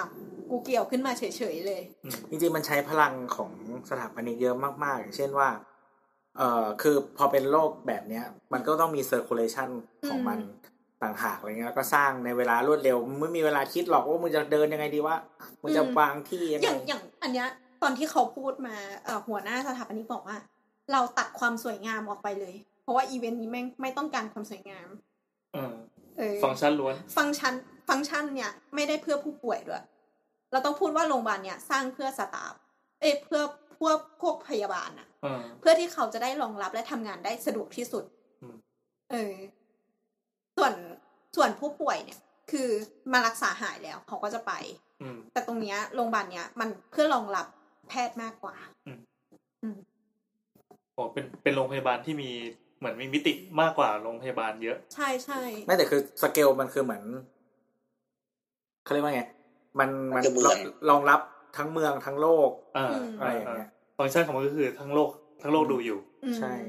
กูเกี่ยวขึ้นมาเฉยๆเลยจริงๆมันใช้พลังของสถาปนิกเยอะมากๆอย่างเช่นว่าเอ่อคือพอเป็นโลกแบบเนี้ยมันก็ต้องมี circulation ของมันต่างหากอะไรเงี้ยแล้วก็สร้างในเวลารวดเร็วมึงไม่มีเวลาคิดหรอกว่ามึงจะเดินยังไงดีว่ามึงจะวางที่ยังไงอย่างอย่างอันเนี้ยตอนที่เขาพูดมาเอ่อหัวหน้าสถาปนิกบอกว่าเราตัดความสวยงามออกไปเลยเพราะว่าอีเวนต์นี้แม่งไม่ต้องการความสวยงามเออเออฟังก์ชันล้วนฟังก์ชันฟังก์ชันเนี่ยไม่ได้เพื่อผู้ป่วยด้วยเราต้องพูดว่าโรงพยาบาลเนี่ยสร้างเพื่อสตาฟเอ้ยเพื่อพวกพวกพยาบาลน่ะเพื่อที่เขาจะได้รองรับและทำงานได้สะดวกที่สุดเออส่วนส่วนผู้ป่วยเนี่ยคือมารักษาหายแล้วเขาก็จะไปแต่ตรงเนี้ยโรงพยาบาลเนี้ยมันเพื่อรองรับแพทย์มากกว่าอืมโอ้เป็นเป็นโรงพยาบาลที่มีเหมือนมีมิติมากกว่าโรงพยาบาลเยอะใช่ใช่ไม่แต่คือสเกลมันคือเหมือนเขาเรียกว่าไงมันมันรองรับทั้งเมืองทั้งโลกอะไรอย่างเงี้ยฟังก์ชันของมันก็คือทั้งโลกทั้งโลกดูอยู่ใช่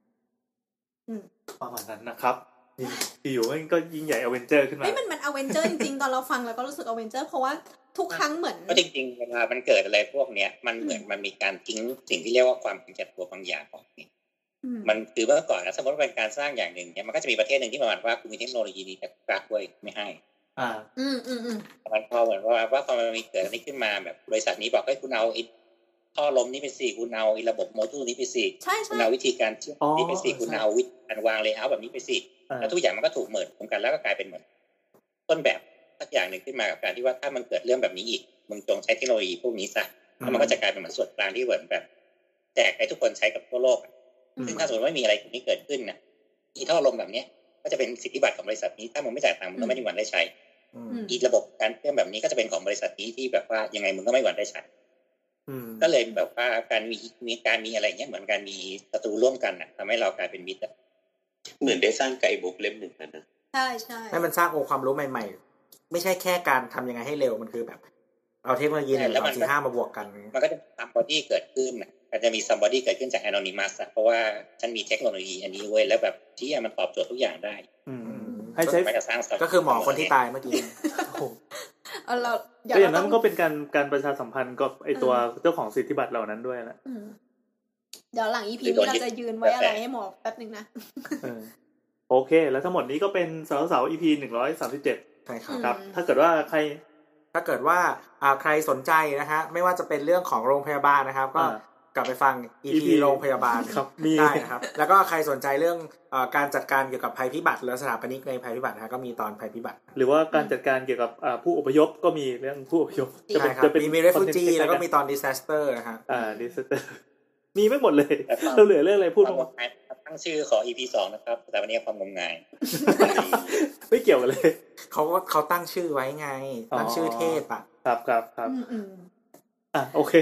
ประมาณนั้นนะครับที่อยู่มันก็ยิ่งใหญ่อเวนเจอร์ขึ้นมาเฮ้ยมันมันอเวนเจอร์จริงๆตอนเราฟังแล้วก็รู้สึกอเวนเจอร์เพราะว่าทุกครั้งเหมือนก็จริงๆเวลามันเกิดอะไรพวกเนี้ยมันเหมือนมันมีการทิ้งสิ่งที่เรียกว่าความเป็นแก่ตัวบางอย่างออกนี่มันคือเมื่อก่อนนะสมมติว่าเป็นการสร้างอย่างหนึ่งเนี่ยมันก็จะมีประเทศหนึ่งที่ประมาณว่าคุณมีเทคโนโลยีนี้แต่กลักไว้ไม่ให้อ่าอืมอืมอืมมันพอเหมือนว่าว่าพอมันมีเกิดอะไรขึ้นมาแบบบริษัทนี้บอกให้คุณเอาไอ้ท่อลมนี้ไปสิคุณเอาไอ้ระบบโมดูลนี้ไปสิคุณเอาวิธีการเชื่อมนี้ไปสิคุณเอาวิธีการวางเลเยอร์แบบนี้ไปสิแล้วทุกอย่างมันก็ถูกเหมือนรวมกันแล้วก็กลายเป็นเหมือนต้นแบบสักอย่างหนึ่งขึ้นมากับการที่ว่าถ้ามันเกิดเรื่องแบบนี้อีกมึงจงใช้เทคโนโลยีพวกนี้ซะแล้วมันก็จะกลายเป็นเหมือนส่วนกลางที่เหมือนแบบแจกให้ทุกคนใช้กับทั่วโลกซึ่งถ้าสมมติว่าไม่มีอะไรนี้เกิดขึ้นน่ะอีท่อลมแบบนี้ก็จะเป็นสิทธิบัตรของบริษัทนี้ถ้ามึงไม่จ่ายตังค์มึงก็ไม่มีวันได้ใช้อีระบบการเชื่อมแบบนี้ก็จะเป็นของบริษัทนี้ที่แบบว่ายังไงมึงก็ไม่มีวันได้ใช้ก็เลยแบบว่าการมีมีการมีอะไรเงี้ยเหมือนการมีศัตรูร่วมกันน่ะทำให้เรากลายเป็นมิตรเหมือนได้สร้างไกด์บุ๊กเล่มหนึ่งนะใช่ใช่ให้มันสร้างองค์ความรู้ใหม่ๆไม่ใช่แค่การทำยังไงให้เร็วมันคือแบบเอาเทคโนโลยีหนึ่งสองสี่ห้ามาบวกกันมันก็จะซัมบอดี้เกิดขึ้นน่ะก็จะมีซัมบอดี้เกิดขึ้นจากแอนอนิมัสเพราะว่าฉันมีเทคโนโลยีอันนี้เว้ยแล้วแบบที่มันตอบโจทย์ทุกอย่างได้ให้ใช้ก็คือหมอคนที่ตายเมื่อกี้เออเราแต่อย่างนั้นก็เป็นการการประชาสัมพันธ์กับไอตัวเจ้าของสิทธิบัตรเหล่านั้นด้วยนะเดี๋ยวหลัง อี พี นี้เราจะยืนไว้อะไรให้หมอแป๊บนึงนะโอเคแล้วทั้งหมดนี้ก็เป็นเสาเสา อี พี หนึ่งร้อยสามสิบเจ็ดใช่ครับถ้าเกิดว่าใครถ้าเกิดว่าอ่าใครสนใจนะฮะไม่ว่าจะเป็นเรื่องของโรงพยาบาลนะครับก็กลับไปฟัง อี พี โรงพยาบาลได้นะครับแล้วก็ใครสนใจเรื่องเอ่อการจัดการเกี่ยวกับภัยพิบัติหรือสถาปนิกในภัยพิบัตินะก็มีตอนภัยพิบัติหรือว่าการจัดการเกี่ยวกับอ่าผู้อพยพก็มีเรื่องผู้อพยพจะเป็นจะเป็นมี refugee แล้วก็มีตอน disaster นะฮะอ่า disaster มีไม่หมดเลยเราเหลือเรื่องอะไรพูดบ้างตั้งชื่อขอ อี พี สองนะครับแต่วันนี้ความงมงายไม่เกี่ยวกันเลยเขาก็เขาตั้งชื่อไว้ไงตั้งชื่อเทพอ่ะครับครับครับอ่ะโอเค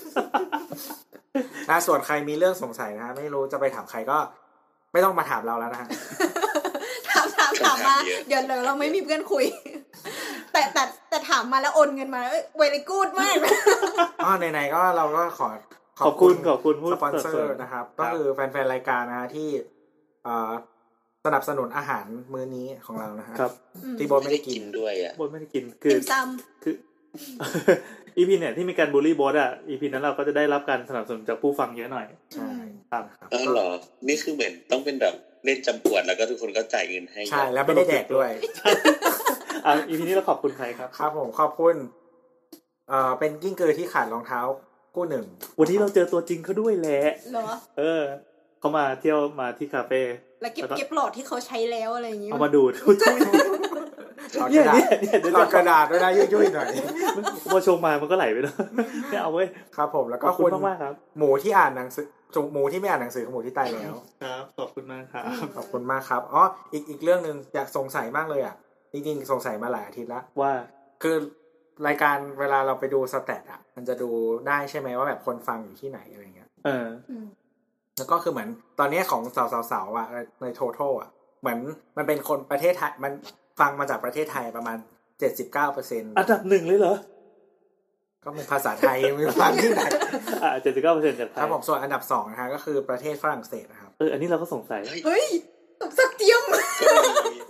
นะส่วนใครมีเรื่องสงสัยนะไม่รู้จะไปถามใครก็ไม่ต้องมาถามเราแล้วนะฮะถามถามถามมาเดี๋ยวเราไม่มีเพื่อนคุยแต่แต่แต่ถามมาแล้วโอนเงินมาเวลิกูดมากอ๋อไหนๆก็เราก็ขอขอบคุณขอบคุณผู้สปอนเซอร์นะครับก็คือแฟนๆรายการนะฮะที่สนับสนุนอาหารมื้อนี้ของเรานะฮะที่โบทไม่ได้กินด้วยอ่ะโบทไม่ได้กินคือคืออี พี เนี่ยที่มีการบูลลี่โบทอ่ะ อี พี นั้นเราก็จะได้รับการสนับสนุนจากผู้ฟังเยอะหน่อยใช่ครับอ๋อเหรอนี่คือเหมือนต้องเป็นแบบเล่นจำปวดแล้วก็ทุกคนก็จ่ายเงินให้ใช่แล้วไม่ได้แดกด้วยอ่ะ อี พี นี้เราขอบคุณใครครับครับผมขอบคุณเอ่อเป็นกิ้งกือที่ขาดรองเท้าคู่หนึ่งวันนี้เราเจอตัวจริงเขาด้วยแหละเหรอเออเขามาเที่ยวมาที่คาเฟ่แล้วเก็บเก็บหลอดที่เขาใช้แล้วอะไรอย่างงี้เอามาดูเนี่ยเนี่ยเนี่ยหลอดกระดาษด้วยนะยุ่ยๆหน่อยพอชงมามันก็ไหลไปแล้วไม่เอาเว้ยครับผมแล้วก็ขอบคุณมากๆครับหมูที่อ่านหนังสือหมูที่ไม่อ่านหนังสือหมูที่ตายแล้วครับขอบคุณมากครับขอบคุณมากครับอ๋ออีกอีกเรื่องนึงอยากสงสัยมากเลยอ่ะจริงๆสงสัยมาหลายอาทิตย์แล้วว่าคือรายการเวลาเราไปดูสแตทอ่ะมันจะดูได้ใช่ไหมว่าแบบคนฟังอยู่ที่ไหนอะไรเงี้ยเออแล้วก็คือเหมือนตอนนี้ของสาวๆอ่ะใน total อ่ะเหมือนมันเป็นคนประเทศไทยมันฟังมาจากประเทศไทยประมาณ เจ็ดสิบเก้าเปอร์เซ็นต์อันดับหนึ่งเลยเหรอก็เป็นภาษาไทยมีฟังที่ไหนอ่า เจ็ดสิบเก้าเปอร์เซ็นต์ จากไทยครับผมส่วนอันดับสองนะฮะก็คือประเทศฝรั่งเศสนะครับเอออันนี้เราก็สงสัยเฮ้ยตกสักเตรียม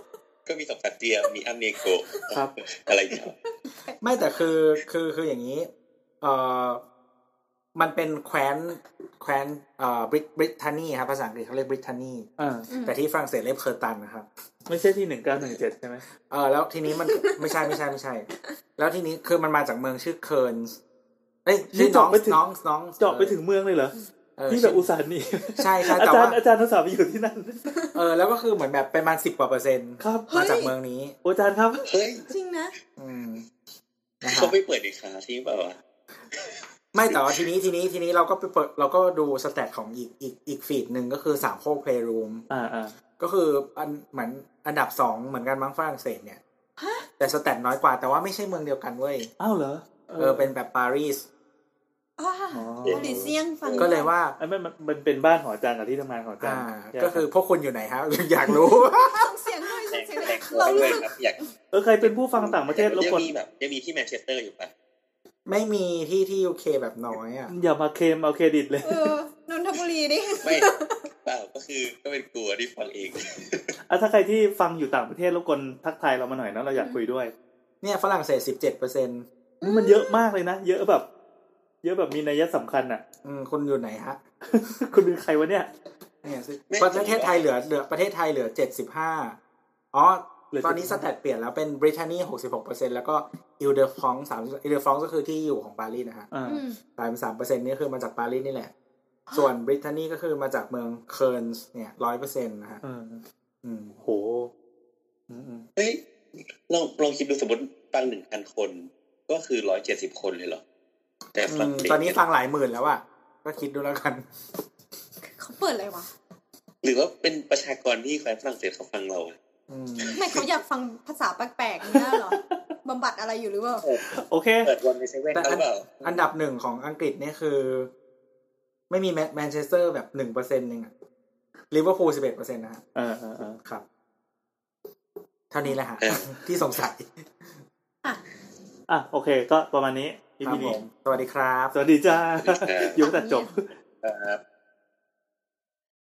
ก็มีสองสัตว์เดียวมีอัมเนโกครับอะไรอย่างเงี้ยไม่แต่คือคือคืออย่างนี้เอ่อมันเป็นแคว้นแคว้นเอ่อบริบริทานีครับภาษาอังกฤษเขาเรียกบริทานีอ่าแต่ที่ฝรั่งเศสเรียกเคอร์ตันนะครับไม่ใช่ที่หนึ่งเก้าหนึ่งเจ็ดใช่ไหมเออแล้วทีนี้มัน ไม่ใช่ไม่ใช่ไม่ใช่แล้วทีนี้คือมันมาจากเมืองชื่อเคิร์นส์เอ้ยชื่อน้องน้องน้องเจาะไปถึงเมืองเลยเหรอที่แบบอุตสาหนี่ใช่ใช่แต่ว่าอาจารย์ทั้งสามไปอยู่ที่นั่นเออแล้วก็คือเหมือนแบบประมาณสิบกว่าเปอร์เซ็นต์มาจากเมืองนี้อาจารย์ครับเฮ้ยจริงนะอืมเขาไม่เปิดอีกคาที่เปล่าวะไม่แต่ว่าทีนี้ทีนี้ทีนี้เราก็ไปเปิดเราก็ดูสแตทของอีกอีกอีกฟีดหนึ่งก็คือสามโคกเพลย์รูมอ่าอ่าก็คืออันเหมือนอันดับสองเหมือนกันมั้งฝรั่งเศสเนี่ยแต่สแตทน้อยกว่าแต่ว่าไม่ใช่เมืองเดียวกันเว้ยอ้าวเหรอเออเป็นแบบปารีสอ๋อปารีสเซียงฟังก็เลยว่ามันมันเป็นบ้านของอาจารย์กับที่ทำงานของอาจารย์ก็คือพวกคุณอยู่ไหนครับอยากรู้เสียงหน่อยเสียงหน่อยเราเลยครับอยากเออใครเป็นผู้ฟังต่างประเทศรบกวนยังมีแบบยังมีที่แมนเชสเตอร์อยู่ป่ะไม่มีที่ที่ ยู เค แบบน้อยอ่ะอย่ามาเคลมเอาเครดิตเลยเออนนทบุรีดิไม่เปล่าก็คือก็เป็นกลัวที่ฟังเองอ่ะถ้าใครที่ฟังอยู่ต่างประเทศรบกวนทักทายเรามาหน่อยนะเราอยากคุยด้วยเนี่ยฝรั่งเศส สิบเจ็ดเปอร์เซ็นต์นี่มันเยอะมากเลยนะเยอะแบบเยอะแบบมีนัยสำคัญอ่ะอืมคุณอยู่ไหนฮะคุณเป็นใครวะเนี่ยเนี่ยประเทศไทยเหลือเหลือประเทศไทยเหลือเจ็ดสิบห้าอ๋อตอนนี้สแตทเปลี่ยนแล้วเป็นบริทานี หกสิบหกเปอร์เซ็นต์ แล้วก็อิลเดอฟรองซ์สามอิลเดอฟรองซ์ก็คือที่อยู่ของปารีสนะฮะอืมสามสิบสามเปอร์เซ็นต์ นี่คือมาจากปารีสนี่แหละส่วนบริทานีก็คือมาจากเมืองเคิร์นส์เนี่ย หนึ่งร้อยเปอร์เซ็นต์ นะฮะอืมอืมโหอืมเฮ้ยลองลองคิดดูสมมุติฟัง หนึ่งพัน คนก็คือหนึ่งร้อยเจ็ดสิบคนเลยเหรอแต่ตอนนี้ฟังหลายหมื่นแล้วอ่ะก็คิดดูแล้วกันเขาเปิดอะไรวะหรือว่าเป็นประชากรที่แคว้นฝรั่งเศสเขาฟังเราไม่เขาอยากฟังภาษาแปลกๆเนี่ยหรอบำบัดอะไรอยู่หรือเปล่าโอเคเปิดวันในเซเว่นหรือเปล่าอันดับหนึ่งของอังกฤษเนี่ยคือไม่มีแมนเชสเตอร์แบบ หนึ่งเปอร์เซ็นต์ นึงอ่ะลิเวอร์พูล สิบเอ็ดเปอร์เซ็นต์ นะฮะเออๆๆครับเท่านี้แหละฮะที่สงสัยอ่ะอ่ะโอเคก็ประมาณนี้ อี พี นี้สวัสดีครับสวัสดีจ้าอยู่แต่จบครับ